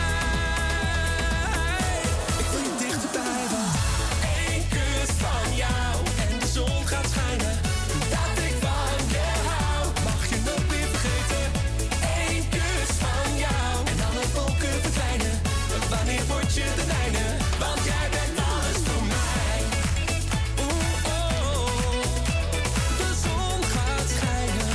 Speaker 19: jij. Ik wil je dichterbij, want één kus van jou en de zon gaat schijnen. Dat ik van je hou, mag je nooit meer vergeten. Eén kus van jou en alle wolken verdwijnen. Wanneer word je de mijne? Want jij bent alles voor mij. Oeh, oh, de zon gaat schijnen.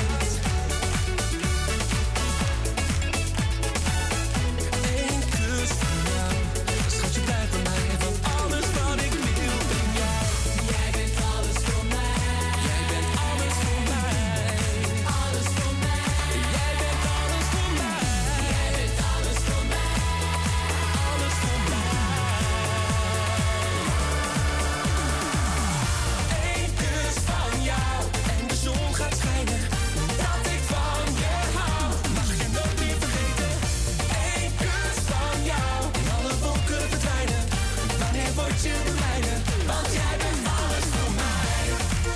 Speaker 19: Eén kus van jou, schatje, blijf bij mij, want alles wat ik wil ben jij. Jij bent alles voor mij. Jij bent alles voor mij. Alles voor mij. Jij bent alles voor mij. Jij bent alles voor mij. Alles voor mij. Eén kus van jou en de zon gaat schijnen. Dat ik van je hou, mag je nooit meer vergeten. Eén kus van jou en alle wolken verdwijnen. Wanneer word je de mijne? Want jij bent alles voor mij.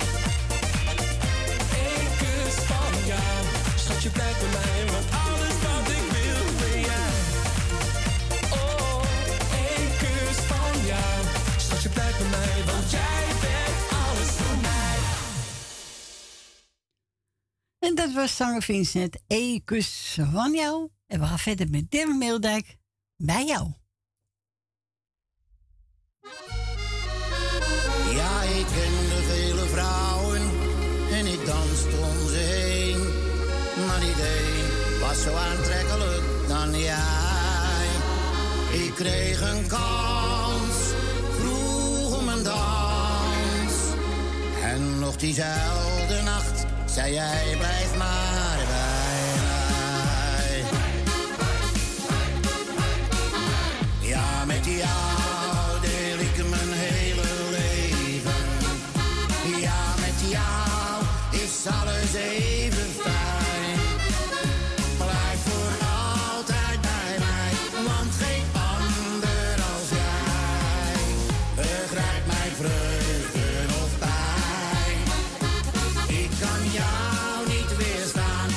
Speaker 19: Eén kus van jou, schatje, blijf bij mij, want alles wat ik wil ben jij. Oh, één kus van jou, schatje, blijf bij mij, want jij bent alles voor mij.
Speaker 1: En dat was zanger Vincent, één kus van jou. En we gaan verder met Dirk Meeldijk, bij jou.
Speaker 3: Ja, ik kende vele vrouwen en ik danste om ze heen. Maar niet één was zo aantrekkelijk dan jij. Ik kreeg een kans, vroeg om een dans. En nog diezelfde nacht zei jij, blijf maar bij mij. Ja, met jou deel ik mijn hele leven. Ja, met jou is alles even fijn. Blijf voor altijd bij mij, want geen ander als jij begrijpt mijn vreugde of pijn. Ik kan jou niet weerstaan,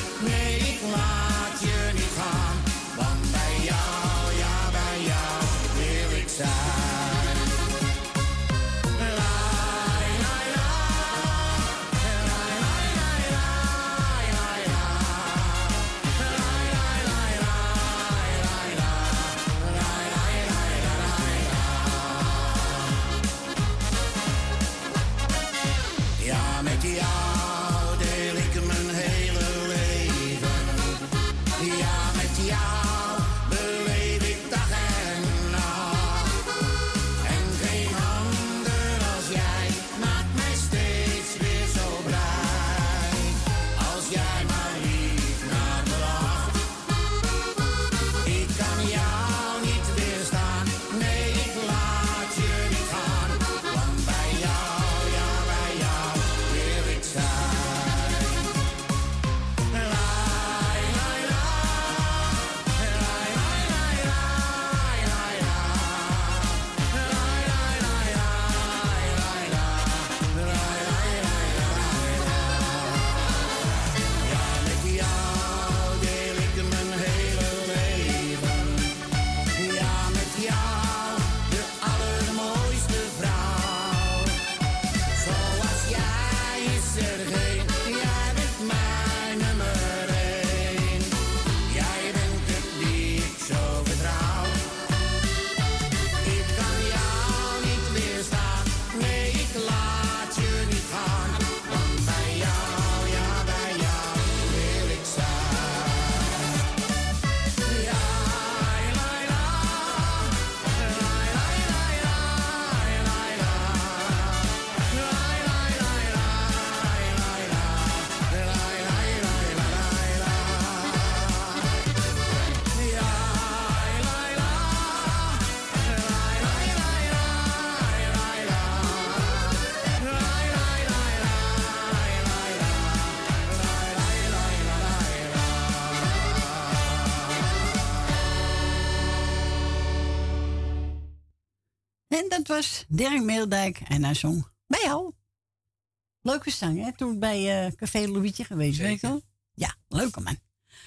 Speaker 1: En dat was Dirk Meeldijk en hij zong Bij jou. Leuke zang, hè? Toen bij uh, Café Louietje geweest,
Speaker 2: Zeker.
Speaker 1: weet je wel? Ja, leuke man.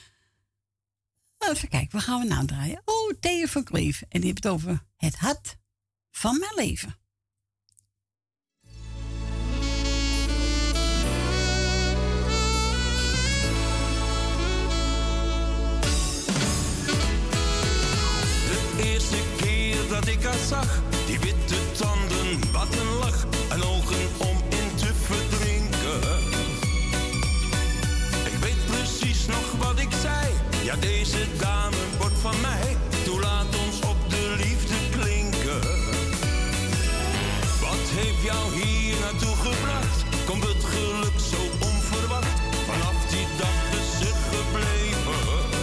Speaker 1: Even kijken, waar gaan we nou draaien? Oh, Theo van Kleef. En die heeft het over het hart van mijn leven.
Speaker 19: De eerste keer dat ik haar zag, die witte tanden, wat een lach, en ogen om in te verdrinken. Ik weet precies nog wat ik zei, ja deze dame wordt van mij, toe laat ons op de liefde klinken. Wat heeft jou hier naartoe gebracht, komt het geluk zo onverwacht, vanaf die dag is ze gebleven.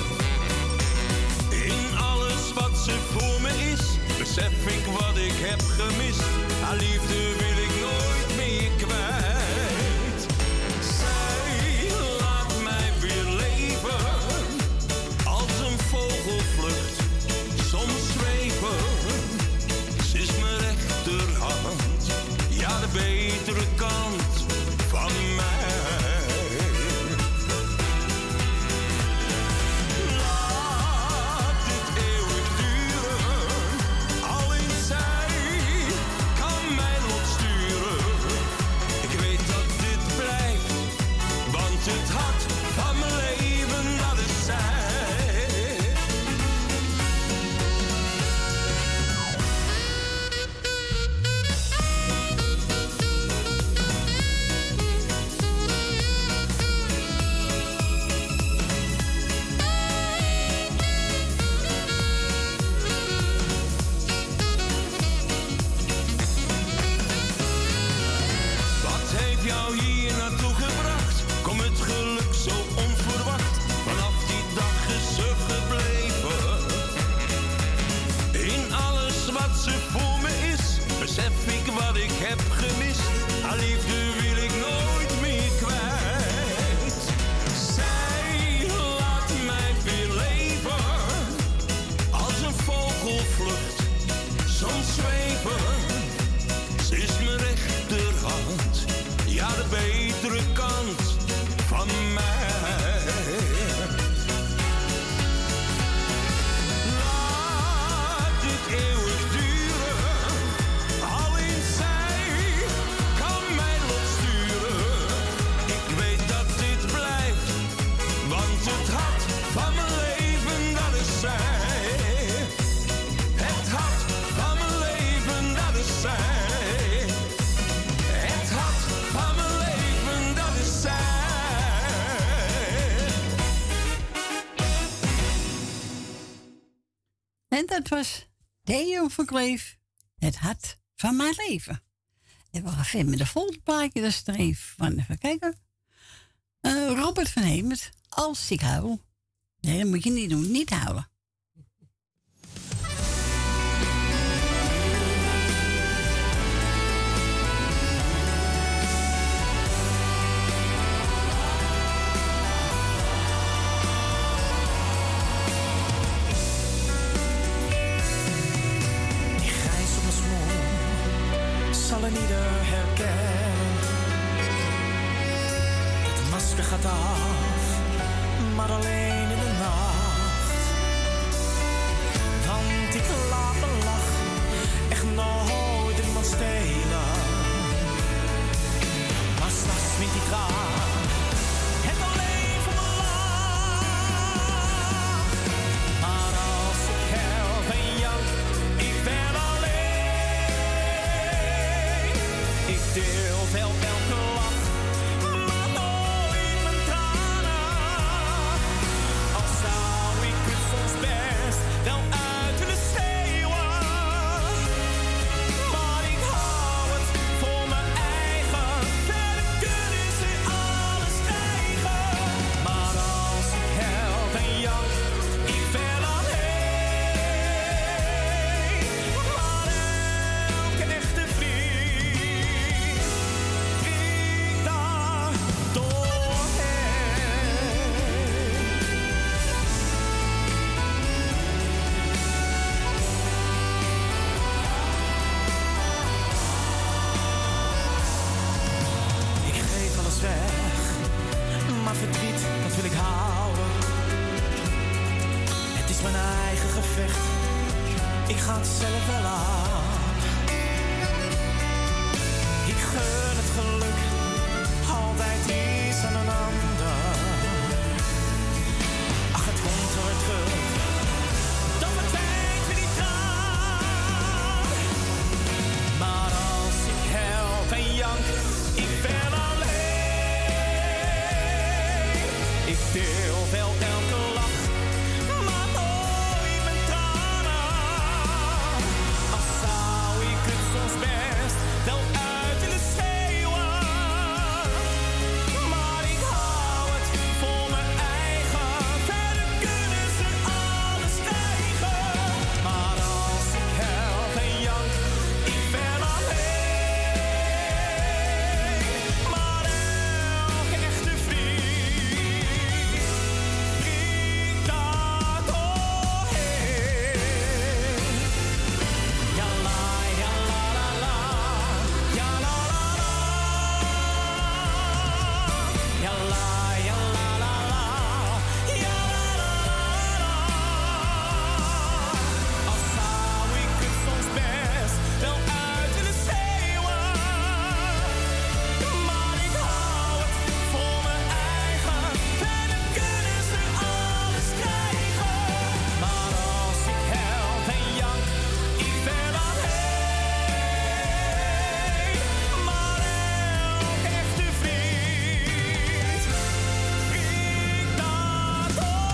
Speaker 19: In alles wat ze voor me is, besef ik wat ik heb gemist. Haar liefde wil ik nooit meer kwijt. Zij laat mij weer leven, als een vogelvlucht, soms zweven. Ze is mijn rechterhand, ja de betere kant van mij. Laat dit eeuwig duren, alleen zij kan mijn lot sturen. Ik weet dat dit blijft, want het hart van mijn leven, dat is zij. Wat heeft jou hier naartoe gebracht? Kom het geluk zo onverwacht, vanaf die dag is ze gebleven. In alles wat ze voor me is, besef ik wat ik heb gemist. Haar liefde wil ik nooit meer kwijt. Zij laat mij weer leven, als een vogelvlucht, soms zweven. Ze is mijn rechterhand, ja de betere kant van mij. Laat dit eeuwig duren, alleen zij kan mijn lot sturen. Ik weet dat dit blijft, want het hart van mijn leven, dat is zij. Het hart van mijn leven, dat is zij. Het hart van mijn leven, dat is zij.
Speaker 1: En dat was Theo van Kleef, het hart van mijn leven. En we gaan verder met de volgende plaatje, dat is er een van, even kijken. Uh, Robert van Hemert, als ik huil. Nee, dat moet je niet doen, niet huilen.
Speaker 3: Die grijs op mijn smoel zal een ieder herkennen. Het masker gaat af, maar alleen in de nacht. Want ik laat mijn lach echt nooit iemand stelen. Maar s'nachts wint die traan het alleen voor mijn lach. Maar als ik help en jank, ik ben alleen. Ik deel wel elke lach, maar nooit mijn tranen. eigen gevecht. Ik ga het zelf wel aan. Ik gun het geluk altijd iets aan een ander. Ach, het komt weer terug. Dan verdwijnt weer die traan. Maar als ik help en jank, ik ben alleen. Ik deel wel elke lach, maar nooit mijn tranen. Al zou ik het soms best wel uit willen schreeuwen, maar ik hou het voor mijn eigen. Verder kunnen ze alles krijgen. Maar als ik help en jank, ik ben alleen. Maar elke echte vriend brengt dat doorheen. Ja la, ja la la la, ja la la la. Ja la, ja la la la, ja la la la. Al zou ik het soms best wel uit willen schreeuwen, maar ik hou het voor mijn eigen. Verder kunnen ze alles krijgen. Maar als ik help en jank, ik ben alleen. Maar elke echte vriend brengt dat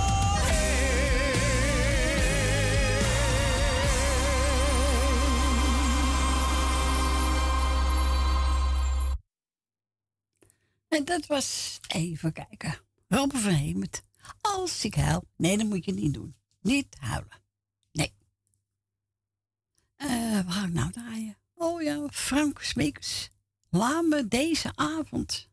Speaker 1: En dat was, even kijken, Robbe van Hemert. Als ik huil. Nee, dat moet je niet doen. Niet huilen. Nee. Eh, wat ga ik nou draaien? Oh ja, Frank Smeekers. Laat me deze avond.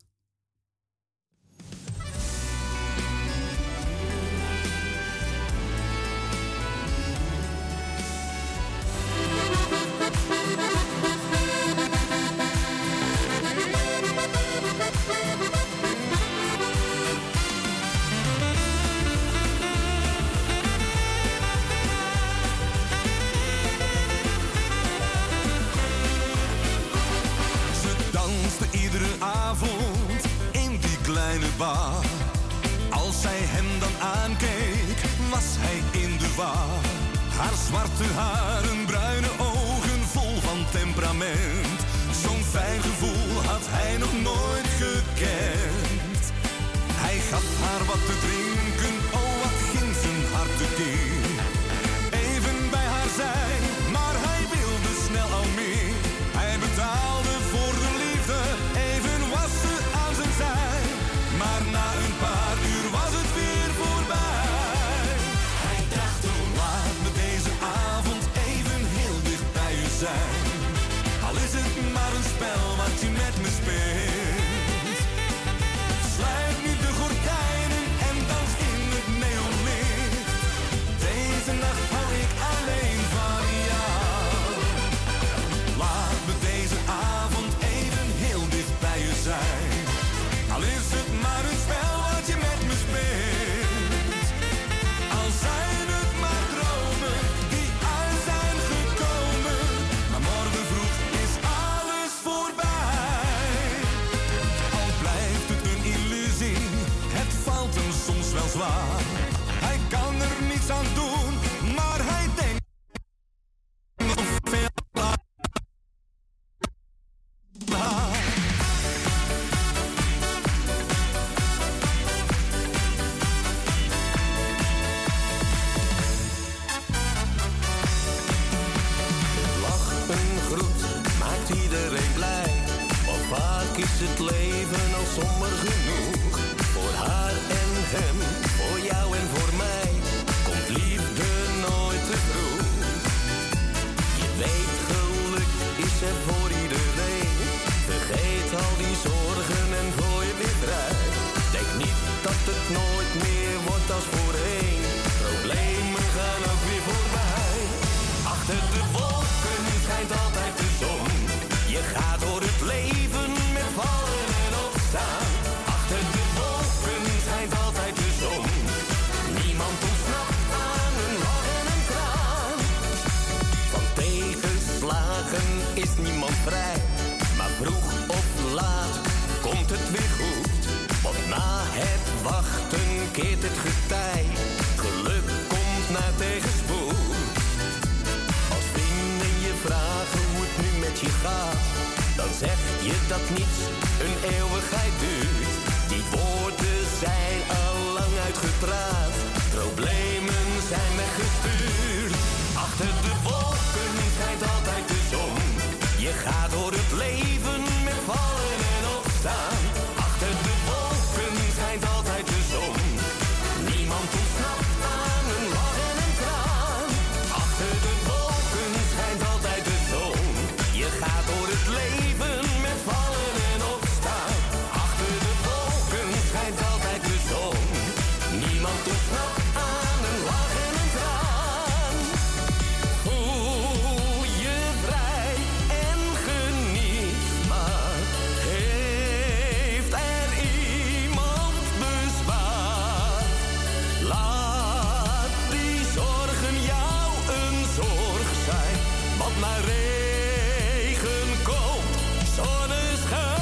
Speaker 9: Ze danste iedere avond in die kleine bar. Als zij hem dan aankeek, was hij in de war. Haar zwarte haren, bruine ogen, vol van temperament. Zo'n fijn gevoel had hij nog nooit gekend. Hij gaf haar wat te drinken, oh wat ging zijn hart tekeer. Even bij haar zijn, maar hij wilde snel al meer. Hij betaalde voor de liefde, even was ze aan zijn zij. Maar na een paar uur was het weer voorbij. Hij dacht, oh laat me deze avond even heel dicht bij je zijn. Al is het maar een spel wat je met me speelt. Sluit nu de gordijnen en dans in het neonlicht. Deze nacht hou ik alleen van jou. Laat me deze avond even heel dicht bij je zijn. Al is het maar een spel wat je met me speelt. Al zijn het maar dromen die uit zijn gekomen. Maar morgen vroeg is alles voorbij. Al blijft het een illusie, het valt hem soms wel zwaar. Hij kan er niets aan doen, maar hij denkt nog veel aan haar. Lach, een groet, maakt iedereen blij. Of vaak is het leven al somber genoeg. Voor haar en hem, voor jou en voor mij, komt liefde nooit te vroeg. Je weet, geluk is er voor iedereen. Vergeet al die zorgen en gooi je weer vrij. Denk niet dat het nooit meer wordt als voorheen. Problemen gaan ook weer voorbij. Achter de wolken schijnt altijd de zon. Je gaat door het leven met vallen en opstaan. Achter de wolken schijnt altijd de zon. Niemand vrij. Maar vroeg of laat komt het weer goed. Want na het wachten keert het getij. Geluk komt na tegenspoed. Als vrienden je vragen hoe het nu met je gaat, dan zeg je dat niets een eeuwigheid duurt. Die woorden zijn al lang uitgepraat. Problemen zijn weggestuurd. Achter de wolken schijnt altijd de zon. Je gaat door het leven met vallen en opstaan. Achter de wolken schijnt altijd de zon. Niemand ontsnapt aan een lach en een traan. Achter de wolken schijnt altijd de zon. Je gaat door het leven met vallen en opstaan. Achter de wolken schijnt altijd de zon. Niemand ontsnapt aan een lach en een traan. Voel je vrij en geniet maar. Heeft er iemand bezwaar? Laat die zorgen jou een zorg zijn. Want maar regen komt zonneschijn.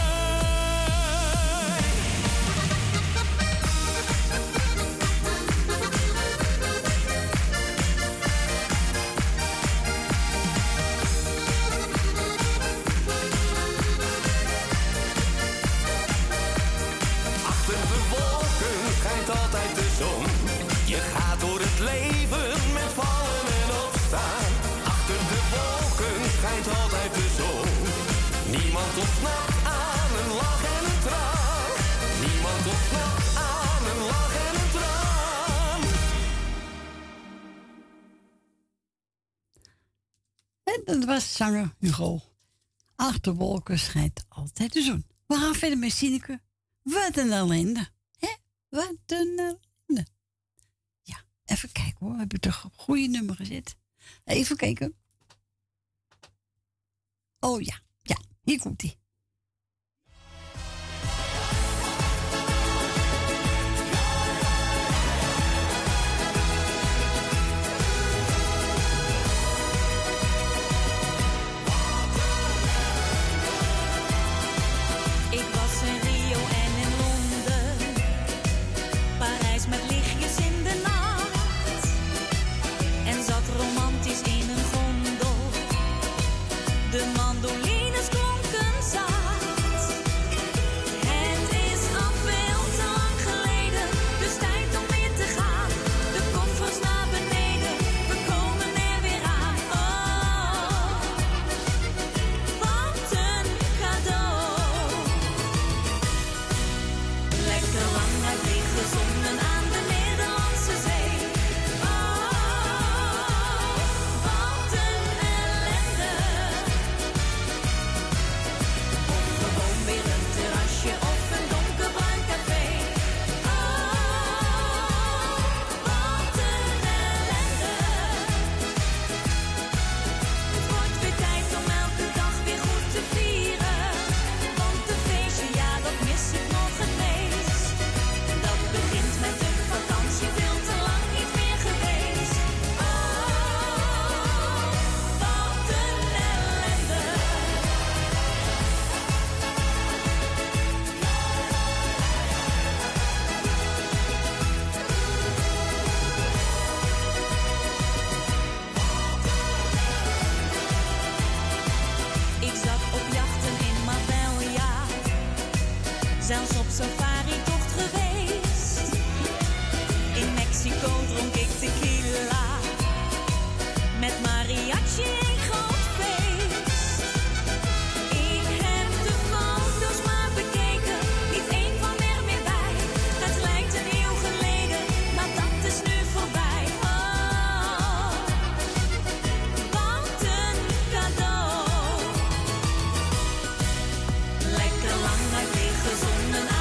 Speaker 9: Achter de wolken schijnt altijd de zon. Je gaat door het leven met vallen en opstaan. Achter de wolken schijnt altijd de zon. Niemand ontsnapt aan een lach en een traan. Niemand ontsnapt aan een lach en een traan.
Speaker 1: En dat was zanger Hugo. Achter wolken schijnt altijd de zon. We gaan verder met Sineke. Wat een ellende. Hè? Wat een ellende. Ja, even kijken hoor. Heb ik toch op goede nummer gezet? Even kijken. Oh ja, ja. Hier komt ie.
Speaker 10: Ik was in Rio en in Londen, Parijs met lichtjes in de nacht, en zat romantisch in een gondel. De mandolines klonken zacht. Het is al veel te lang geleden, dus tijd om weer te gaan. De koffers naar beneden, we komen er weer aan. Oh, wat een cadeau. Lekker lang uit liggen zonnen aan de Middellandse Zee. Oh, wat een ellende. Of gewoon weer een terrasje of een donkerbruin café. Oh, wat een ellende. Het wordt weer tijd om elke dag weer goed te vieren. Want een feestje, ja, dat mis ik nog het meest. Dat begint met een vakantie, veel te lang niet meer geweest. Oh, wat een ellende. Ik zat op jachten in Marbella, zelfs op safari-tocht geweest. In Mexico dronk ik tequila, met mariachi een groot feest. Ik heb de foto's maar bekeken, niet één kwam er meer bij. Het lijkt een eeuw geleden, maar dat is nu voorbij. Oh, wat een cadeau. Lekker lang uit liggen zonnen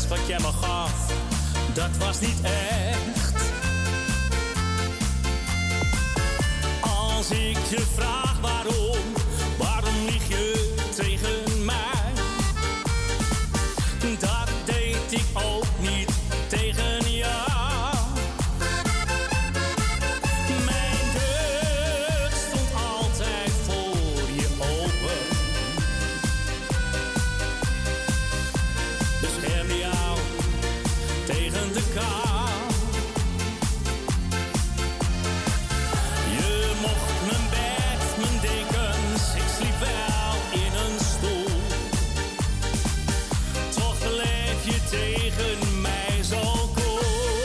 Speaker 12: alles wat jij me gaf, dat was niet echt. Als ik je vraag waarom, waarom lieg je tegen mij? Dat deed ik ook niet tegen jou. Mijn deur stond altijd voor je open. Beschermde jou tegen de kou. Je mocht mijn bed, mijn dekens, ik sliep wel in een stoel. Toch bleef je tegen mij zo koel.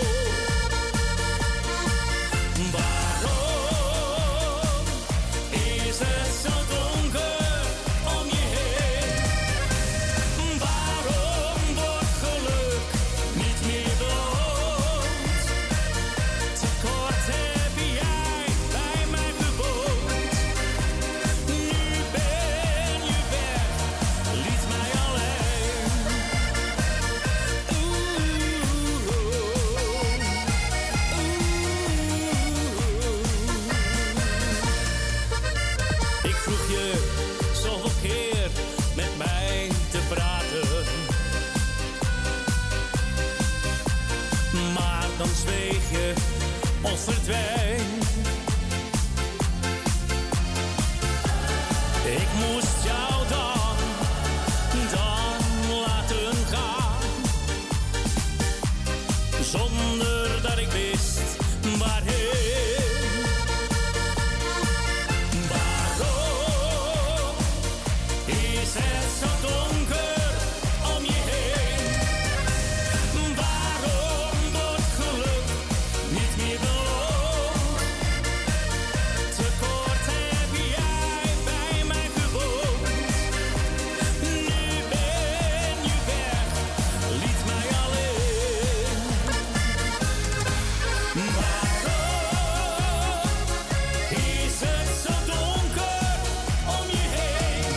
Speaker 12: Waarom is het zo donker om je heen? Waarom wordt geluk niet meer beloond? Te kort heb jij bij mij gewoond. Nu ben je weg, liet mij alleen. Ik vroeg je zoveel keer met mij te praten, maar dan zweeg je of verdween. Ik moest jou dan, dan laten gaan, zonder dat ik wist waarheen. Waarom is het zo donker om je heen? Waarom wordt geluk niet meer beloond? Te kort heb jij bij mij gewoond. Nu ben je weg, liet mij alleen. Waarom is het zo donker om je heen?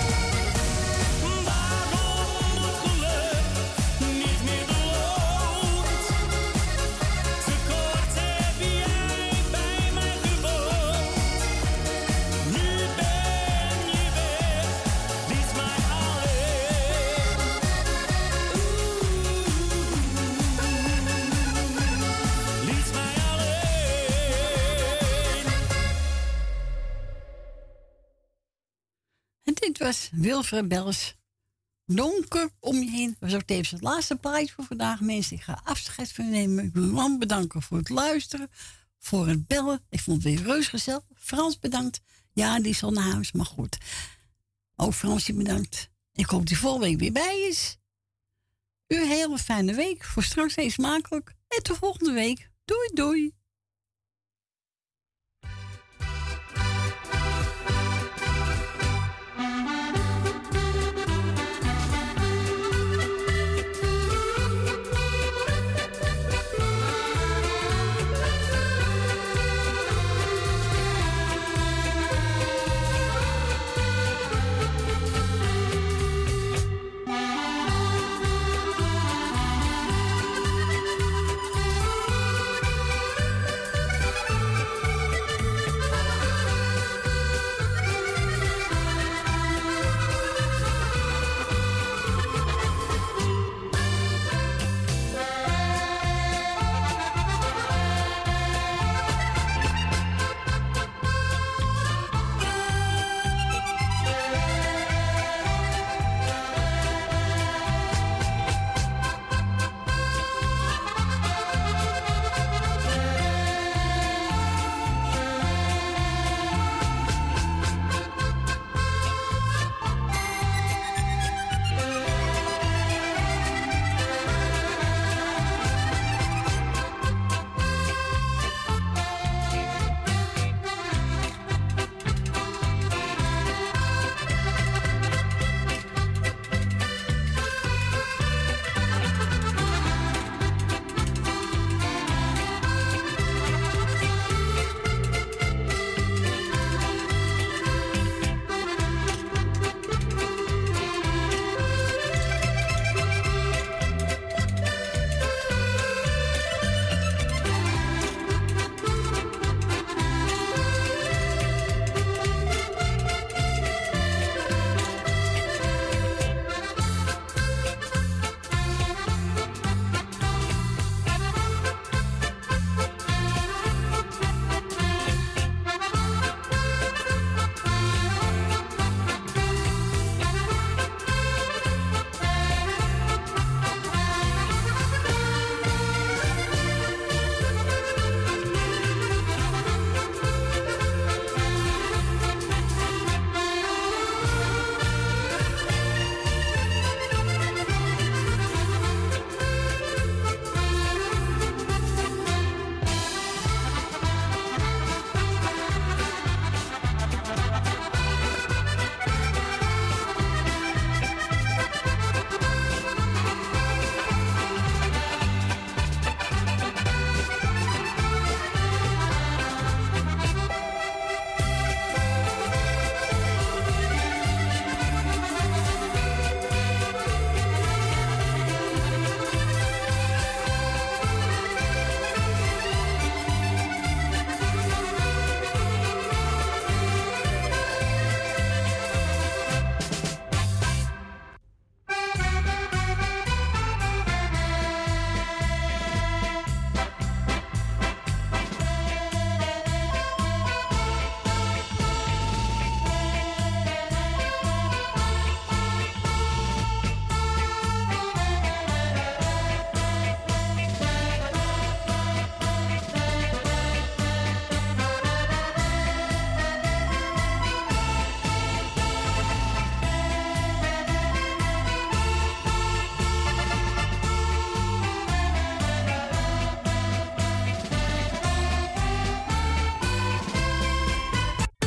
Speaker 12: Waarom wordt geluk niet meer beloond? Te kort heb jij bij mij gewoond. Nu ben je weg, liet mij alleen. Liet mij alleen.
Speaker 1: En dit was Wilfred Bels. Donker om je heen. Dat was ook tevens het laatste plaatje voor vandaag. Mensen, ik ga afscheid van u nemen. Ik wil u allemaal bedanken voor het luisteren. Voor het bellen. Ik vond het weer reus gezellig. Frans bedankt. Ja, die is al naar huis, maar goed. Ook Fransje bedankt. Ik hoop dat hij volgende week weer bij is. U een hele fijne week. Voor straks eens smakelijk. En tot volgende week. Doei, doei.